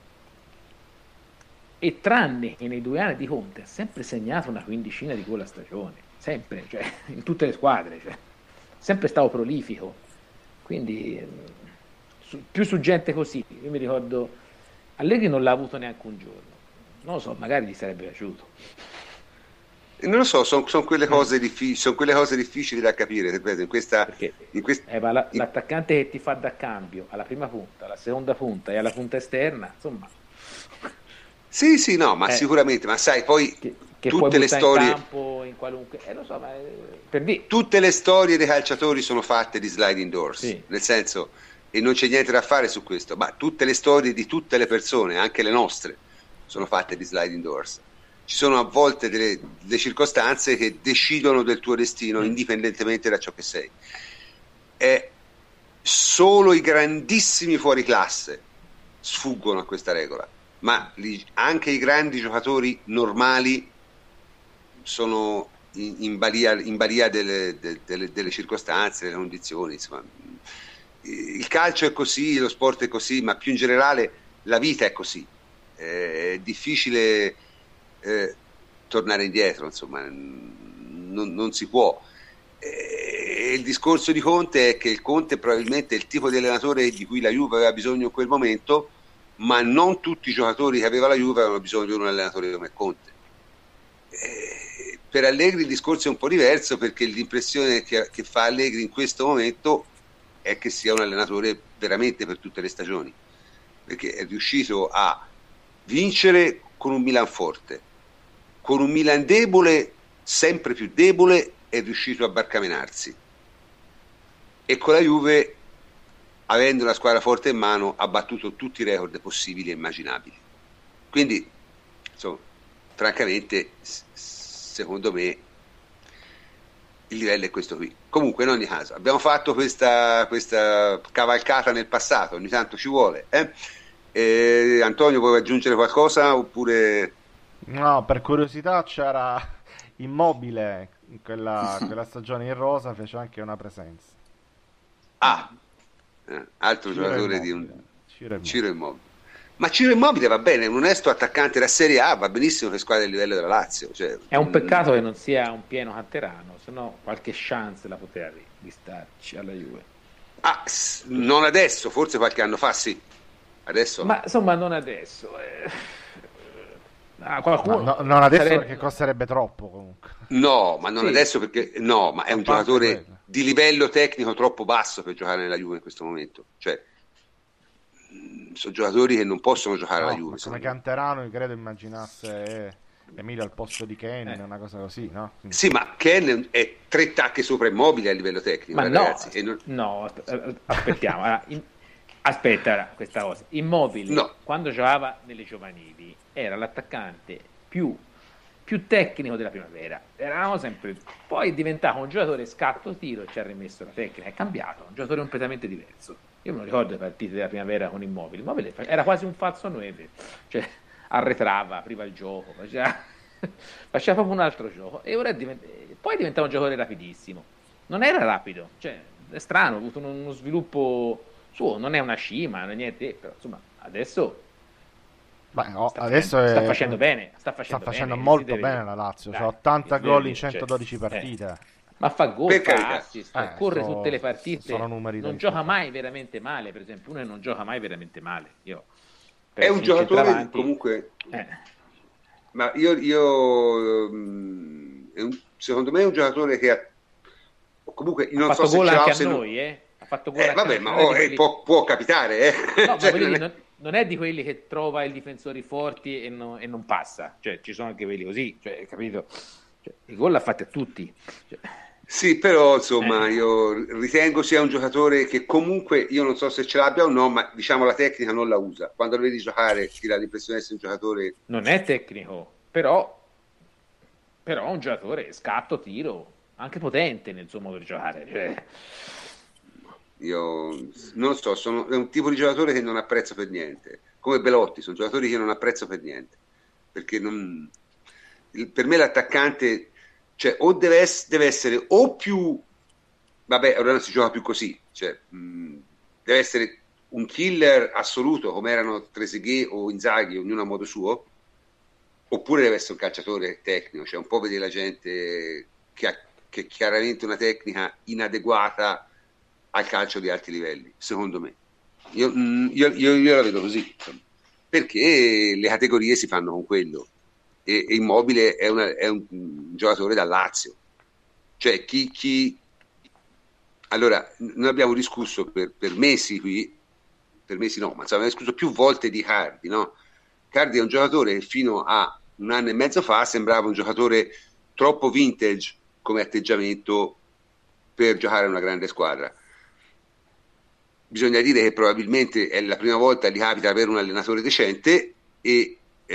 e tranne che nei 2 anni di Conte ha sempre segnato una quindicina di gol a stagione, sempre, cioè, in tutte le squadre, cioè, sempre stato prolifico. Quindi più su gente così. Io mi ricordo Allegri non l'ha avuto neanche un giorno, non lo so, magari gli sarebbe piaciuto. Non lo so, sono quelle cose difficili da capire, ripeto, Perché in- l'attaccante che ti fa da cambio alla prima punta, alla seconda punta e alla punta esterna, insomma, Sì, no, ma sicuramente, ma sai, poi che puoi tutte le buttare in storie, campo in qualunque, lo so, ma per dire, tutte le storie dei calciatori sono fatte di sliding doors, sì. nel senso, e non c'è niente da fare su questo, ma tutte le storie di tutte le persone, anche le nostre, sono fatte di sliding doors. Ci sono a volte delle circostanze che decidono del tuo destino indipendentemente da ciò che sei. Solo i grandissimi fuoriclasse sfuggono a questa regola, ma anche i grandi giocatori normali sono in balia delle circostanze, delle condizioni. Insomma, il calcio è così, lo sport è così, ma più in generale la vita è così. È difficile tornare indietro, insomma, non si può. Il discorso di Conte è che il Conte probabilmente è il tipo di allenatore di cui la Juve aveva bisogno in quel momento, ma non tutti i giocatori che aveva la Juve avevano bisogno di un allenatore come Conte. Per Allegri il discorso è un po' diverso, perché l'impressione che fa Allegri in questo momento è che sia un allenatore veramente per tutte le stagioni, perché è riuscito a vincere con un Milan forte, con un Milan debole, sempre più debole, è riuscito a barcamenarsi, e con la Juve, avendo una squadra forte in mano, ha battuto tutti i record possibili e immaginabili. Quindi, insomma, francamente, secondo me il livello è questo qui. Comunque, in ogni caso, abbiamo fatto questa cavalcata nel passato, ogni tanto ci vuole. Antonio, vuoi aggiungere qualcosa oppure... No, per curiosità c'era Immobile in quella stagione in rosa, fece anche una presenza. Altro Ciro giocatore di Immobile. Ciro Immobile. Ma Ciro Immobile va bene, è un onesto attaccante da Serie A, va benissimo per squadre del livello della Lazio. Cioè, È un peccato che non sia un pieno canterano, se no qualche chance la poteva di starci alla Juve. Non adesso, forse qualche anno fa sì. Adesso Ma insomma non adesso. Qualcuno non adesso perché costerebbe troppo comunque. No, ma non Sì. adesso perché no, ma è un giocatore di livello tecnico troppo basso per giocare nella Juve in questo momento. Cioè, sono giocatori che non possono giocare alla Juve. Come Canterano, credo immaginasse Emilio al posto di Kane, una cosa così, no? Quindi... Sì, ma Ken è 3 tacche sopra Immobile a livello tecnico, Ma ragazzi. Aspettiamo. Aspetta questa cosa. Immobile, quando giocava nelle giovanili, era l'attaccante più tecnico della primavera. Eravamo sempre. Poi è diventato un giocatore scatto tiro e ci ha rimesso la tecnica. È cambiato, un giocatore completamente diverso. Io me lo ricordo le partite della primavera con Immobile. Immobile era quasi un falso 9, cioè arretrava, apriva il gioco, faceva proprio un altro gioco. E ora poi diventava un giocatore rapidissimo. Non era rapido, cioè è strano, ha avuto uno sviluppo suo, non è una scia, non è niente, però insomma adesso sta facendo bene, sta facendo molto bene la Lazio, c'ha 80 gol in 112 partite. Ma fa gol, fa assist, corre tutte le partite, sono numeri non gioca mai veramente male, per esempio, uno che non gioca mai veramente male. È un giocatore comunque, ma secondo me è un giocatore che comunque non ha fatto so gol se anche a noi, ha fatto gol vabbè, ma può capitare, No, cioè, non è di quelli che trova i difensori forti e non passa, cioè ci sono anche quelli così, cioè, capito? Cioè, i gol l'ha fatti a tutti. Cioè. Sì, però insomma io ritengo sia un giocatore che comunque, io non so se ce l'abbia o no, ma diciamo la tecnica non la usa. Quando lo vedi giocare ti dà l'impressione di essere un giocatore... Non è tecnico, però però un giocatore scatto, tiro, anche potente nel suo modo di giocare, cioè. Io non lo so, è un tipo di giocatore che non apprezzo per niente, come Belotti, sono giocatori che non apprezzo per niente, perché per me l'attaccante, cioè, o deve essere o più, vabbè, ora non si gioca più così, cioè, deve essere un killer assoluto come erano Trezeguet o Inzaghi, ognuno a modo suo, oppure deve essere un calciatore tecnico, cioè un po' vedere la gente che ha chiaramente una tecnica inadeguata al calcio di alti livelli, secondo me. Io la vedo così, perché le categorie si fanno con quello, e Immobile è un giocatore da Lazio, cioè allora noi abbiamo discusso per mesi qui, per mesi no, ma abbiamo discusso più volte di Cardi, no? Cardi è un giocatore che fino a un anno e mezzo fa sembrava un giocatore troppo vintage come atteggiamento per giocare a una grande squadra. Bisogna dire che probabilmente è la prima volta che gli capita avere un allenatore decente, e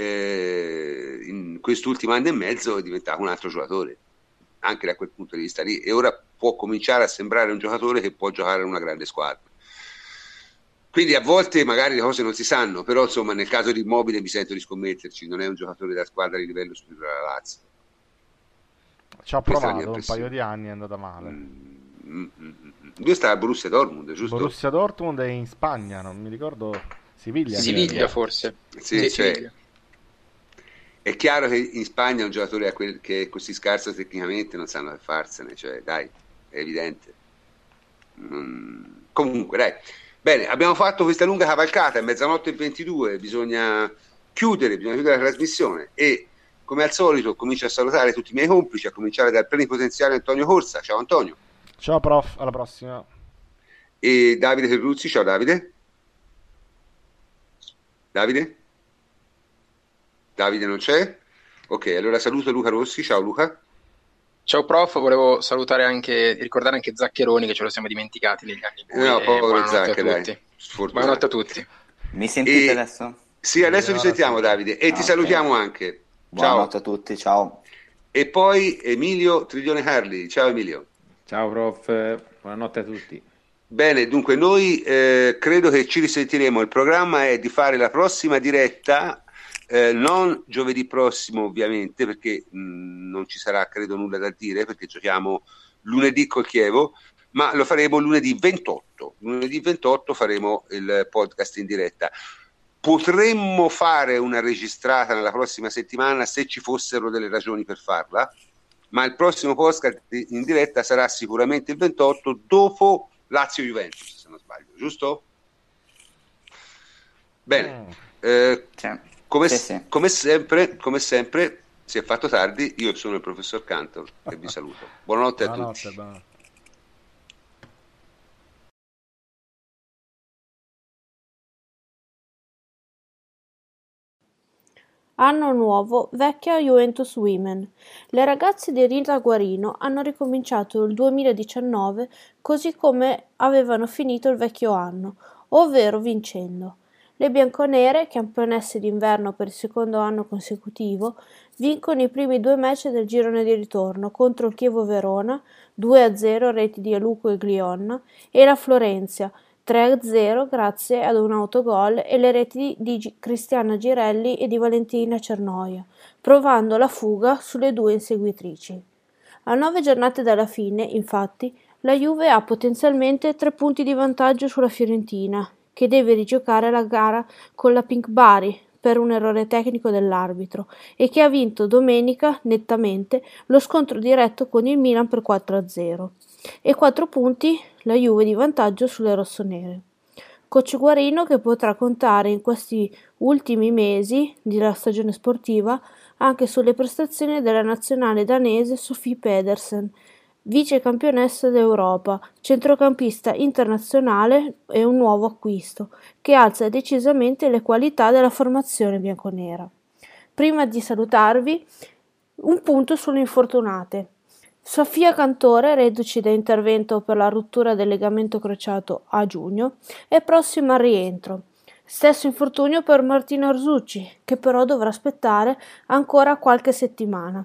in quest'ultimo anno e mezzo è diventato un altro giocatore, anche da quel punto di vista lì, e ora può cominciare a sembrare un giocatore che può giocare in una grande squadra. Quindi a volte magari le cose non si sanno, però insomma nel caso di Immobile mi sento di scommetterci, non è un giocatore da squadra di livello superiore alla Lazio. Ci ha provato un paio di anni, è andata male. Lui sta a Borussia Dortmund, giusto? Borussia Dortmund è in Spagna, non mi ricordo, Siviglia forse. Sì, cioè, è chiaro che in Spagna un giocatore che è così scarso tecnicamente non sanno che farsene, cioè dai, è evidente. Comunque dai, bene, abbiamo fatto questa lunga cavalcata, è 00:22, bisogna chiudere la trasmissione, e come al solito comincio a salutare tutti i miei complici, a cominciare dal plenipotenziario Antonio Corsa. Ciao Antonio. Ciao prof, alla prossima. E Davide Terruzzi. Ciao Davide. Davide non c'è? Ok, allora saluto Luca Rossi. Ciao Luca. Ciao prof, volevo ricordare anche Zaccheroni, che ce lo siamo dimenticati negli anni bui. No, povero Zacche, dai. Buonanotte a tutti. Mi sentite adesso? Sì, adesso ti sentiamo Davide, e ti salutiamo anche. Buonanotte Ciao a tutti, ciao. E poi Emilio Tridione Carli. Ciao Emilio. Ciao prof, buonanotte a tutti. Bene, dunque noi credo che ci risentiremo. Il programma è di fare la prossima diretta, non giovedì prossimo ovviamente, perché non ci sarà credo nulla da dire, perché giochiamo lunedì col Chievo, ma lo faremo lunedì 28. Lunedì 28 faremo il podcast in diretta. Potremmo fare una registrata nella prossima settimana se ci fossero delle ragioni per farla, ma il prossimo podcast in diretta sarà sicuramente il 28, dopo Lazio-Juventus, se non sbaglio, giusto? Bene, come sempre, si è fatto tardi, io sono il professor Cantor e vi saluto. Buonanotte a tutti. Buonanotte. Anno nuovo, vecchia Juventus Women. Le ragazze di Rita Guarino hanno ricominciato il 2019 così come avevano finito il vecchio anno, ovvero vincendo. Le bianconere, campionesse d'inverno per il secondo anno consecutivo, vincono i primi 2 match del girone di ritorno contro il Chievo Verona, 2-0 reti di Aluco e Glionna, e la Florenza, 3-0 grazie ad un autogol e le reti di Cristiana Girelli e di Valentina Cernoia, provando la fuga sulle 2 inseguitrici. A 9 giornate dalla fine, infatti, la Juve ha potenzialmente 3 punti di vantaggio sulla Fiorentina, che deve rigiocare la gara con la Pink Bari per un errore tecnico dell'arbitro, e che ha vinto domenica nettamente lo scontro diretto con il Milan per 4-0. E 4 punti la Juve di vantaggio sulle rossonere. Coach Guarino, che potrà contare in questi ultimi mesi della stagione sportiva anche sulle prestazioni della nazionale danese Sofie Pedersen, vice campionessa d'Europa, centrocampista internazionale e un nuovo acquisto, che alza decisamente le qualità della formazione bianconera. Prima di salutarvi, un punto sulle infortunate. Sofia Cantore, reduce da intervento per la rottura del legamento crociato a giugno, è prossima al rientro. Stesso infortunio per Martina Orsucci, che però dovrà aspettare ancora qualche settimana.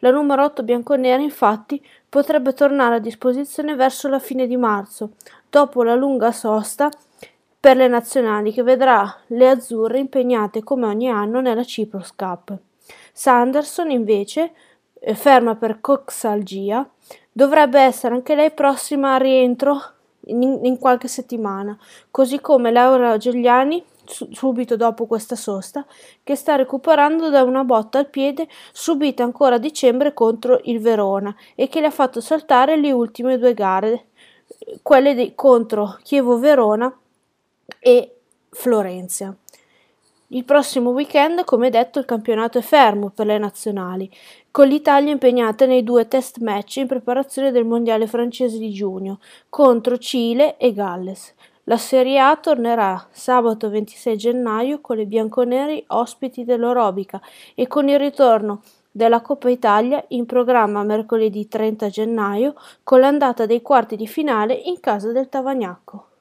La numero 8 bianconera infatti potrebbe tornare a disposizione verso la fine di marzo, dopo la lunga sosta per le nazionali che vedrà le azzurre impegnate come ogni anno nella Cyprus Cup. Sanderson invece, ferma per coxalgia, dovrebbe essere anche lei prossima al rientro in qualche settimana, così come Laura Giuliani subito dopo questa sosta, che sta recuperando da una botta al piede subita ancora a dicembre contro il Verona e che le ha fatto saltare le ultime 2 gare, quelle contro Chievo Verona e Florenza. Il prossimo weekend, come detto, il campionato è fermo per le nazionali, con l'Italia impegnata nei 2 test match in preparazione del mondiale francese di giugno contro Cile e Galles. La Serie A tornerà sabato 26 gennaio con le bianconeri ospiti dell'Orobica e con il ritorno della Coppa Italia in programma mercoledì 30 gennaio con l'andata dei quarti di finale in casa del Tavagnacco.